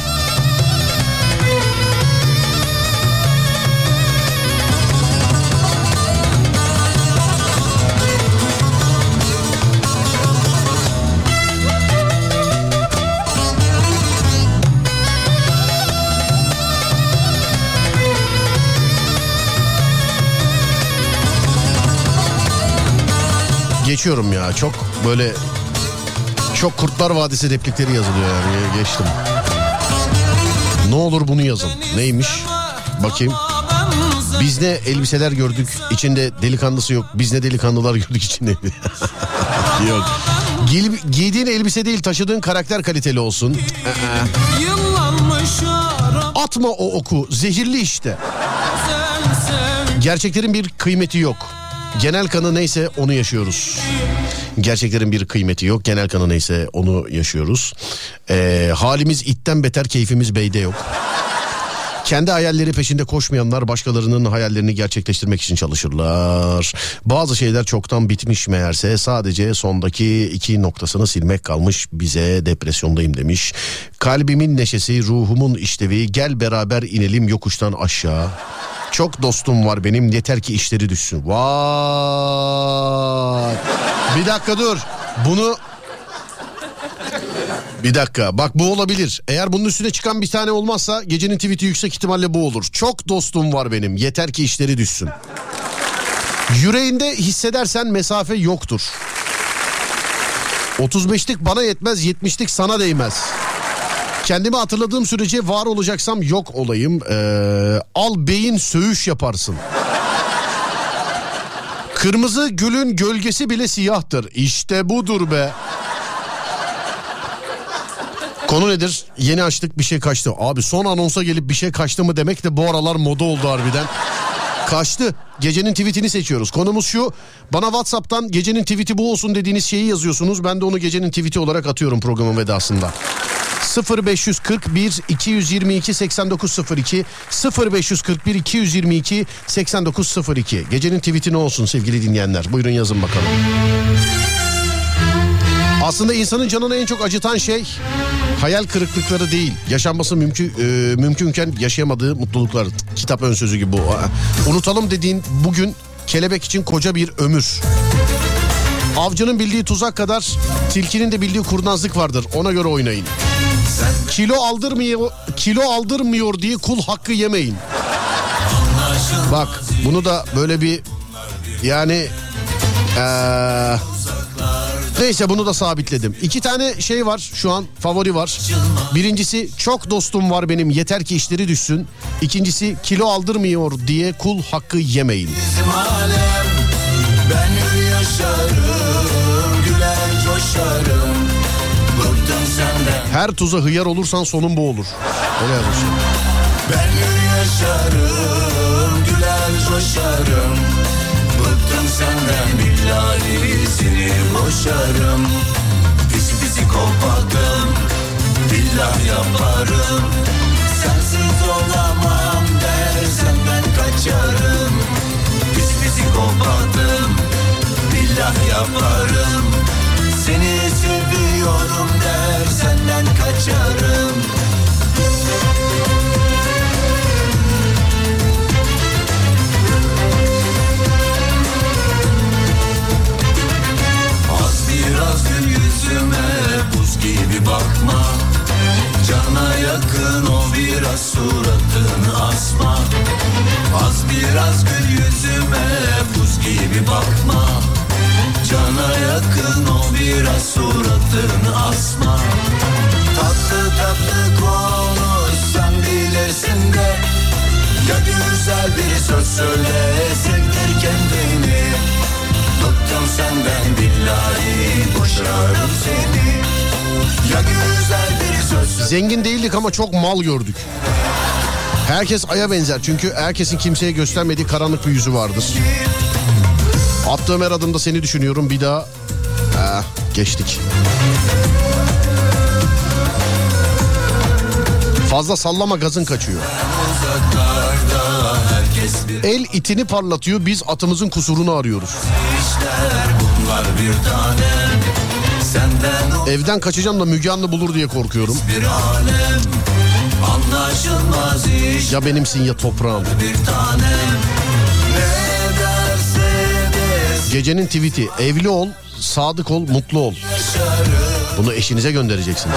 Geçiyorum ya, çok böyle çok Kurtlar Vadisi replikleri yazılıyor yani, geçtim. Ne olur bunu yazın. Neymiş? Bakayım. Biz ne elbiseler gördük, içinde delikanlısı yok. Biz ne delikanlılar gördük içinde. Yok. Giy, giydiğin elbise değil, taşıdığın karakter kaliteli olsun. Yıllanmış Atma o oku, zehirli işte. Gerçeklerin bir kıymeti yok. Genel kanı neyse onu yaşıyoruz. Gerçeklerin bir kıymeti yok. Genel kanı neyse onu yaşıyoruz. Ee, halimiz itten beter, keyfimiz beyde yok. Kendi hayalleri peşinde koşmayanlar başkalarının hayallerini gerçekleştirmek için çalışırlar. Bazı şeyler çoktan bitmiş meğerse, sadece sondaki iki noktasını silmek kalmış bize. Depresyondayım demiş. Kalbimin neşesi, ruhumun işlevi, gel beraber inelim yokuştan aşağı. Çok dostum var benim, yeter ki işleri düşsün. Vay. Bir dakika dur. Bunu... Bir dakika, bak bu olabilir. Eğer bunun üstüne çıkan bir tane olmazsa gecenin tweet'i yüksek ihtimalle bu olur. Çok dostum var benim, yeter ki işleri düşsün. Yüreğinde hissedersen mesafe yoktur. otuz beşlik bana yetmez, yetmişlik sana değmez. Kendimi hatırladığım sürece var olacaksam yok olayım. Ee, al beyin söğüş yaparsın. Kırmızı gülün gölgesi bile siyahtır. İşte budur be. Konu nedir? Yeni açtık, bir şey kaçtı. Abi son anonsa gelip bir şey kaçtı mı demek de bu aralar moda oldu harbiden. Kaçtı. Gecenin tweetini seçiyoruz. Konumuz şu: bana WhatsApp'tan gecenin tweeti bu olsun dediğiniz şeyi yazıyorsunuz. Ben de onu gecenin tweeti olarak atıyorum programın vedasında. sıfır beş kırk bir iki yirmi iki seksen dokuz sıfır iki sıfır beş kırk bir iki yirmi iki seksen dokuz sıfır iki. Gecenin tweeti ne olsun sevgili dinleyenler? Buyurun yazın bakalım. Aslında insanın canını en çok acıtan şey hayal kırıklıkları değil, yaşanması mümkün e, mümkünken yaşayamadığı mutluluklar. Kitap ön sözü gibi bu. Unutalım dediğin bugün kelebek için koca bir ömür. Avcının bildiği tuzak kadar tilkinin de bildiği kurnazlık vardır. Ona göre oynayın. Kilo aldırmıyor, kilo aldırmıyor diye kul hakkı yemeyin. Bak bunu da böyle bir yani ee, neyse bunu da sabitledim. İki tane şey var şu an, favori var. Birincisi çok dostum var benim, yeter ki işleri düşsün. İkincisi kilo aldırmıyor diye kul hakkı yemeyin. Bizim alem, ben hür yaşarım, güler coşarım. Bıktım senden. Her tuza hıyar olursan sonun bu olur. Öyle yazmışım. Ben hür yaşarım, güler coşarım. Bıktım senden, billahi seni boşarım. Pisi pisi kopatım, billah yaparım. Sensiz olamam dersen ben kaçarım. Pisi pisi kopatım, billah yaparım. Seni seviyorum der senden kaçarım. Az biraz gül yüzüme, buz gibi bakma. Cana yakın ol, biraz suratını asma. Az biraz gül yüzüme, buz gibi bakma. Cana yakın ol, biraz suratını asma. Tatlı tatlı konuş, sen bilirsin de. Ya güzel bir söz söyle, sevdir kendini. Bıktım senden, billahi boşarım seni. Ya güzel bir söz söyle. Zengin değildik ama çok mal gördük. Herkes aya benzer çünkü herkesin kimseye göstermediği karanlık bir yüzü vardır. Attığım her adımda seni düşünüyorum, bir daha ah, geçtik. Fazla sallama, gazın kaçıyor. El itini parlatıyor, biz atımızın kusurunu arıyoruz. Evden kaçacağım da Müge Anlı bulur diye korkuyorum. Ya benimsin ya toprağım. Gecenin tweet'i: evli ol, sadık ol, mutlu ol. Bunu eşinize göndereceksiniz.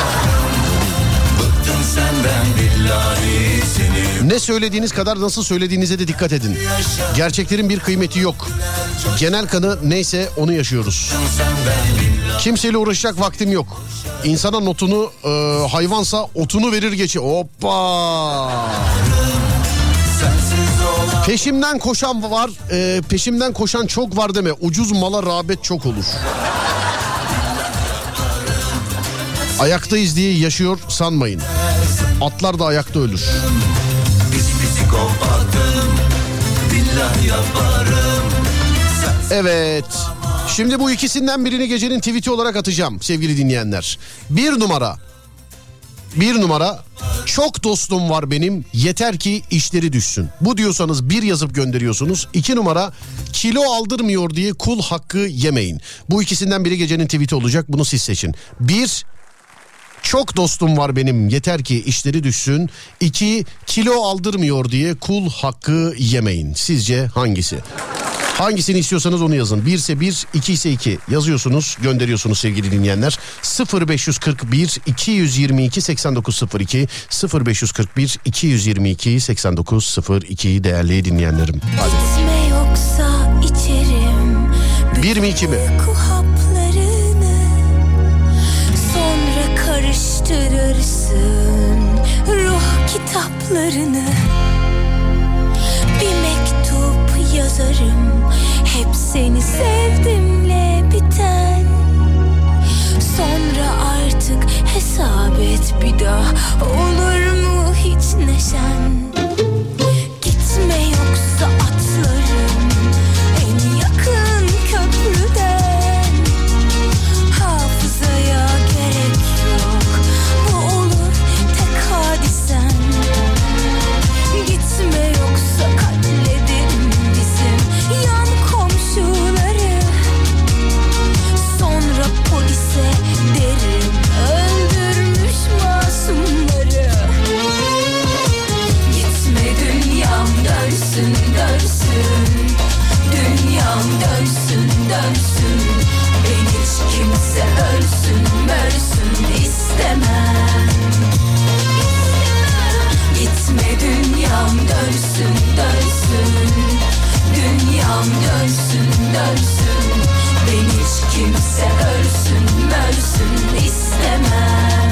Ne söylediğiniz kadar nasıl söylediğinize de dikkat edin. Gerçeklerin bir kıymeti yok. Genel kanı neyse onu yaşıyoruz. Kimseyle uğraşacak vaktim yok. İnsana notunu, e, hayvansa otunu verir geçi. Hoppa! Peşimden koşan var, e, peşimden koşan çok var deme. Ucuz mala rağbet çok olur. Ayaktayız diye yaşıyor sanmayın. Atlar da ayakta ölür. Evet. Şimdi bu ikisinden birini gecenin tweet'i olarak atacağım sevgili dinleyenler. Bir numara. Bir numara. Çok dostum var benim, yeter ki işleri düşsün. Bu diyorsanız bir yazıp gönderiyorsunuz. İki numara. Kilo aldırmıyor diye kul hakkı yemeyin. Bu ikisinden biri gecenin tweet'i olacak. Bunu siz seçin. Bir. Çok dostum var benim, yeter ki işleri düşsün. İki. Kilo aldırmıyor diye kul hakkı yemeyin. Sizce hangisi? Hangisini istiyorsanız onu yazın. Bir ise bir, iki ise iki. Yazıyorsunuz, gönderiyorsunuz sevgili dinleyenler. sıfır beş kırk bir iki yüz yirmi iki seksen dokuz sıfır iki sıfır beş kırk bir iki yüz yirmi iki seksen dokuz sıfır iki değerli dinleyenlerim. Hadi. Yoksa içerim. Bir mi iki mi? Sonra karıştırırsın ruh kitaplarını. Bir mektup yazarım, hep seni sevdimle biten. Sonra artık hesap et bir daha, olur mu hiç neşen? Gitme yoksa atlarım en yakın köprüden. Hafızaya gerek yok, bu olur tek hadisen. Gitme yoksa katlederim bizim yan komşuları. Sonra polise derim öldürmüş masumları. Gitme dünyam dönsün dönsün, dünyam dönsün dönsün. Ben hiç kimse ölsün ölsün istemem. Gitme dünyam dönsün dönsün, dünyam dönsün dönsün. Ben hiç kimse ölsün ölsün istemem.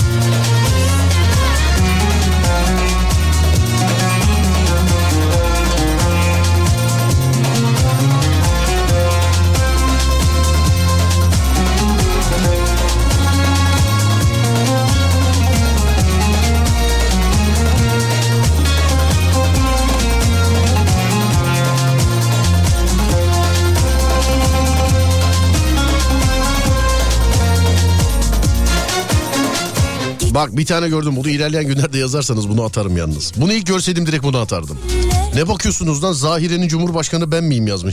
Bak bir tane gördüm, bunu ilerleyen günlerde yazarsanız bunu atarım yalnız. Bunu ilk görseydim direkt bunu atardım. Ne bakıyorsunuz lan, Zahire'nin Cumhurbaşkanı ben miyim yazmış.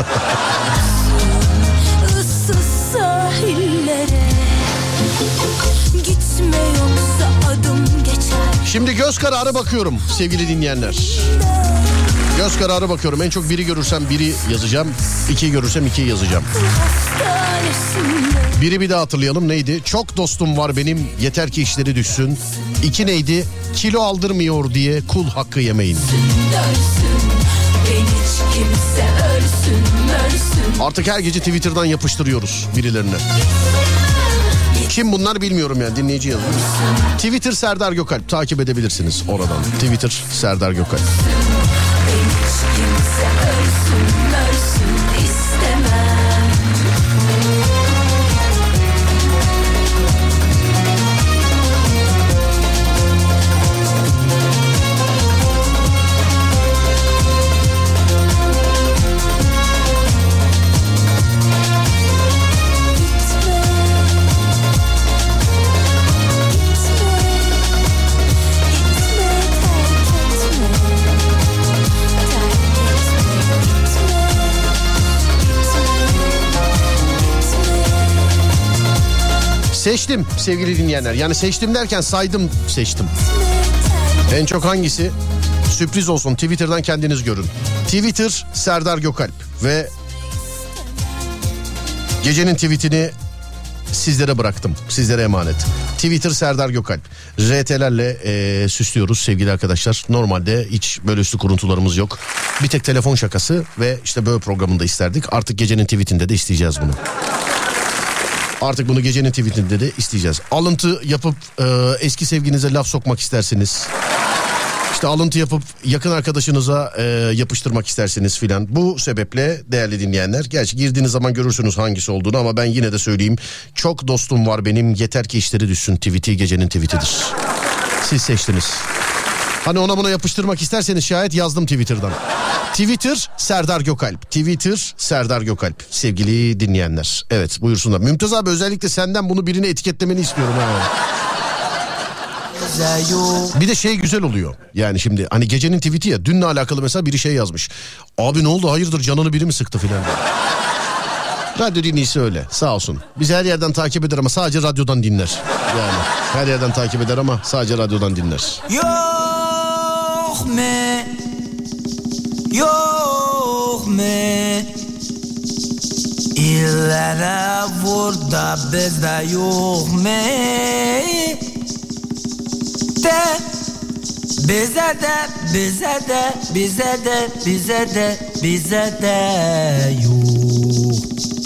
Issız sahillere gitme yoksa adım geçer. Şimdi göz kararı bakıyorum sevgili dinleyenler. Göz kararı bakıyorum. En çok biri görürsem biri yazacağım. İkiyi görürsem ikiyi yazacağım. Biri bir daha hatırlayalım, neydi? Çok dostum var benim, yeter ki işleri düşsün. İki neydi? Kilo aldırmıyor diye kul hakkı yemeyin. Artık her gece Twitter'dan yapıştırıyoruz birilerine. Kim bunlar bilmiyorum yani, dinleyici yazıyor. Twitter Serdar Gökalp, takip edebilirsiniz oradan. Twitter Serdar Gökalp. Kimse ölsün ölsün istemem. Seçtim sevgili dinleyenler. Yani seçtim derken saydım, seçtim. En çok hangisi? Sürpriz olsun, Twitter'dan kendiniz görün. Twitter Serdar Gökalp ve gecenin tweetini sizlere bıraktım. Sizlere emanet. Twitter Serdar Gökalp. R T'lerle e, süslüyoruz sevgili arkadaşlar. Normalde hiç böyle üstü kuruntularımız yok. Bir tek telefon şakası ve işte böyle programında isterdik. Artık gecenin tweetinde de isteyeceğiz bunu. Artık bunu gecenin tweetinde de isteyeceğiz. Alıntı yapıp e, eski sevginize laf sokmak istersiniz. İşte alıntı yapıp yakın arkadaşınıza e, yapıştırmak istersiniz filan. Bu sebeple değerli dinleyenler, gerçi girdiğiniz zaman görürsünüz hangisi olduğunu ama ben yine de söyleyeyim. Çok dostum var benim, yeter ki işleri düşsün tweet'i gecenin tweetidir. Siz seçtiniz. Hani ona buna yapıştırmak isterseniz şayet yazdım Twitter'dan. Twitter Serdar Gökalp. Twitter Serdar Gökalp. Sevgili dinleyenler. Evet, buyursunlar. Mümtaz abi, özellikle senden bunu birine etiketlemeni istiyorum ha. Bir de şey güzel oluyor. Yani şimdi hani gecenin tweet'i ya, dünle alakalı mesela biri şey yazmış. Abi ne oldu, hayırdır, canını biri mi sıktı filan diye. Radyo dinleyicisi öyle, sağ olsun. Bizi her yerden takip eder ama sadece radyodan dinler. Yani her yerden takip eder ama sadece radyodan dinler. Yok me, yok me. İllere burada bizde yok me. De bize de bize de bize de bize de bize de yok.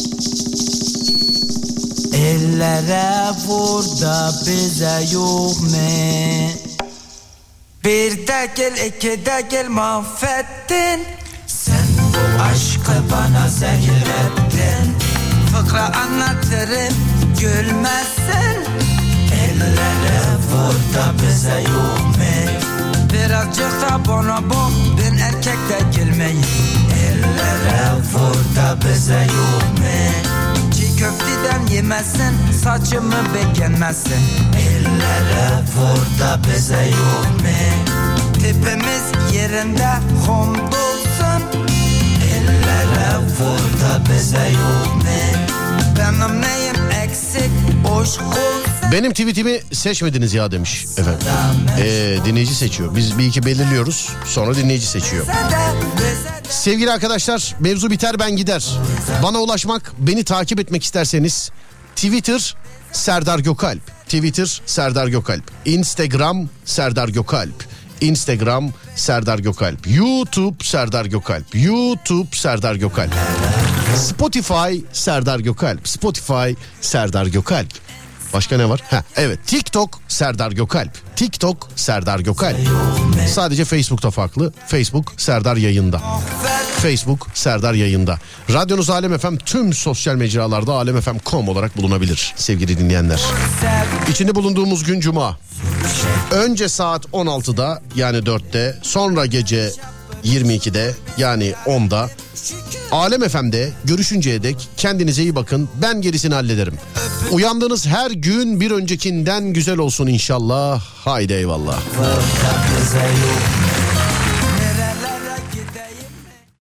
Ellere burada bize yok mu? Bir de gel, iki de gel, mahvettin. Sen bu aşkı bana zehir ettin. Fıkra anlatırım, gülmezsin. Ellere burada bize yok mu? Birazcık da bana bak, ben erkek de gülmeyin. Ellere burada bize yok mu? Çiğ köfteden yemezsin, saçımı beğenmezsin. Ellere burada bize yok mu? Tipimiz yerinde hamdolsun. Ellere burada bize yok mu? Benim neyim eksik, boş olsun. Benim tweetimi seçmediniz ya demiş efendim. Ee, dinleyici seçiyor. Biz bir iki belirliyoruz, sonra dinleyici seçiyor. Sevgili arkadaşlar, mevzu biter ben gider. Bana ulaşmak, beni takip etmek isterseniz Twitter Serdar Gökalp, Twitter Serdar Gökalp, Instagram Serdar Gökalp, Instagram Serdar Gökalp, YouTube Serdar Gökalp, YouTube Serdar Gökalp, Spotify Serdar Gökalp, Spotify Serdar Gökalp. Başka ne var? Ha, evet, TikTok Serdar Gökalp. TikTok Serdar Gökalp. Sadece Facebook'ta farklı. Facebook Serdar Yayında. Facebook Serdar Yayında. Radyonuz Alem F M tüm sosyal mecralarda alem f m nokta com olarak bulunabilir sevgili dinleyenler. İçinde bulunduğumuz gün Cuma. Önce saat on altıda yani dörtte, sonra gece yirmi ikide yani onda Alem F M'de görüşünceye dek kendinize iyi bakın. Ben gerisini hallederim. Uyandığınız her gün bir öncekinden güzel olsun inşallah. Haydi eyvallah.